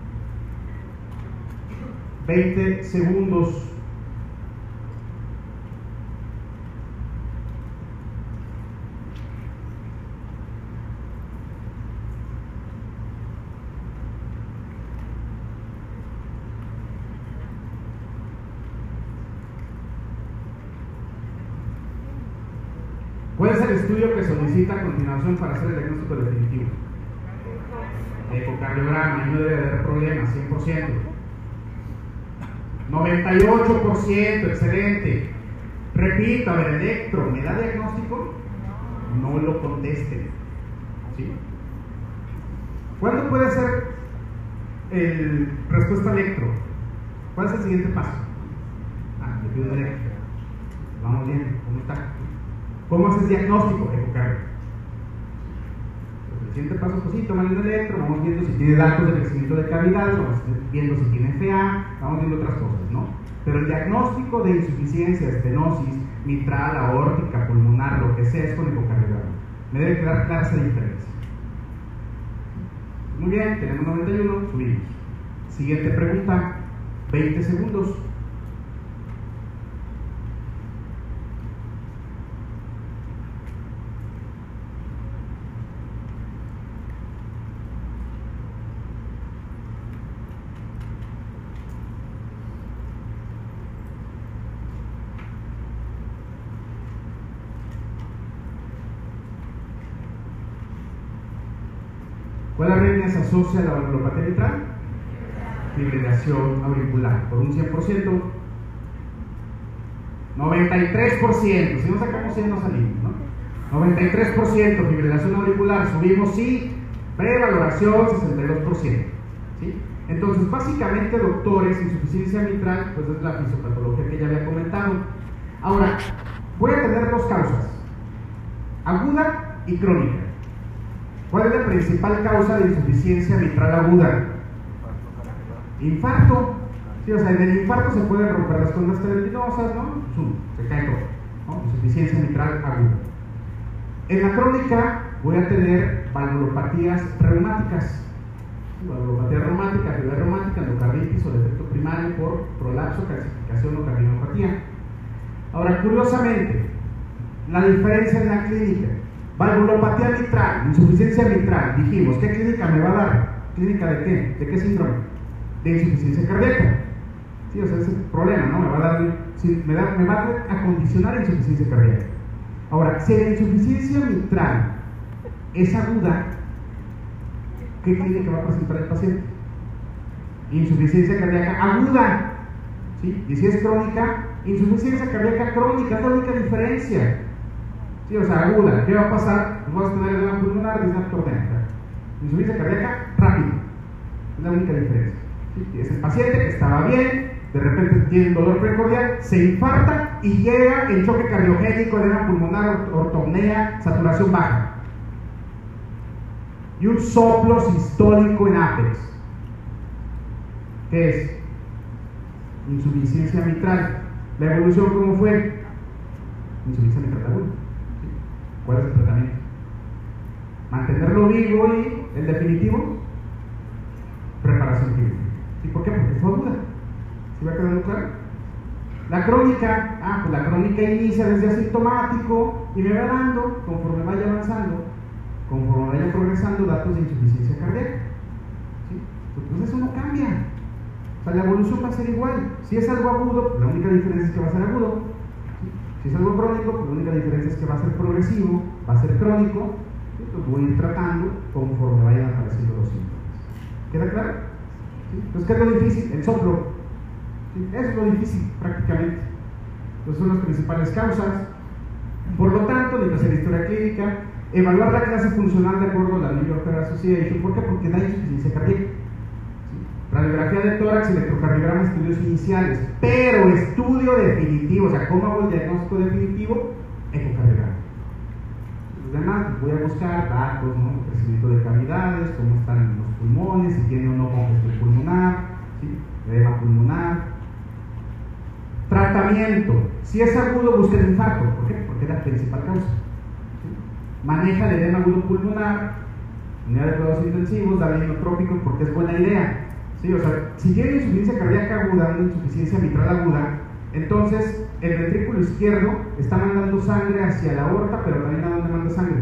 20 segundos. ¿Cuál es el estudio que solicita a continuación para hacer el diagnóstico definitivo? Ecocardiograma, y no debe haber problemas, 100%. 98%, excelente. Repito, a ver, electro, ¿me da diagnóstico? No lo contesten. ¿Sí? ¿Cuándo puede ser el respuesta electro? ¿Cuál es el siguiente paso? Le pido electro. Vamos bien, ¿cómo está? ¿Cómo haces diagnóstico? Ecocardio. El siguiente paso, pues sí, toman un electro, vamos viendo si tiene datos de crecimiento de cavidad, vamos viendo si tiene FA, vamos viendo otras cosas, ¿no? Pero el diagnóstico de insuficiencia, estenosis, mitral, aórtica, pulmonar, lo que sea, es con ecocardiograma. Me debe quedar clara esa diferencia. Muy bien, tenemos 91, subimos. Siguiente pregunta, 20 segundos. ¿Cuál arritmia se asocia a la valvulopatía mitral? Fibrilación auricular, por un 100%. 93%, si no sacamos 100 no salimos, ¿no? 93% fibrilación auricular, subimos sí, prevaloración 62%. ¿Sí? Entonces, básicamente, doctores, insuficiencia mitral, pues es la fisiopatología que ya había comentado. Ahora, voy a tener dos causas, aguda y crónica. ¿Cuál es la principal causa de insuficiencia mitral aguda? Infarto. Sí, o sea, en el infarto se pueden romper las columnas terminosas, ¿no? Se cae todo, ¿no? Insuficiencia mitral aguda. En la crónica voy a tener valvulopatías reumáticas. Valvulopatía reumática, fiebre reumática, endocarditis o defecto primario por prolapso, calcificación o cardiomopatía. Ahora, curiosamente, la diferencia en la clínica. Valvulopatía mitral, insuficiencia mitral, dijimos, ¿qué clínica me va a dar? ¿Clínica de qué? ¿De qué síndrome? De insuficiencia cardíaca. Sí, o sea, ese es el problema, ¿no? Me va a condicionar insuficiencia cardíaca. Ahora, si la insuficiencia mitral es aguda, ¿qué clínica va a presentar el paciente? Insuficiencia cardíaca aguda. ¿Sí? Y si es crónica, insuficiencia cardíaca crónica, es la única diferencia. Sí, o sea, aguda, ¿qué va a pasar? Pues vas a tener edema pulmonar, disnaptor dentro. Insuficiencia cardíaca rápido, es la única diferencia. ¿Sí? Es el paciente que estaba bien, de repente tiene dolor precordial, se infarta y llega el choque cardiogénico, edema pulmonar, ortopnea, saturación baja. Y un soplo sistólico en Apex. ¿Qué es? Insuficiencia mitral. ¿La evolución cómo fue? Insuficiencia mitral aguda. ¿Cuál es el tratamiento? Mantenerlo vivo y, el definitivo, preparación quirúrgica. ¿Y por qué? Porque fue aguda. ¿Sí va quedando claro? La crónica, pues la crónica inicia desde asintomático, y me va dando, conforme vaya avanzando, conforme vaya progresando, datos de insuficiencia cardíaca. ¿Sí? Pues eso no cambia. O sea, la evolución va a ser igual. Si es algo agudo, la única diferencia es que va a ser agudo. ¿Sí? Si es algo crónico, pues la única diferencia es que va a ser progresivo, va a ser crónico. ¿Sí? Pues voy a ir tratando conforme vayan apareciendo los síntomas. ¿Queda claro? ¿Sí? Entonces, ¿qué es lo difícil? El soplo. ¿Sí? Eso es lo difícil, prácticamente. Entonces, son las principales causas. Por lo tanto, necesito hacer historia clínica, evaluar la clase funcional de acuerdo a la New York Heart Association. ¿Por qué? Porque da insuficiencia cardíaca. ¿Sí? Radiografía de tórax y electrocardiograma, estudios iniciales, pero estudio definitivo, o sea, ¿cómo hago el diagnóstico definitivo? Ecocardiograma. Los demás, voy a buscar datos, ¿no? Crecimiento de cavidades, cómo están los pulmones, si tiene o no congestión pulmonar, ¿sí? Edema pulmonar. Tratamiento. Si es agudo, busca el infarto. ¿Por qué? Porque es la principal causa. ¿Sí? Maneja el edema agudo pulmonar, unidad de cuidados intensivos, da inotrópicos porque es buena idea. ¿Sí? O sea, si tiene insuficiencia cardíaca aguda, una insuficiencia mitral aguda, entonces el ventrículo izquierdo está mandando sangre hacia la aorta, pero también ¿a dónde manda sangre?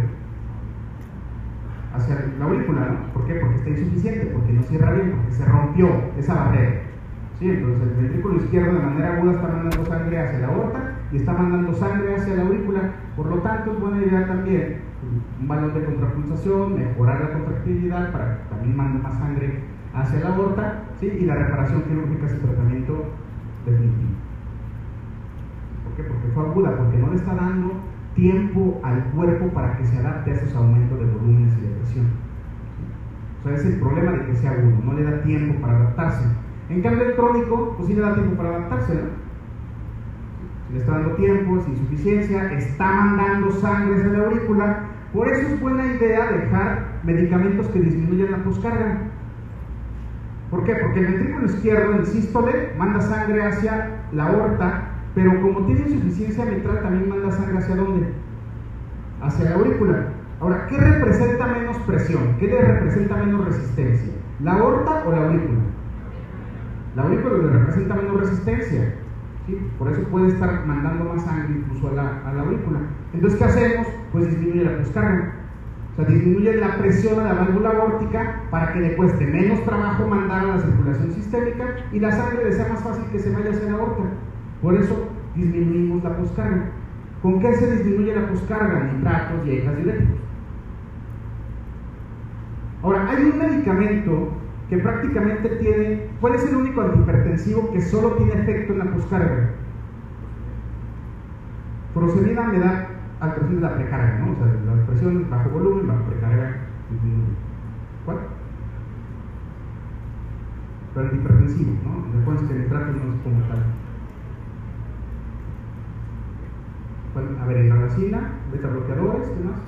Hacia la aurícula, ¿no? ¿Por qué? Porque está insuficiente, porque no cierra bien, porque se rompió esa barrera. ¿Sí? Entonces el ventrículo izquierdo de manera aguda está mandando sangre hacia la aorta y está mandando sangre hacia la aurícula. Por lo tanto, es buena idea también un balón de contrapulsación, mejorar la contractilidad para que también mande más sangre hacia la aorta, ¿sí? Y la reparación quirúrgica es el tratamiento definitivo. ¿Por qué? Porque fue aguda, porque no le está dando tiempo al cuerpo para que se adapte a esos aumentos de volúmenes y de presión. ¿Sí? O sea, es el problema de que sea agudo, no le da tiempo para adaptarse. En cambio, el crónico, pues sí le da tiempo para adaptarse, ¿no? Si le está dando tiempo, es insuficiencia, está mandando sangre hacia la aurícula. Por eso es buena idea dejar medicamentos que disminuyan la poscarga. ¿Por qué? Porque el ventrículo izquierdo, el sístole, manda sangre hacia la aorta, pero como tiene insuficiencia mitral, también manda sangre ¿hacia dónde? Hacia la aurícula. Ahora, ¿qué representa menos presión? ¿Qué le representa menos resistencia? ¿La aorta o la aurícula? La aurícula le representa menos resistencia, ¿sí? Por eso puede estar mandando más sangre incluso a la aurícula. Entonces, ¿qué hacemos? Pues disminuye la poscarga. O sea, disminuye la presión a la válvula aórtica para que le cueste menos trabajo mandar a la circulación sistémica y la sangre le sea más fácil que se vaya hacia la aorta. Por eso disminuimos la poscarga. ¿Con qué se disminuye la poscarga? Nitratos y ejas diuréticos. Ahora, hay un medicamento que prácticamente tiene, ¿cuál es el único antihipertensivo que solo tiene efecto en la poscarga? Furosemida me da alteración de la precarga, ¿no? O sea, la presión bajo volumen, bajo precarga disminuye. ¿Cuál? Pero antihipertensivo, ¿no? Recuerden que el nitrato no es como tal. ¿Cuál? A ver, hidralacina, beta bloqueadores, ¿qué más?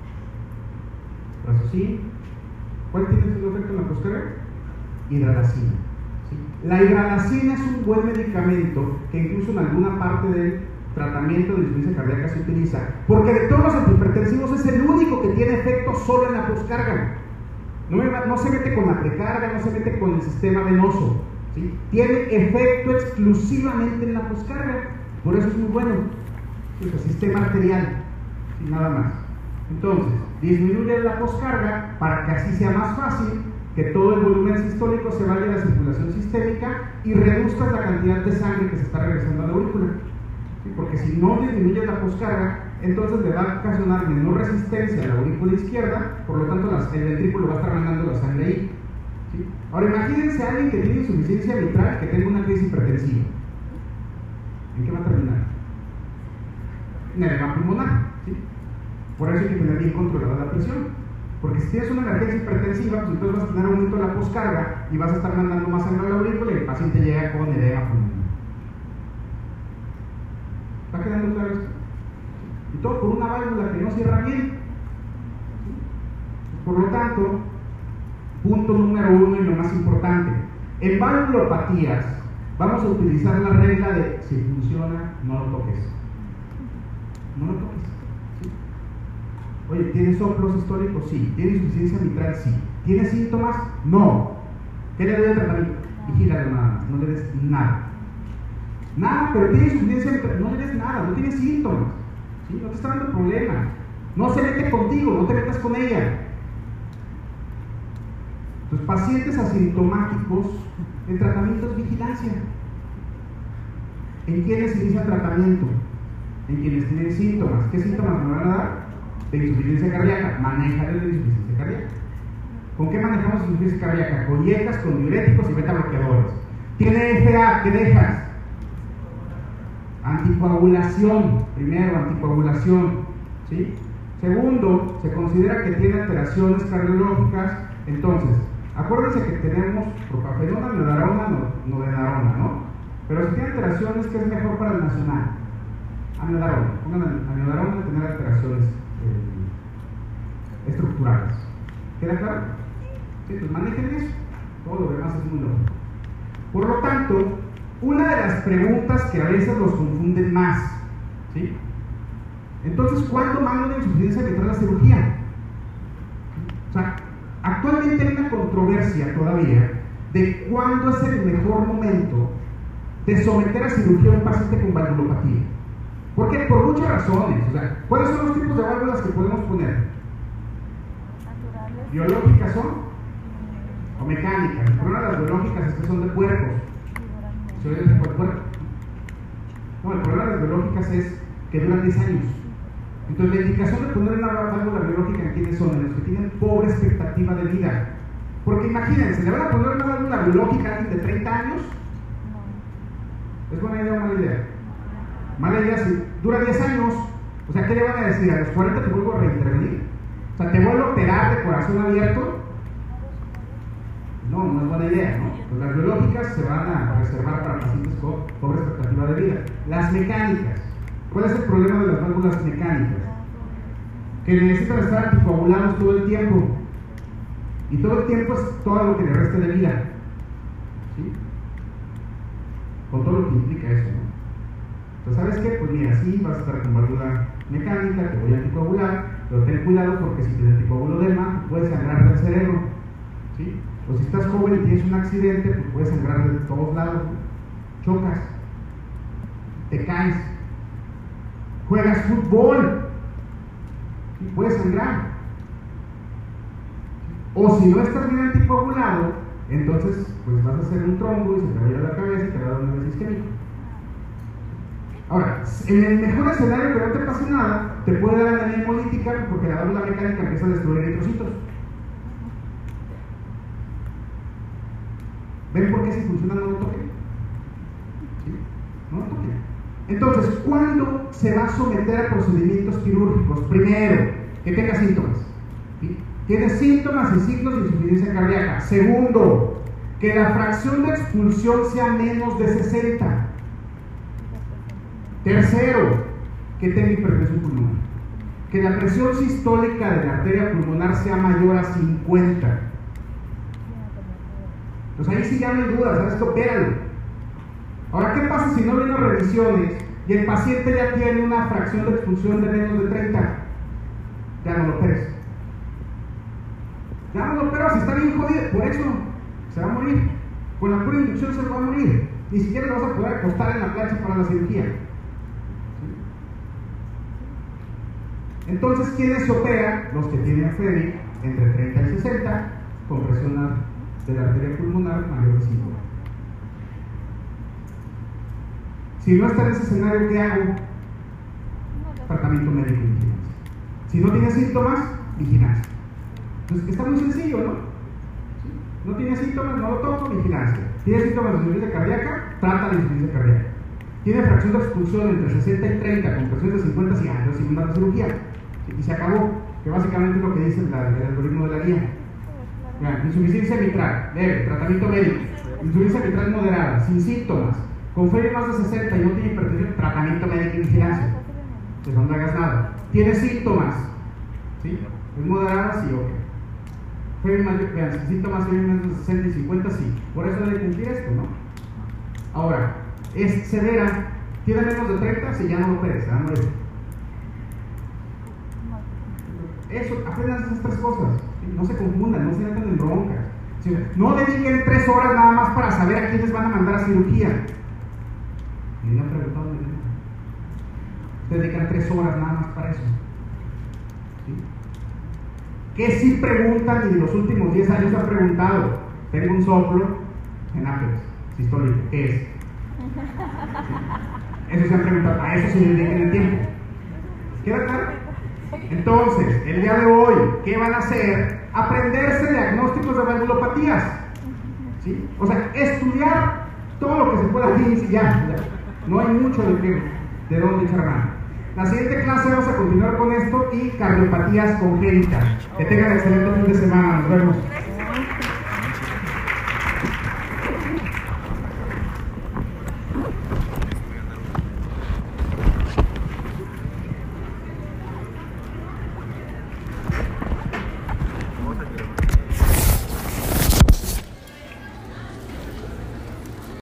Racocin. ¿Cuál tiene su efecto en la poscarga? Hidralacina. ¿Sí? La hidralacina es un buen medicamento que incluso en alguna parte del tratamiento de insuficiencia cardíaca se utiliza, porque de todos los antihipertensivos es el único que tiene efecto solo en la poscarga. No se mete con la precarga, no se mete con el sistema venoso, ¿sí? Tiene efecto exclusivamente en la poscarga, por eso es muy bueno. El sistema arterial, ¿sí? Nada más. Entonces, disminuye la poscarga para que así sea más fácil que todo el volumen sistólico se vaya a la circulación sistémica y reduzcas la cantidad de sangre que se está regresando a la aurícula. ¿Sí? Porque si no disminuye la poscarga, entonces le va a ocasionar menor resistencia a la aurícula izquierda, por lo tanto el ventrículo va a estar mandando la sangre ahí. ¿Sí? Ahora imagínense a alguien que tiene insuficiencia mitral, que tenga una crisis hipertensiva. ¿En qué va a terminar? En edema pulmonar. ¿Sí? Por eso hay que tener bien controlada la presión. Porque si tienes una emergencia hipertensiva, pues entonces vas a tener aumento de la poscarga y vas a estar mandando más sangre a la aurícula y el paciente llega con edema pulmonar. ¿Está quedando claro esto? Y todo por una válvula que no cierra bien. Por lo tanto, punto número 1 y lo más importante, en valvulopatías vamos a utilizar la regla de si funciona, no lo toques. No lo toques. Oye, ¿tienes soplos históricos? Sí. ¿Tienes insuficiencia mitral? Sí. ¿Tienes síntomas? No. ¿Qué le doy al tratamiento? Vigílalo nada más, no le des nada. Nada, pero tienes insuficiencia mitral, no le des nada, no tienes síntomas. ¿sí? No te está dando problema. No se mete contigo, no te metas con ella. Los pacientes asintomáticos, el tratamiento es vigilancia. ¿En quiénes se inicia el tratamiento? En quienes tienen síntomas. ¿Qué síntomas me van a dar? De insuficiencia cardíaca. Manejar la insuficiencia cardíaca. ¿Con qué manejamos insuficiencia cardíaca? Con dietas, con diuréticos y beta bloqueadores. ¿Tiene FA? ¿Qué dejas? Anticoagulación. Primero, anticoagulación. ¿Sí? Segundo, se considera que tiene alteraciones cardiológicas. Entonces, acuérdense que tenemos propafenona, miodarona, nodenarona, ¿no? Pero si tiene alteraciones, ¿qué es mejor para el nacional? Amiodarona. Pongan amiodarona de tener alteraciones estructurales. ¿Queda claro? Sí, pues manejen eso. Todo lo demás es muy lógico. Por lo tanto, una de las preguntas que a veces los confunden más, ¿sí? Entonces, ¿cuándo mando de insuficiencia mitral a cirugía? O sea, actualmente hay una controversia todavía de cuándo es el mejor momento de someter a cirugía a un paciente con valvulopatía. ¿Por qué? Por muchas razones. O sea, ¿cuáles son los tipos de válvulas que podemos poner? Naturales. ¿Biológicas son? ¿O mecánicas? El problema de las biológicas es que son de puercos. ¿Se oye el puerco? No, el problema de las biológicas es que duran 10 años. Entonces, la indicación de poner una válvula biológica en quienes son, en los que tienen pobre expectativa de vida. Porque imagínense, ¿le van a poner una válvula biológica a alguien de 30 años? No. ¿Es buena idea o mala idea? Mala idea si dura 10 años. O sea, ¿qué le van a decir? A los 40 te vuelvo a reintervenir. O sea, ¿te vuelvo a operar de corazón abierto? No, no es buena idea, ¿no? Pues las biológicas se van a reservar para pacientes con pobre expectativa de vida. Las mecánicas. ¿Cuál es el problema de las válvulas mecánicas? Que necesitan estar anticoagulados todo el tiempo. Y todo el tiempo es todo lo que le reste de vida. ¿Sí? Con todo lo que implica eso, ¿no? Entonces, ¿sabes qué? Pues mira, sí, vas a estar con válvula mecánica, te voy a anticoagular, pero ten cuidado porque si te anticoagulo edema, puedes sangrarte el cerebro. ¿Sí? O si estás joven y tienes un accidente, pues puedes sangrar de todos lados, ¿no? Chocas, te caes, juegas fútbol y puedes sangrar. O si no estás bien anticoagulado, entonces pues vas a hacer un trombo y se te va a ir a la cabeza y te va a dar un nervio isquémico. Ahora, en el mejor escenario que no te pase nada, te puede dar anemia hemolítica porque la válvula mecánica empieza a destruir eritrocitos. ¿Ven por qué si funciona no lo toquen? ¿Sí? No lo toquen. Entonces, ¿cuándo se va a someter a procedimientos quirúrgicos? Primero, que tenga síntomas. ¿Sí? Tiene síntomas y signos de insuficiencia cardíaca. Segundo, que la fracción de expulsión sea menos de 60. Tercero, que tenga hipertensión pulmonar. Que la presión sistólica de la arteria pulmonar sea mayor a 50. Pues ahí sí ya no hay dudas, ¿sabes qué? Opéralo. Ahora, ¿qué pasa si no vienen revisiones y el paciente ya tiene una fracción de expulsión de menos de 30? Ya no lo operes. Ya no lo operas, si está bien jodido, por eso se va a morir. Con la pura inducción se va a morir. Ni siquiera lo vas a poder acostar en la plancha para la cirugía. Entonces, ¿quiénes se operan? Los que tienen FERI entre 30 y 60 con presión de la arteria pulmonar mayor de 50. Si no está en ese escenario, ¿qué hago? Tratamiento médico y vigilancia. Si no tiene síntomas, vigilancia. Entonces, está muy sencillo, ¿no? No tiene síntomas, no lo toco, vigilancia. Tiene síntomas de insuficiencia cardíaca, trata la insuficiencia cardíaca. Tiene fracción de expulsión entre 60 y 30 con presión de 50, sí, entonces sí, la cirugía. Y se acabó, que básicamente es lo que dice el algoritmo de la guía. Vean, insuficiencia mitral, leve, tratamiento médico. Insuficiencia mitral moderada, sin síntomas, con FERI más de 60 y no tiene hipertensión, tratamiento médico y vigilancia. Pues no le hagas nada. Tiene síntomas, ¿sí? Es moderada, sí, ok. FERI más, vean, sin síntomas, FERI más de 60 y 50, sí. Por eso debe cumplir esto, ¿no? Ahora, es severa, tiene menos de 30, si ya no lo operes, se va a morir. Eso, apenas esas tres cosas. No se confundan, no se metan en broncas. No dediquen 3 horas nada más para saber a quiénes van a mandar a cirugía. ¿Me han preguntado? Ustedes dedican 3 horas nada más para eso. ¿Sí? ¿Qué sí preguntan y de los últimos 10 años han preguntado? Tengo un soplo en Apex sistólico, ¿qué es? ¿Sí? Eso se han preguntado, a eso se dedican el tiempo. ¿Queda claro? Entonces, el día de hoy, ¿qué van a hacer? Aprenderse diagnósticos de valvulopatías. ¿Sí? O sea, estudiar todo lo que se pueda y ya. No hay mucho de dónde echar mano. La siguiente clase vamos a continuar con esto y cardiopatías congénitas. Que tengan excelente fin de semana. Nos vemos.